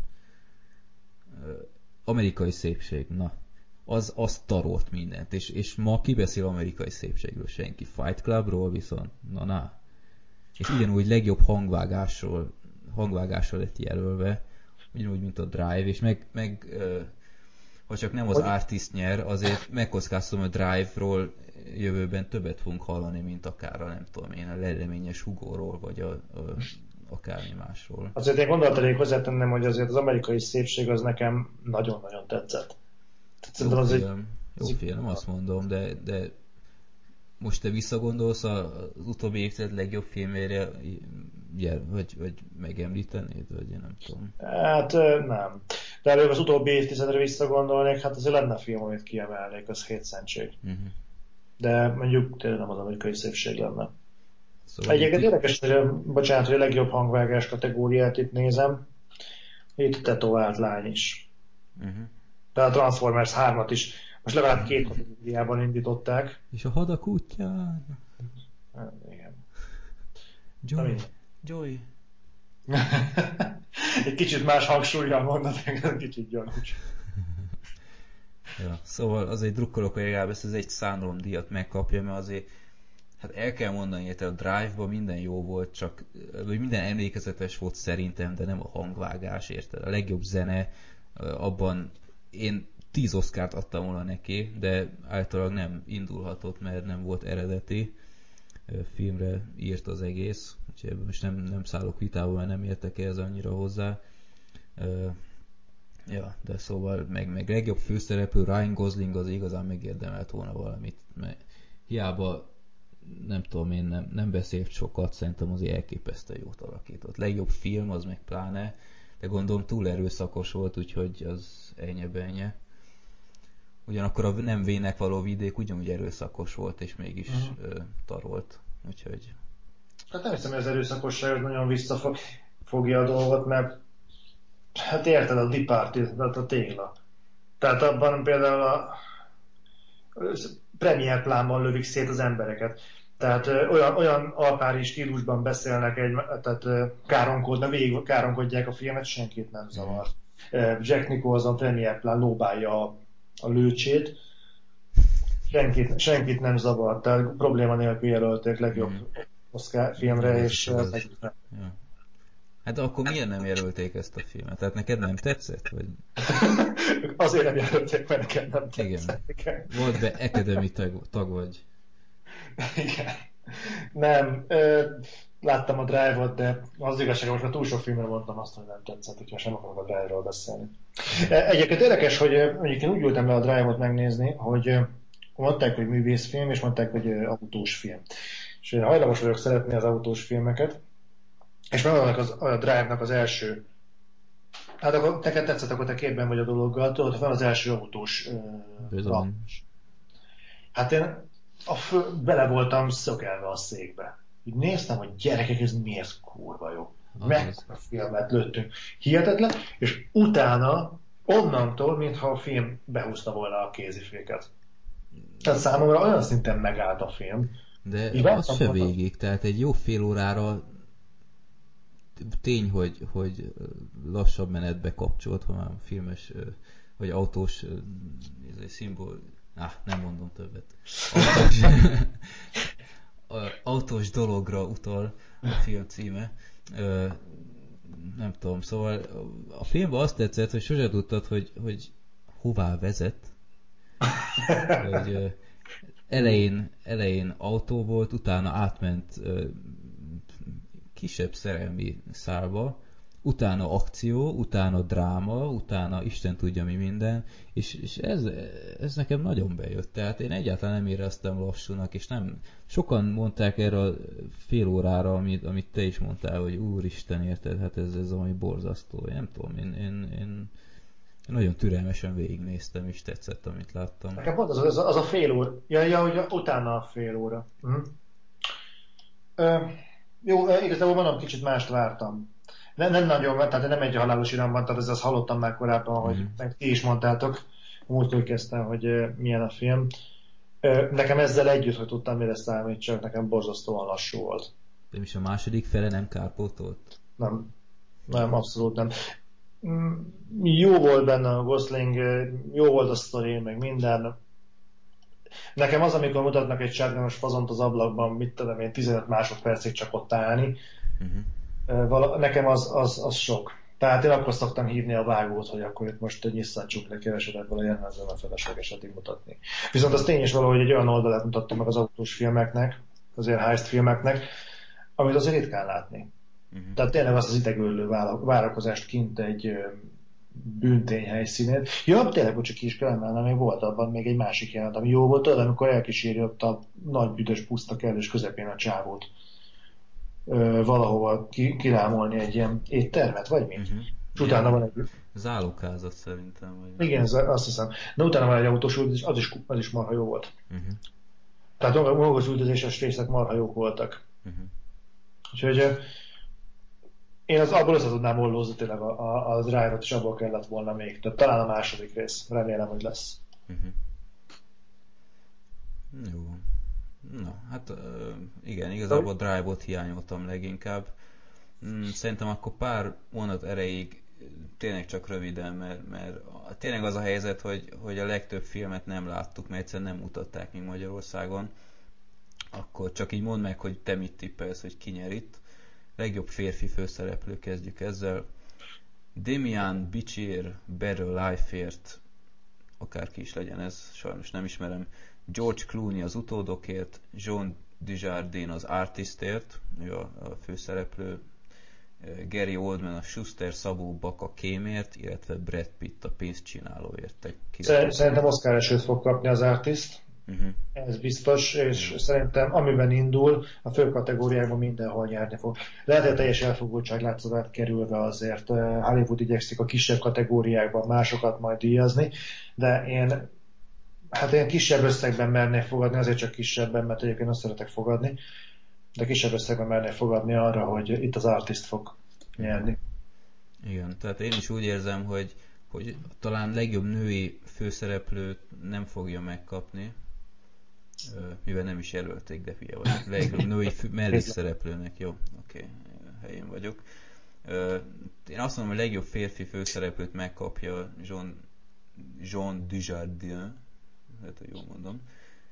Amerikai szépség, na. Az, az tarolt mindent, és, és ma ki beszél amerikai szépségről? Senki. Fight Clubról viszont, na na. És ugyanúgy legjobb hangvágásról, hangvágásról lett jelölve, ugyanúgy, mint a Drive, és meg, meg ha csak nem az artist nyer, azért megkockáztam, a Drive-ról jövőben többet fogunk hallani, mint akár a, nem tudom én, a leleményes Hugóról, vagy a, a akármi másról. Azért én gondoltam, hozzátennem, hogy azért az amerikai szépség az nekem nagyon-nagyon tetszett. Jó az film, egy... jó film, azt mondom, de, de most te visszagondolsz az utóbbi évtized legjobb filmére, vagy, vagy megemlítenéd, vagy én nem tudom. Hát nem. De előbb az utóbbi évtizedre visszagondolnék, hát azért lenne film, amit kiemelnék, az Hétszentség. Uh-huh. De mondjuk tényleg nem az amerikai szépség lenne. Szóval egyébként érdekes, hogy bocsánat, hogy a legjobb hangvágás kategóriát itt nézem. Itt tetovált lány is. Uh-huh. De a Transformers hármat is most legalább két kategóriában indították. És a hadak útján. Hát, igen. Joy. Joy. Egy kicsit más hangsúlyjal mondod, egy kicsit gyanús. Ja, szóval azért drukkolok, hogy legalább ezt az egy Szánalom díjat megkapja, mert azért hát el kell mondani, hogy a Drive-ban minden jó volt, csak vagy minden emlékezetes volt szerintem, de nem a hangvágás, érted? A legjobb zene, abban én tíz Oscart adtam volna neki, de általában nem indulhatott, mert nem volt eredeti. Filmre írt az egész, úgyhogy most nem, nem szállok vitába, mert nem értek ehhez annyira hozzá. Ja, de szóval meg, meg legjobb főszereplő Ryan Gosling az igazán megérdemelt volna valamit, mert hiába nem tudom én, nem, nem beszélt sokat, szerintem azért elképesztően jót alakított. Legjobb film, az meg pláne, de gondolom túl erőszakos volt, úgyhogy az ennye-bennye. Ugyanakkor a nem vének való vidék ugyanúgy erőszakos volt, és mégis uh-huh. ö, tarolt, úgyhogy... Hát nem hiszem, hogy az erőszakosság nagyon visszafogja a dolgot, mert hát érted, a Departed, a téla. Tehát abban például a premier plánban lövik szét az embereket. Tehát ö, olyan, olyan alpári stílusban beszélnek, egy, tehát ö, káronkodnak, végig káronkodják a filmet, senkit nem zavar. Uh-huh. Jack Nicholson premier plán lóbálja a, a lőcsét, senkit, senkit nem zavar, tehát probléma nélkül jelölték legjobb mm. Oscar filmre, és az, az, ja. Hát akkor miért nem jelölték ezt a filmet? Tehát neked nem tetszett? Vagy... Azért nem jelölték, mert neked nem tetszett. Igen. Volt be academy tag, tag vagy. Igen. Nem. Ö, láttam a Drive-ot, de az igazság, most már túl sok filmre mondtam azt, hogy nem tetszett, hogyha sem akarok a Drive-ról beszélni. Egyébként érdekes, hogy mondjuk én úgy ültem le a Drive-ot megnézni, hogy mondták, hogy művészfilm, és mondták, hogy autós film. És hajlamos vagyok szeretni az autós filmeket, és megvannak az, a Drive-nak az első, hát akkor neked tetszett, akkor te képben vagy a dologgal, tudod, van az első autós uh, hát én a fő, bele voltam szökelve a székbe. Így néztem, hogy gyerekek, ez miért kurva jó. Mekkora filmet lőttünk. Hihetetlen, és utána onnantól, mintha a film behúzta volna a kéziféket. Tehát számomra olyan szinten megállt a film. De így az se végig, tehát egy jó fél órára tény, hogy, hogy lassabb menetbe kapcsolt, ha már filmes, vagy autós szimbol... Ah, nem mondom többet. Autós, autós dologra utal a film címe. Nem tudom, szóval a filmben azt tetszett, hogy sose tudtad, hogy, hogy hová vezet. Hogy elején, elején autó volt, utána átment kisebb szerelmi szálba, utána akció, utána dráma, utána Isten tudja mi minden, és, és ez, ez nekem nagyon bejött. Tehát én egyáltalán nem éreztem lassúnak, és nem... Sokan mondták erre a fél órára, amit, amit te is mondtál, hogy úristen, érted, hát ez, ez valami borzasztó. Nem tudom, én, én, én nagyon türelmesen végignéztem, és tetszett, amit láttam. Nekem pont az, az, az a fél óra. Ja, ja, hogy utána a fél óra. Hm. Ö, jó, igazából mondom, kicsit mást vártam. Nem, nem nagyon, tehát nem egy halálos iramban, tehát ezt hallottam már korábban, mm. hogy meg ti is mondtátok, múltkor kezdtem, hogy uh, milyen a film. Uh, nekem ezzel együtt, hogy tudtam, mire számítsak, nekem borzasztóan lassú volt. De is a második fele nem kárpótolt? Nem, nem, abszolút nem. Mm, jó volt benne a Gosling, jó volt a sztori, meg minden. Nekem az, amikor mutatnak egy sárgányos fazont az ablakban, mit tudom én, tizenöt másodpercig csak ott állni, uh-huh. nekem az, az, az sok. Tehát én akkor szoktam hívni a vágót, hogy akkor itt most nyisszantsuk le kevesebbet vele jellemzően a feleslegeset mutatni. Viszont az tény is való, hogy egy olyan oldalát mutattam meg az autós filmeknek, az ilyen heist filmeknek, amit azért ritkán látni. Uh-huh. Tehát tényleg azt az idegöllő várakozást kint egy bűntény helyszínén. Ja, tényleg, hogy csak ki is kellene, még volt abban még egy másik jelenet, ami jó volt, tudod, amikor elkíséri ott a nagy büdös puszta kellős közepén a csávót ö, valahova ki, kirámolni egy ilyen éttermet, vagy mi? Uh-huh. És utána ja, van egy... Zálogházat szerintem. Vagy... Igen, azt hiszem. De utána van egy autós üldözés, az is, az is marha jó volt. Uh-huh. Tehát a magos üldözéses részek marha jók voltak. Uh-huh. Úgyhogy én az abból össze tudnám ollózni tényleg a, a, a Drive-ot, és abból kellett volna még. Tehát talán a második rész. Remélem, hogy lesz. Uh-huh. Jó. Na, hát igen, igazából a Drive-ot hiányoltam leginkább. Szerintem akkor pár mondat erejéig tényleg csak röviden, mert, mert tényleg az a helyzet, hogy, hogy a legtöbb filmet nem láttuk, mert egyszerűen nem mutatták még Magyarországon. Akkor csak így mondd meg, hogy te mit tippelsz, hogy ki nyer itt. Legjobb férfi főszereplő, kezdjük ezzel. Damian Bichir, Beryl Leifert, akárki is legyen ez, sajnos nem ismerem. George Clooney az utódokért, John Dujardin az Artistért, ő a, a főszereplő, Gary Oldman a Schuster Szabó Baka Kémért, illetve Brad Pitt a pénzcsinálóért. Szerintem Oscar esőt fog kapni az Artist. Uh-huh. Ez biztos, és uh-huh. szerintem amiben indul, a fő kategóriákban mindenhol nyerni fog. Lehet, hogy teljes elfogultság látszatát kerülve azért Hollywood igyekszik a kisebb kategóriákban másokat majd díjazni, de én hát én kisebb összegben mernék fogadni, azért csak kisebben, mert egyébként azt szeretek fogadni, de kisebb összegben mernék fogadni arra, hogy itt az Artist fog nyerni. Igen, tehát én is úgy érzem, hogy, hogy talán legjobb női főszereplőt nem fogja megkapni, mivel nem is jelölték, de hülye vagyok. Legjobb női mellékszereplőnek, jó, oké, okay, helyén vagyok. Én azt mondom, hogy a legjobb férfi főszereplőt megkapja John, John Dujardin, hát, hogy jól mondom.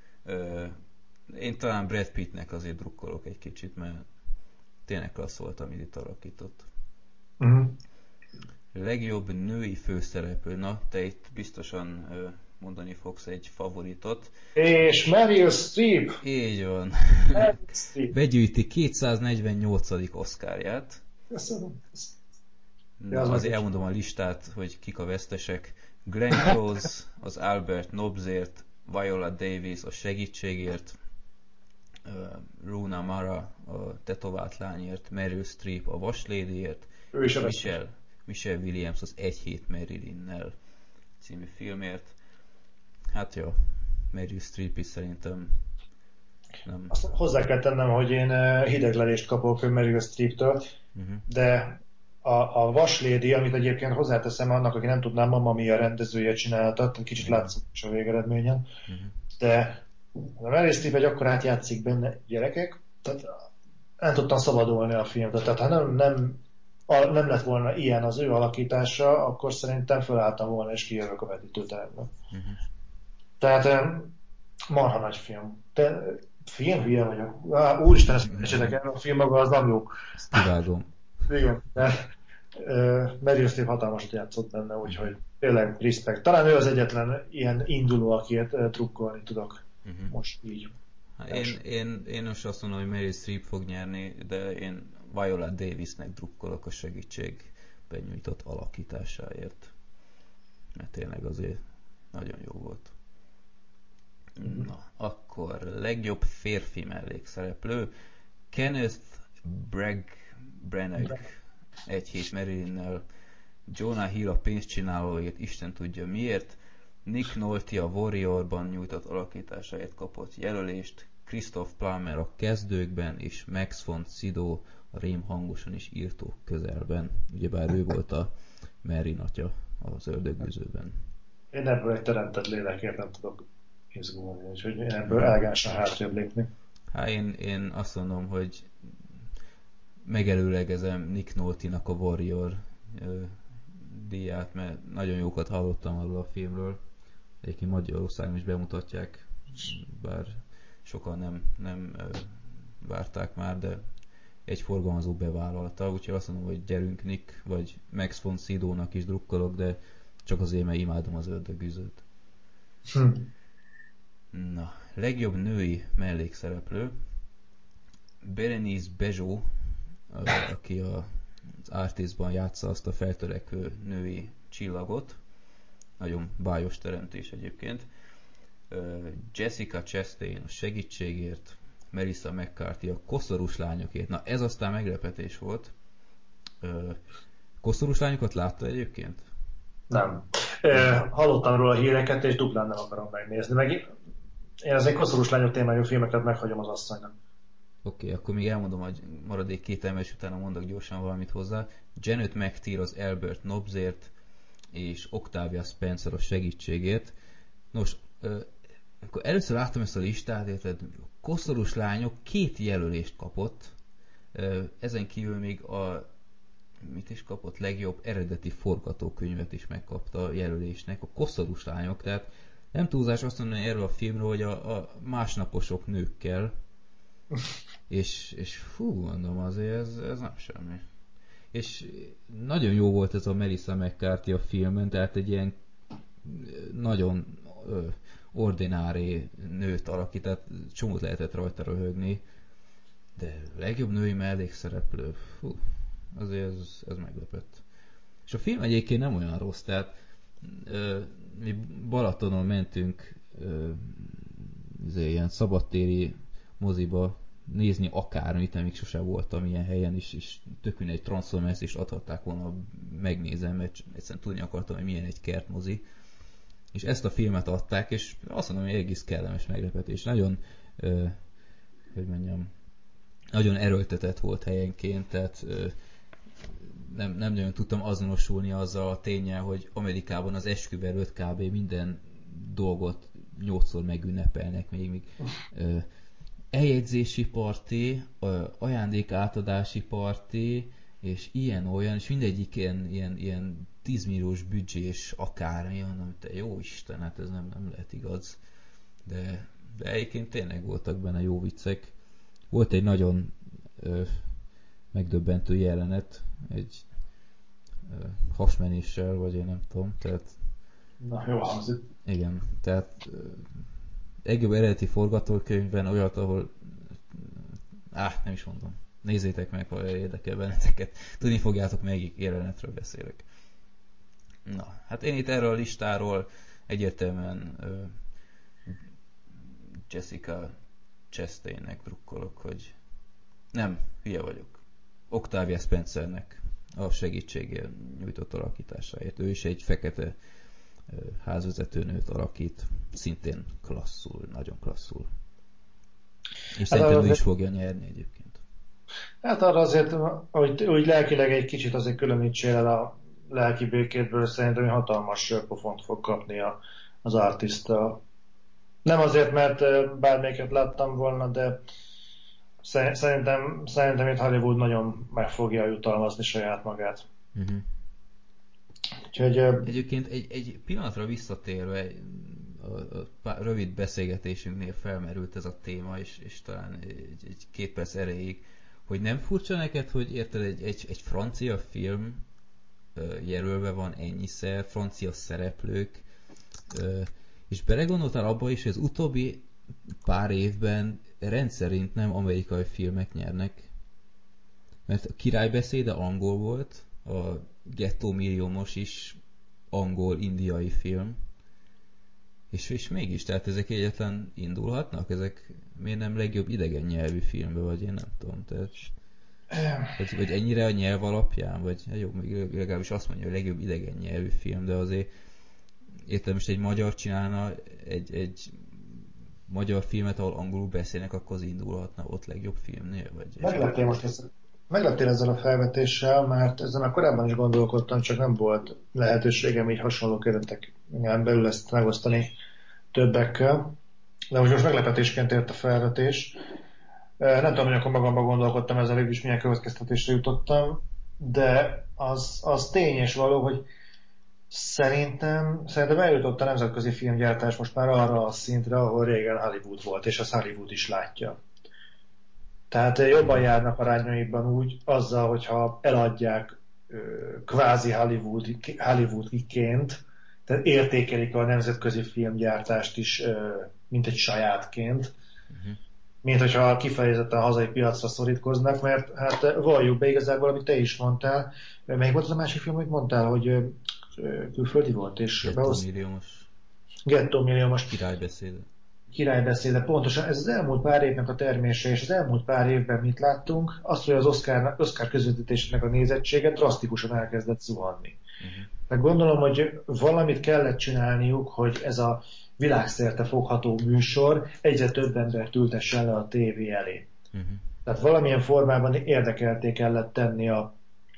Én talán Brad Pittnek azért drukkolok egy kicsit, mert tényleg klassz volt, amit itt alakított. Uh-huh. Legjobb női főszereplő, na, te itt biztosan mondani fogsz egy favoritot. És Meryl Streep! Így van. Begyűjti kétszáznegyvennyolcadik Oscarját. Köszönöm. Na, az azért elmondom a listát, hogy kik a vesztesek. Glenn Close az Albert Nobbsért, Viola Davis a segítségért, uh, Rooney Mara a tetovált lányért, Meryl Streep a vaslédiért, Michelle, Michelle Williams az Egy hét Marylinnel című filmért. Hát jó, Meryl Streep is szerintem nem... Azt hozzá kell tennem, hogy én hideglelést kapok Meryl Streep-től, uh-huh. de a, a vaslédi, amit egyébként hozzáteszem annak, aki nem tudná, Mamma Mia rendezője csinálta, kicsit uh-huh. látszott is a végeredményen, uh-huh. de a Meryl Streep egy akkor átjátszik benne gyerekek, tehát nem tudtam szabadulni a filmtől, tehát ha nem, nem, nem lett volna ilyen az ő alakítása, akkor szerintem felálltam volna és kijövök a vetítőterembe. Uh-huh. Tehát marha nagy film. Te, film hülye vagyok. Á, úristen, ezt esetek el, a film maga az nem jó. Ezt kivágom. Igen, de uh, Meryl Streep hatalmasat játszott benne, úgyhogy tényleg respekt. Talán ő az egyetlen ilyen induló, akiért uh, trukkolni tudok. Uh-huh. Most így. Én, én, én most azt mondom, hogy Meryl Streep fog nyerni, de én Viola Davisnek drukkolok a segítség benyújtott alakításáért. Mert tényleg azért nagyon jó volt. Na, akkor legjobb férfi mellékszereplő Kenneth Bragg Branagh egy hét Marylyn-nel, Jonah Hill a pénzcsinálóért, Isten tudja miért, Nick Nolte a Warriorban nyújtott alakításáért kapott jelölést, Christoph Plummer a Kezdőkben, és Max von Sydow a Rém hangosan is írtók közelben. Ugyebár ő volt a Merrin atya az Ördögűzőben. Én ebből egy teremtett lélekért nem tudok izgulni, úgyhogy én ebből elegánsan hátrébb lépni. Hát én, én azt mondom, hogy megelőlegezem Nick Nolte-nak a Warrior ö, díját, mert nagyon jókat hallottam arról a filmről. Egyébként Magyarországon is bemutatják, bár sokan nem, nem ö, várták már, de egy forgalmazó bevállalta, úgyhogy azt mondom, hogy gyerünk Nick, vagy Max von Sydow-nak is drukkolok, de csak azért, mert imádom az Ördögűzőt. Hm. Na, legjobb női mellékszereplő Berenice Bejo, aki a, az Artistban játsza azt a feltörekvő női csillagot. Nagyon bájos teremtés egyébként. Jessica Chastain a segítségért, Melissa McCarthy a koszorús lányokért. Na, ez aztán meglepetés volt. Koszorús lányokat látta egyébként? Nem. Hallottam róla a híreket, és duplán nem akarom megnézni. Meg én azért koszorús lányok témájú filmeket meghagyom az asszonynak. Oké, okay, akkor még elmondom, hogy maradék két ember, és utána mondok gyorsan valamit hozzá. Janet McTeer az Albert Nobbsért, és Octavia Spencer a segítségért. Nos, akkor először láttam ezt a listát, érted, koszorús lányok két jelölést kapott, ezen kívül még a mit is kapott, legjobb eredeti forgatókönyvet is megkapta a jelölésnek, a koszorús lányok, tehát nem túlzás azt mondani erről a filmről, hogy a, a másnaposok nőkkel, és, és fú, mondom, azért ez, ez nem semmi. És nagyon jó volt ez a Melissa McCarthy a filmen, tehát egy ilyen nagyon ö, ordinári nőt alakít, tehát csomót lehetett rajta röhögni, de legjobb női mellékszereplő, fú, azért ez, ez meglepett. És a film egyébként nem olyan rossz, tehát ö, mi Balatonon mentünk ö, ilyen szabadtéri moziba nézni akármit, amíg sosem voltam ilyen helyen is, és tökűn egy Transformers is adhatták volna, megnézem, mert egyszerűen tudni akartam, hogy milyen egy kertmozi. És ezt a filmet adták, és azt mondom, hogy egész kellemes meglepetés. Nagyon, ö, hogy mondjam, nagyon erőltetett volt helyenként, tehát ö, nem, nem nagyon tudtam azonosulni azzal a ténnyel, hogy Amerikában az esküvő előtt kb. Minden dolgot nyolcszor megünnepelnek, még, még ö, eljegyzési parti, ajándék átadási parti, és ilyen-olyan, és mindegyik ilyen, ilyen, ilyen tízmilliós büdzsés akármi, mondom, te jó Isten, hát ez nem, nem lehet igaz. De, de egyébként tényleg voltak benne jó viccek. Volt egy nagyon ö, megdöbbentő jelenet, egy ö, hasmenéssel, vagy én nem tudom, tehát... Na, jó hangzik. Igen, tehát... Ö, legjobb eredeti forgatókönyvben olyat, ahol... Á, nem is mondom. Nézzétek meg, ha érdekel benneteket. Tudni fogjátok, melyik jelenetről beszélek. Na, hát én itt erről a listáról egyértelműen uh, Jessica Chastainnek drukkolok, hogy nem, hülye vagyok. Octavia Spencernek a segítségért nyújtott alakításáért. Ő is egy fekete házvezetőnőt alakít, szintén klasszul, nagyon klasszul. És hát szerintem ő is fogja nyerni egyébként. Hát arra azért, hogy úgy lelkileg egy kicsit azért különítsél el a lelki békétből, szerintem hatalmas pofont fog kapni a, az artista. Nem azért, mert bármelyiket láttam volna, de szerintem, szerintem itt Hollywood nagyon meg fogja jutalmazni saját magát. Uh-huh. Úgyhogy, egyébként egy, egy pillanatra visszatérve, a, a rövid beszélgetésünknél felmerült ez a téma, és, és talán egy, egy két perc erejéig, hogy nem furcsa neked, hogy érted, egy, egy, egy francia film jelölve van ennyiszer, francia szereplők, és belegondoltál abba is, hogy az utóbbi pár évben rendszerint nem amerikai filmek nyernek, mert a királybeszéde angol volt, a Gettó milliómos is angol-indiai film, és, és mégis, tehát ezek egyetlen indulhatnak? Ezek miért nem legjobb idegen nyelvű filmbe, vagy én nem tudom, tehát... Vagy, vagy ennyire a nyelv alapján, vagy jó, legalábbis azt mondja, hogy a legjobb idegen nyelvű film, de azért értem, most egy magyar csinálna egy, egy magyar filmet, ahol angolul beszélnek, akkor az indulhatna ott legjobb filmnél? Vagy Megleptél most ezt, megleptél ezzel a felvetéssel, mert ezzel már korábban is gondolkodtam, csak nem volt lehetőségem így hasonló kereteken belül ezt megosztani többekkel. De most, most meglepetésként ért a felvetés. Nem tudom, hogy akkor magamban gondolkodtam ezzel, végül is milyen következtetésre jutottam, de az, az tény és való, hogy szerintem, szerintem eljutott a nemzetközi filmgyártás most már arra a szintre, ahol régen Hollywood volt, és az Hollywood is látja. Tehát jobban járnak arányaiban úgy, azzal, hogyha eladják kvázi Hollywood, Hollywoodként, tehát értékelik a nemzetközi filmgyártást is, mint egy sajátként, uh-huh. mint hogyha kifejezetten a hazai piacra szorítkoznak, mert hát valljuk be igazából, amit te is mondtál. Melyik volt az a másik film, amit mondtál, hogy külföldi volt? És Gettó milliómos. Gettó milliómos. Királybeszéde. Királybeszéde. Pontosan ez az elmúlt pár évnek a termése, és az elmúlt pár évben mit láttunk? Azt, hogy az Oscar, Oscar közvetítésnek a nézettsége drasztikusan elkezdett zuhanni. Uh-huh. Meg gondolom, hogy valamit kellett csinálniuk, hogy ez a világszerte fogható műsor egyre több embert ültessen le a tévé elé. Uh-huh. Tehát valamilyen formában érdekelté kellett tenni a,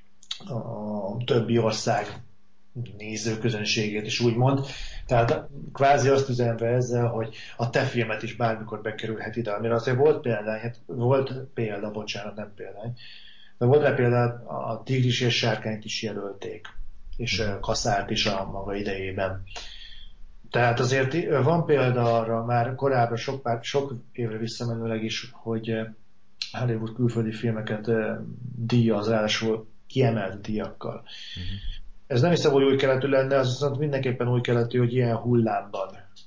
a többi ország nézőközönségét is úgymond. Tehát kvázi azt üzenve ezzel, hogy a te filmet is bármikor bekerülhet ide, amire azért volt példány, hát volt példa, bocsánat, nem példány, de volt rá például a Tigris és Sárkányt is jelölték, és Kaszárt is a maga idejében. Tehát azért van példa arra, már korábban sok, pár, sok évre visszamenőleg is, hogy Hollywood külföldi filmeket díjaz, ráadásul kiemelt díjakkal. Uh-huh. Ez nem hiszem, hogy új keletű lenne, az viszont mindenképpen új keletű, hogy ilyen hullámban.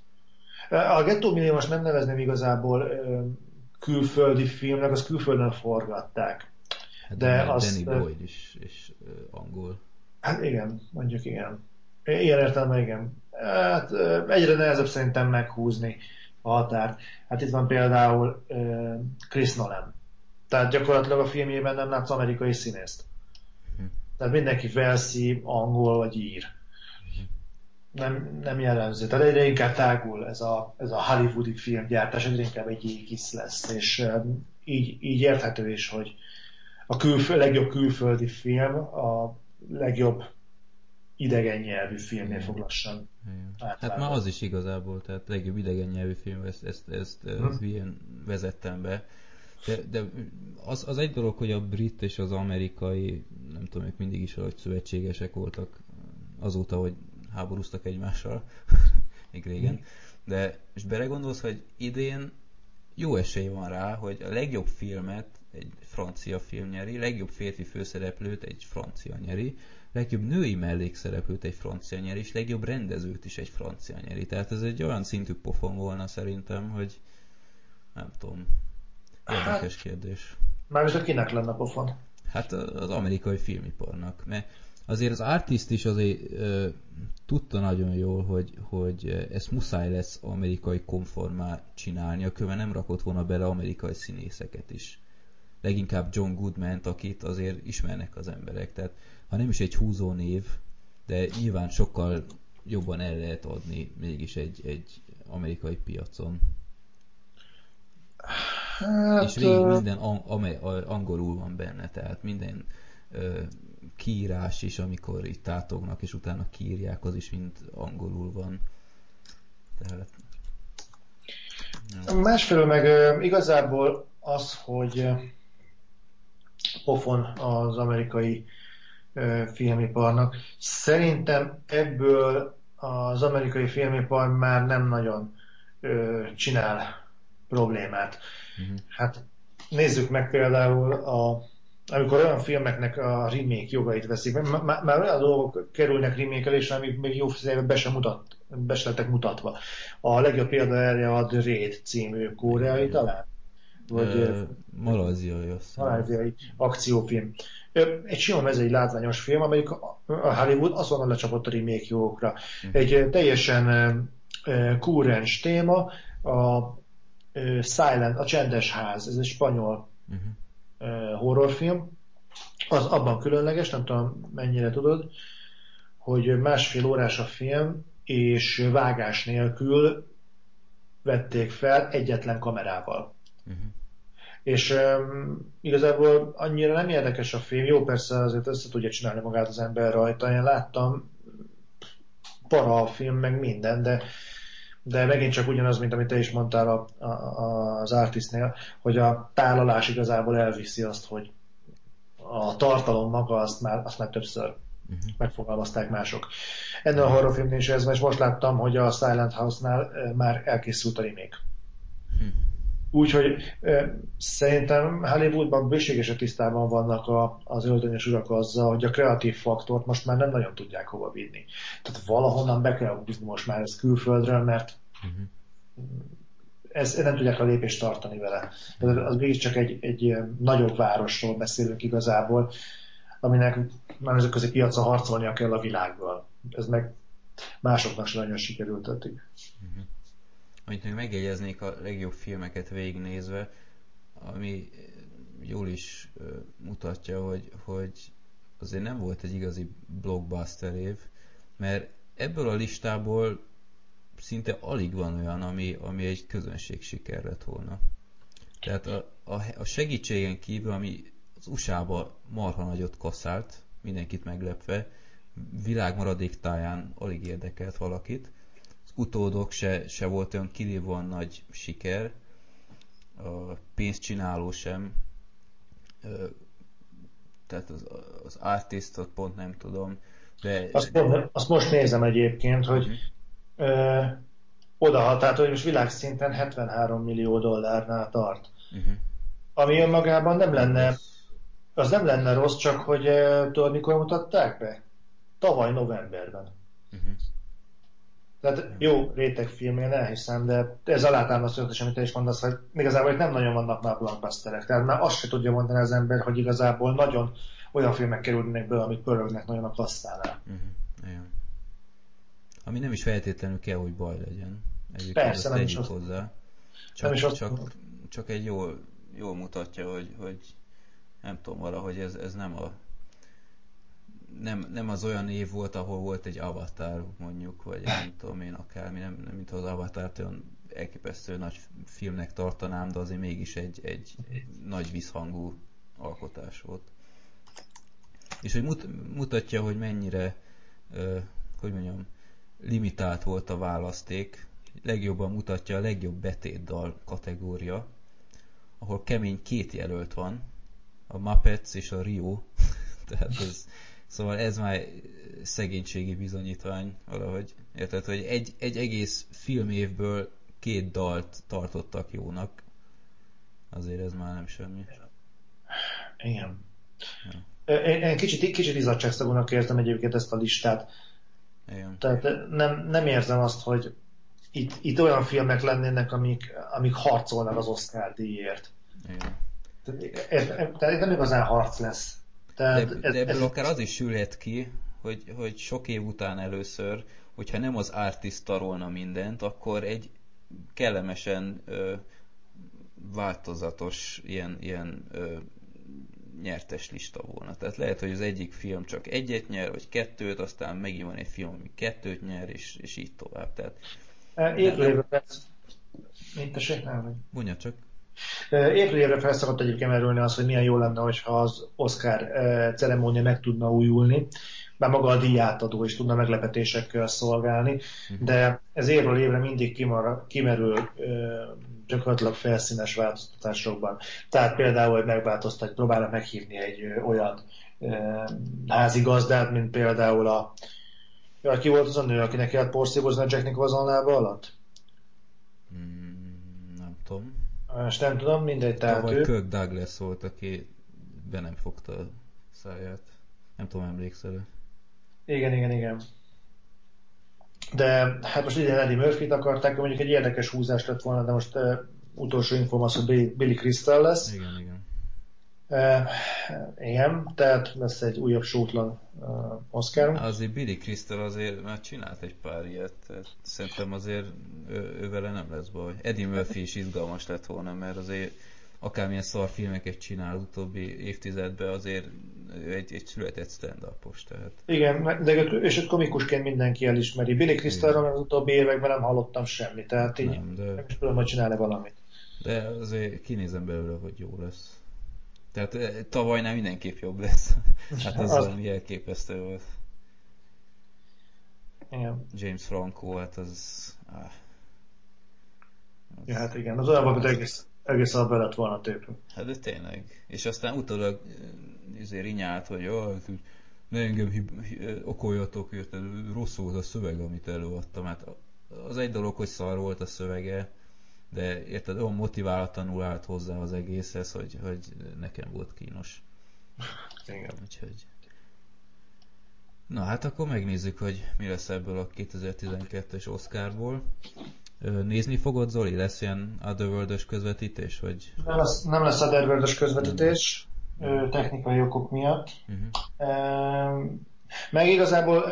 A Gettó milliómos nem nevezném igazából külföldi filmnek, az külföldön forgatták. Hát de az, Danny Boyd is, és angol. Hát igen, mondjuk igen. Ilyen értelme igen. Hát egyre nehezebb szerintem meghúzni a határt. Hát itt van például Chris Nolan. Tehát gyakorlatilag a filmjében nem látsz amerikai színészt. Hm. Tehát mindenki velszi, angol vagy ír. Hm. Nem, nem jellemző. Tehát egyre inkább tágul ez a, ez a hollywoodi filmgyártás, egyre inkább egy égisz lesz. És így, így érthető is, hogy a külföld, legjobb külföldi film a legjobb idegen nyelvű filmnél foglassan. Hát már az is igazából, tehát legjobb idegen nyelvű film, ezt, ezt, ezt, hmm. ezt ilyen vezettem be. De, de az, az egy dolog, hogy a brit és az amerikai, nem tudom, ők mindig is valahogy szövetségesek voltak azóta, hogy háborúztak egymással, még régen. De és belegondolsz, hogy idén jó esély van rá, hogy a legjobb filmet egy francia film nyeri, legjobb férfi főszereplőt egy francia nyeri, legjobb női mellékszereplőt egy francia nyeri, és legjobb rendezőt is egy francia nyeri. Tehát ez egy olyan szintű pofon volna szerintem, hogy nem tudom. Érdekes kérdés. Mármint, hogy kinek lenne pofon? Hát az amerikai filmiparnak. Mert azért az Artist is azért ö, tudta nagyon jól, hogy, hogy ezt muszáj lesz amerikai konformá csinálni, különben nem rakott volna bele amerikai színészeket is. Leginkább John Goodman-t, akit azért ismernek az emberek. Tehát ha nem is egy húzó név, de nyilván sokkal jobban el lehet adni mégis egy, egy amerikai piacon. Hát, és végig minden ang- angolul van benne, tehát minden ö, kiírás is, amikor itt tátognak, és utána kiírják, az is mind angolul van. Tehát... Ja. Másfelől meg ö, igazából az, hogy pofon az amerikai ö, filmiparnak. Szerintem ebből az amerikai filmipar már nem nagyon ö, csinál problémát. Uh-huh. Hát nézzük meg például, a, amikor olyan filmeknek a remake jogait veszik, már, már olyan dolgok kerülnek remake-elésre, amik még jó fejben be sem mutat, be sem lettek mutatva. A legjobb példa erre a The Raid című koreai talán. vagy Ö, malajziai, azt hiszem. malajziai akciófilm. Ö, Egy sima ez egy látványos film, amelyik a a Hollywood azonnal lecsapott a remake jogokra. Mhm. Egy ö, teljesen ö, ö, kúrens téma, a ö, Silent, a Csendes Ház, ez egy spanyol Mhm. ö, horrorfilm. Az abban különleges, nem tudom mennyire tudod, hogy másfél órás a film, és vágás nélkül vették fel egyetlen kamerával. Mhm. És um, igazából annyira nem érdekes a film, jó, persze azért össze tudja csinálni magát az ember rajta, én láttam, para a film, meg minden, de, de megint csak ugyanaz, mint amit te is mondtál a, a, az Artistnél, hogy a tálalás igazából elviszi azt, hogy a tartalom maga azt már, azt már többször Mhm. megfogalmazták mások. Ennél a horrorfilmnél is ez, és most láttam, hogy a Silent House-nál eh, már elkészült a remake. Hm. Úgyhogy eh, szerintem Hollywoodban bőségesen tisztában vannak a, az öltönyös urak azzal, hogy a kreatív faktort most már nem nagyon tudják hova vinni. Tehát valahonnan be kell húzni most már ez külföldről, mert Mhm. ez, nem tudják a lépést tartani vele. Ez, az mégiscsak egy, egy ilyen nagyobb városról beszélünk igazából, aminek nemzetközi piacra harcolnia kell a világgal. Ez meg másoknak sem nagyon sikerült eddig. Amit még megjegyeznék a legjobb filmeket végignézve, ami jól is ö, mutatja, hogy, hogy azért nem volt egy igazi blockbuster év, mert ebből a listából szinte alig van olyan, ami, ami egy közönség siker lett volna. Tehát a, a, a segítségen kívül, ami az u es á-ba marha nagyot kaszált, mindenkit meglepve, világ maradék táján alig érdekelt valakit. Az utódok se, se volt olyan kirívóan nagy siker, a pénzcsináló sem, tehát az, az Artistot pont nem tudom, de... Azt, azt most nézem egyébként, hogy Mhm. ö, oda, tehát hogy most világszinten hetvenhárom millió dollárnál tart. Uh-huh. Ami önmagában nem lenne, Rossz. az nem lenne rossz, csak hogy ö, tudod, mikor mutatták be? Tavaly novemberben. Uh-huh. Tehát jó rétegfilm, én elhiszem, de ez alátámasztja, amit te is mondasz, hogy igazából itt nem nagyon vannak már blockbusterek. Tehát már azt se tudja mondani az ember, hogy igazából nagyon olyan filmek kerülnek be, amik pörögnek nagyon a kasszánál. Uh-huh. Igen. Ami nem is feltétlenül kell, hogy baj legyen. Egyébként Persze, azt nem is tegyük azt- hozzá. Csak, nem is azt csak, mondom. csak egy jól, jól mutatja, hogy, hogy nem tudom, valahogy ez, ez nem a nem, nem az olyan év volt, ahol volt egy Avatar mondjuk, vagy nem tudom én akármi, nem, nem mint az Avatart olyan elképesztő nagy filmnek tartanám, de azért mégis egy, egy, egy nagy visszhangú alkotás volt. És hogy mut, mutatja, hogy mennyire, uh, hogy mondjam, limitált volt a választék, legjobban mutatja a legjobb betétdal kategória, ahol kemény két jelölt van, a Muppets és a Rio, tehát ez, szóval ez már szegénységi bizonyítvány valahogy, érted, hogy egy, egy egész filmévből két dalt tartottak jónak, azért ez már nem semmi. Igen. Ja. Én, én kicsit, kicsit izzadságszagúnak érzem egyébként ezt a listát. Igen. Tehát nem, nem érzem azt, hogy itt, itt olyan filmek lennének, amik, amik harcolnak az Oscar díjért. Igen. Tehát, ez, tehát nem igazán harc lesz. Tehát De, ez, de ebből ez, akár az is sülhet ki, hogy, hogy sok év után először, hogyha nem az Artist tarolna mindent, akkor egy kellemesen ö, változatos ilyen, ilyen ö, nyertes lista volna. Tehát lehet, hogy az egyik film csak egyet nyer, vagy kettőt, aztán megint van egy film, ami kettőt nyer, és, és így tovább. Tehát, évről évre felsz... Mit tessék? Nem. mondja csak. Évről évre fel szokott egyébként merülni az, hogy milyen jó lenne, hogyha az Oscar eh, ceremónia meg tudna újulni, már maga a díjátadó is tudna meglepetésekkel szolgálni, Mhm. de ez évről évre mindig kimar, kimerül eh, gyakorlatilag felszínes változtatásokban. Tehát például, hogy megváltoztatni, próbálnak meghívni egy ö, olyan eh, házigazdát, mint például a ja, ki volt az a nő, akinek kellett porszívozni a Jack Nicholson lába alatt? Mm, nem tudom. És nem tudom, mindegy, tehát Tavaly ő. Kirk Douglas volt, aki be nem fogta a száját. Nem tudom, emlékszel. Igen, igen, igen. De hát most idén Eddie Murphy-t akarták, mondjuk egy érdekes húzás lett volna, de most uh, utolsó infóm az, hogy Billy Crystal lesz. Igen, igen. Uh, igen, tehát lesz egy újabb sótlan uh, Oscar. Azért Billy Crystal azért már csinált egy pár ilyet, szerintem azért ő, ő vele nem lesz baj. Eddie Murphy is izgalmas lett volna, mert azért akármilyen szar filmeket csinál az utóbbi évtizedben, azért ő egy, egy született stand-upos, tehát. Igen, de és őt komikusként mindenki elismeri. Billy Crystalról az utóbbi években nem hallottam semmit, tehát így nem, de... nem is tudom, hogy csinál-e valamit. De azért kinézem belőle, hogy jó lesz. Tehát tavalynál mindenképp jobb lesz. Hát az, az... valami elképesztő volt. Igen. James Franco, hát az... Ah, az... Ja, hát igen, az olyan volt, egész, egész alap lett volna tépő. Hát de tényleg. És aztán utólag azért rinyált, hogy oh, ne engem hib- okoljatok, hogy rossz volt a szöveg, amit előadtam. Hát az egy dolog, hogy szar volt a szövege, de érted, olyan motiválatlanul állt hozzá az egészhez, hogy, hogy nekem volt kínos. Igen. Úgyhogy... Na hát akkor megnézzük, hogy mi lesz ebből a kétezer-tizenkettes Oscarból. Nézni fogod, Zoli? Lesz ilyen Otherworld-ös közvetítés? Vagy... Nem lesz, nem lesz Otherworld-ös közvetítés, nem. Technikai okok miatt. Uh-huh. Meg igazából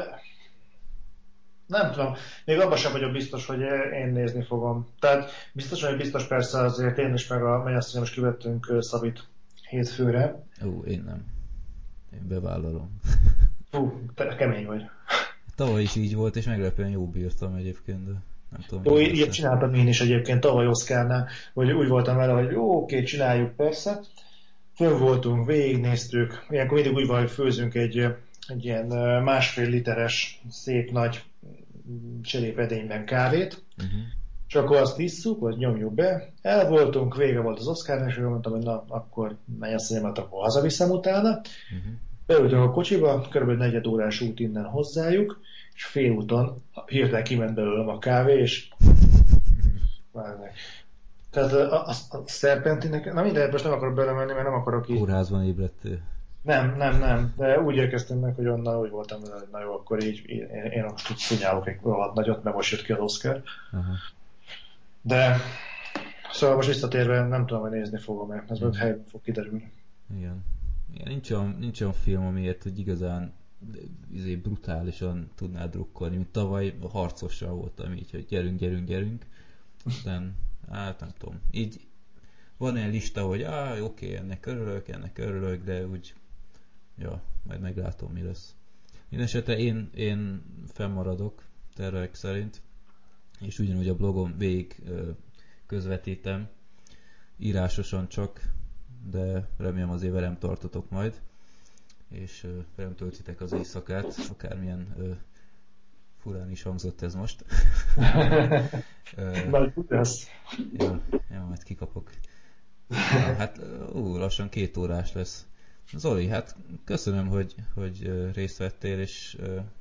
nem tudom, még abban sem vagyok biztos, hogy én nézni fogom. Tehát biztos, hogy biztos persze azért én is meg a Menyasszony most kivettünk Szabit hétfőre. Ó, én nem. Én bevállalom. Fú, te kemény vagy. Tavaly is így volt, és meglepően jó bírtam egyébként, de nem tudom. Jó, ilyet csináltam én is egyébként tavaly Oscarnál, hogy úgy voltam vele, hogy jó, oké, csináljuk persze. Fönn voltunk, végignéztük, ilyenkor mindig úgy van, hogy főzünk egy, egy ilyen másfél literes, szép nagy cserépedényben kávét, uh-huh. És akkor azt isszuk, vagy nyomjuk be. El voltunk, vége volt az Oscarnak, és mondtam, hogy na, akkor Menyasszonyomat, akkor hazaviszem utána. Uh-huh. Beültünk a kocsiba, kb. negyed órás út innen hozzájuk, és félúton hirtelen kiment belőlem a kávé, és várják. Tehát a, a, a Serpentinek, na mindegy, most nem akarok belemenni, mert nem akarok így. Kórházban ébredtél. Nem, nem, nem, de úgy érkeztünk meg, hogy onnan úgy voltam, hogy na jó, akkor így én, én most úgy szunyálok egy rohadt nagyot, mert most jött ki az Oscar. Uh-huh. De szóval most visszatérve nem tudom, hogy nézni fogom-e, ez majd helyben fog kiderülni. Igen. Igen, nincs, olyan, nincs olyan film, amiért hogy igazán izé, brutálisan tudnál drukkolni, mint tavaly a Harcossal voltam így, hogy gyerünk, gyerünk, gyerünk. Aztán, hát nem tudom, így van egy lista, hogy á, oké, ennek örülök, ennek örülök, de úgy, ja, majd meglátom, mi lesz. Mindenesetre én, én fennmaradok tervek szerint, és ugyanúgy a blogom végig közvetítem, írásosan csak, de remélem azért velem tartotok majd, és velem töltitek az éjszakát, akármilyen uh, furán is hangzott ez most. Nagy tudás. Ja, ja, majd kikapok. Ja, hát ú, lassan két órás lesz. Zoli, hát köszönöm, hogy, hogy részt vettél, és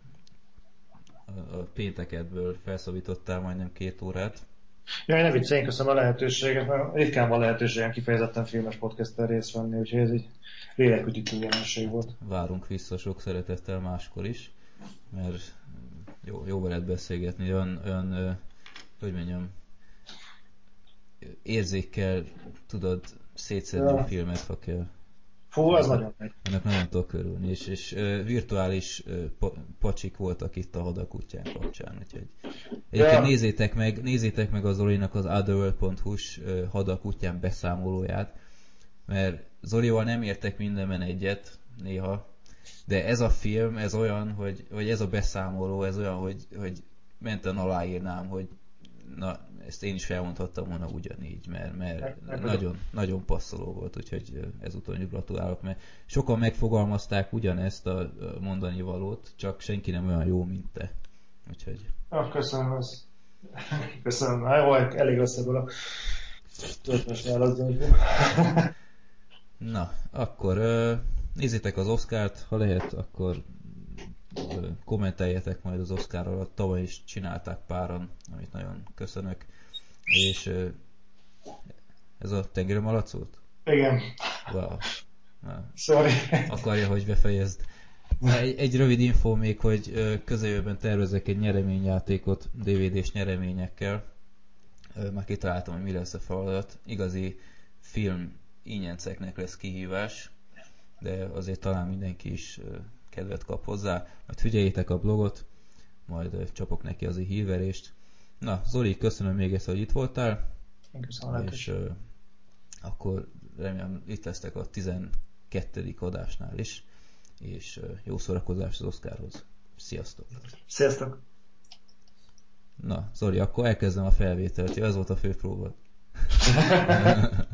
a péntekedből felszabítottál majdnem két órát. Jaj, ne viccelj, köszönöm a lehetőséget, mert ritkán van lehetőségem kifejezetten filmes podcasttel részt venni, úgyhogy ez egy léleküdítő jelenség volt. Várunk vissza sok szeretettel máskor is, mert jó, jó lehet beszélgetni, olyan, olyan hogy mondjam, érzékkel tudod szétszedni ja. a filmet, ha kell. Fú, az nagyon megy. Ennek nagyon tudok örülni, és, és uh, virtuális uh, pa, pacsik voltak itt a Hadakutyán kapcsán, úgyhogy egyébként ja. nézzétek meg, nézzétek meg az Zolinak az otherworld pont hu-s uh, Hadakutyán beszámolóját, mert Zolival nem értek mindenben egyet néha, de ez a film, ez olyan, hogy, hogy ez a beszámoló, ez olyan, hogy, hogy menten aláírnám, hogy na, ezt én is felmondhattam volna ugyanígy, mert, mert nagyon, nagyon passzoló volt, úgyhogy ezúton gratulálok, mert sokan megfogalmazták ugyanezt a mondani valót, csak senki nem olyan jó, mint te. Úgyhogy... Ah, köszönöm, ez... köszönöm. Hát, jó, elég lesz ebből a töltmes választásból. Na, akkor nézzétek az Oscart, ha lehet, akkor kommenteljetek majd az Oscar alatt, tavaly is csinálták páran, amit nagyon köszönök, és ez a tengeremalac volt? Igen. Wow. Na. Sorry. Akarja, hogy befejezd. Egy, egy rövid infó még, hogy közeljövőben tervezek egy nyereményjátékot dé vé dés nyereményekkel, Már kitaláltam, hogy mi lesz a feladat. Igazi film ingyenceknek lesz kihívás, de azért talán mindenki is kedvet kap hozzá. Majd figyeljétek a blogot, majd csapok neki az hírverést. Na, Zoli, köszönöm még egyszer, hogy itt voltál. Én köszönöm. És uh, akkor remélem itt lesztek a tizenkettedik adásnál is, és uh, jó szórakozást az Oscarhoz. Sziasztok! Sziasztok! Na, Zoli, akkor elkezdem a felvételt. Ja, ez volt a fő próba.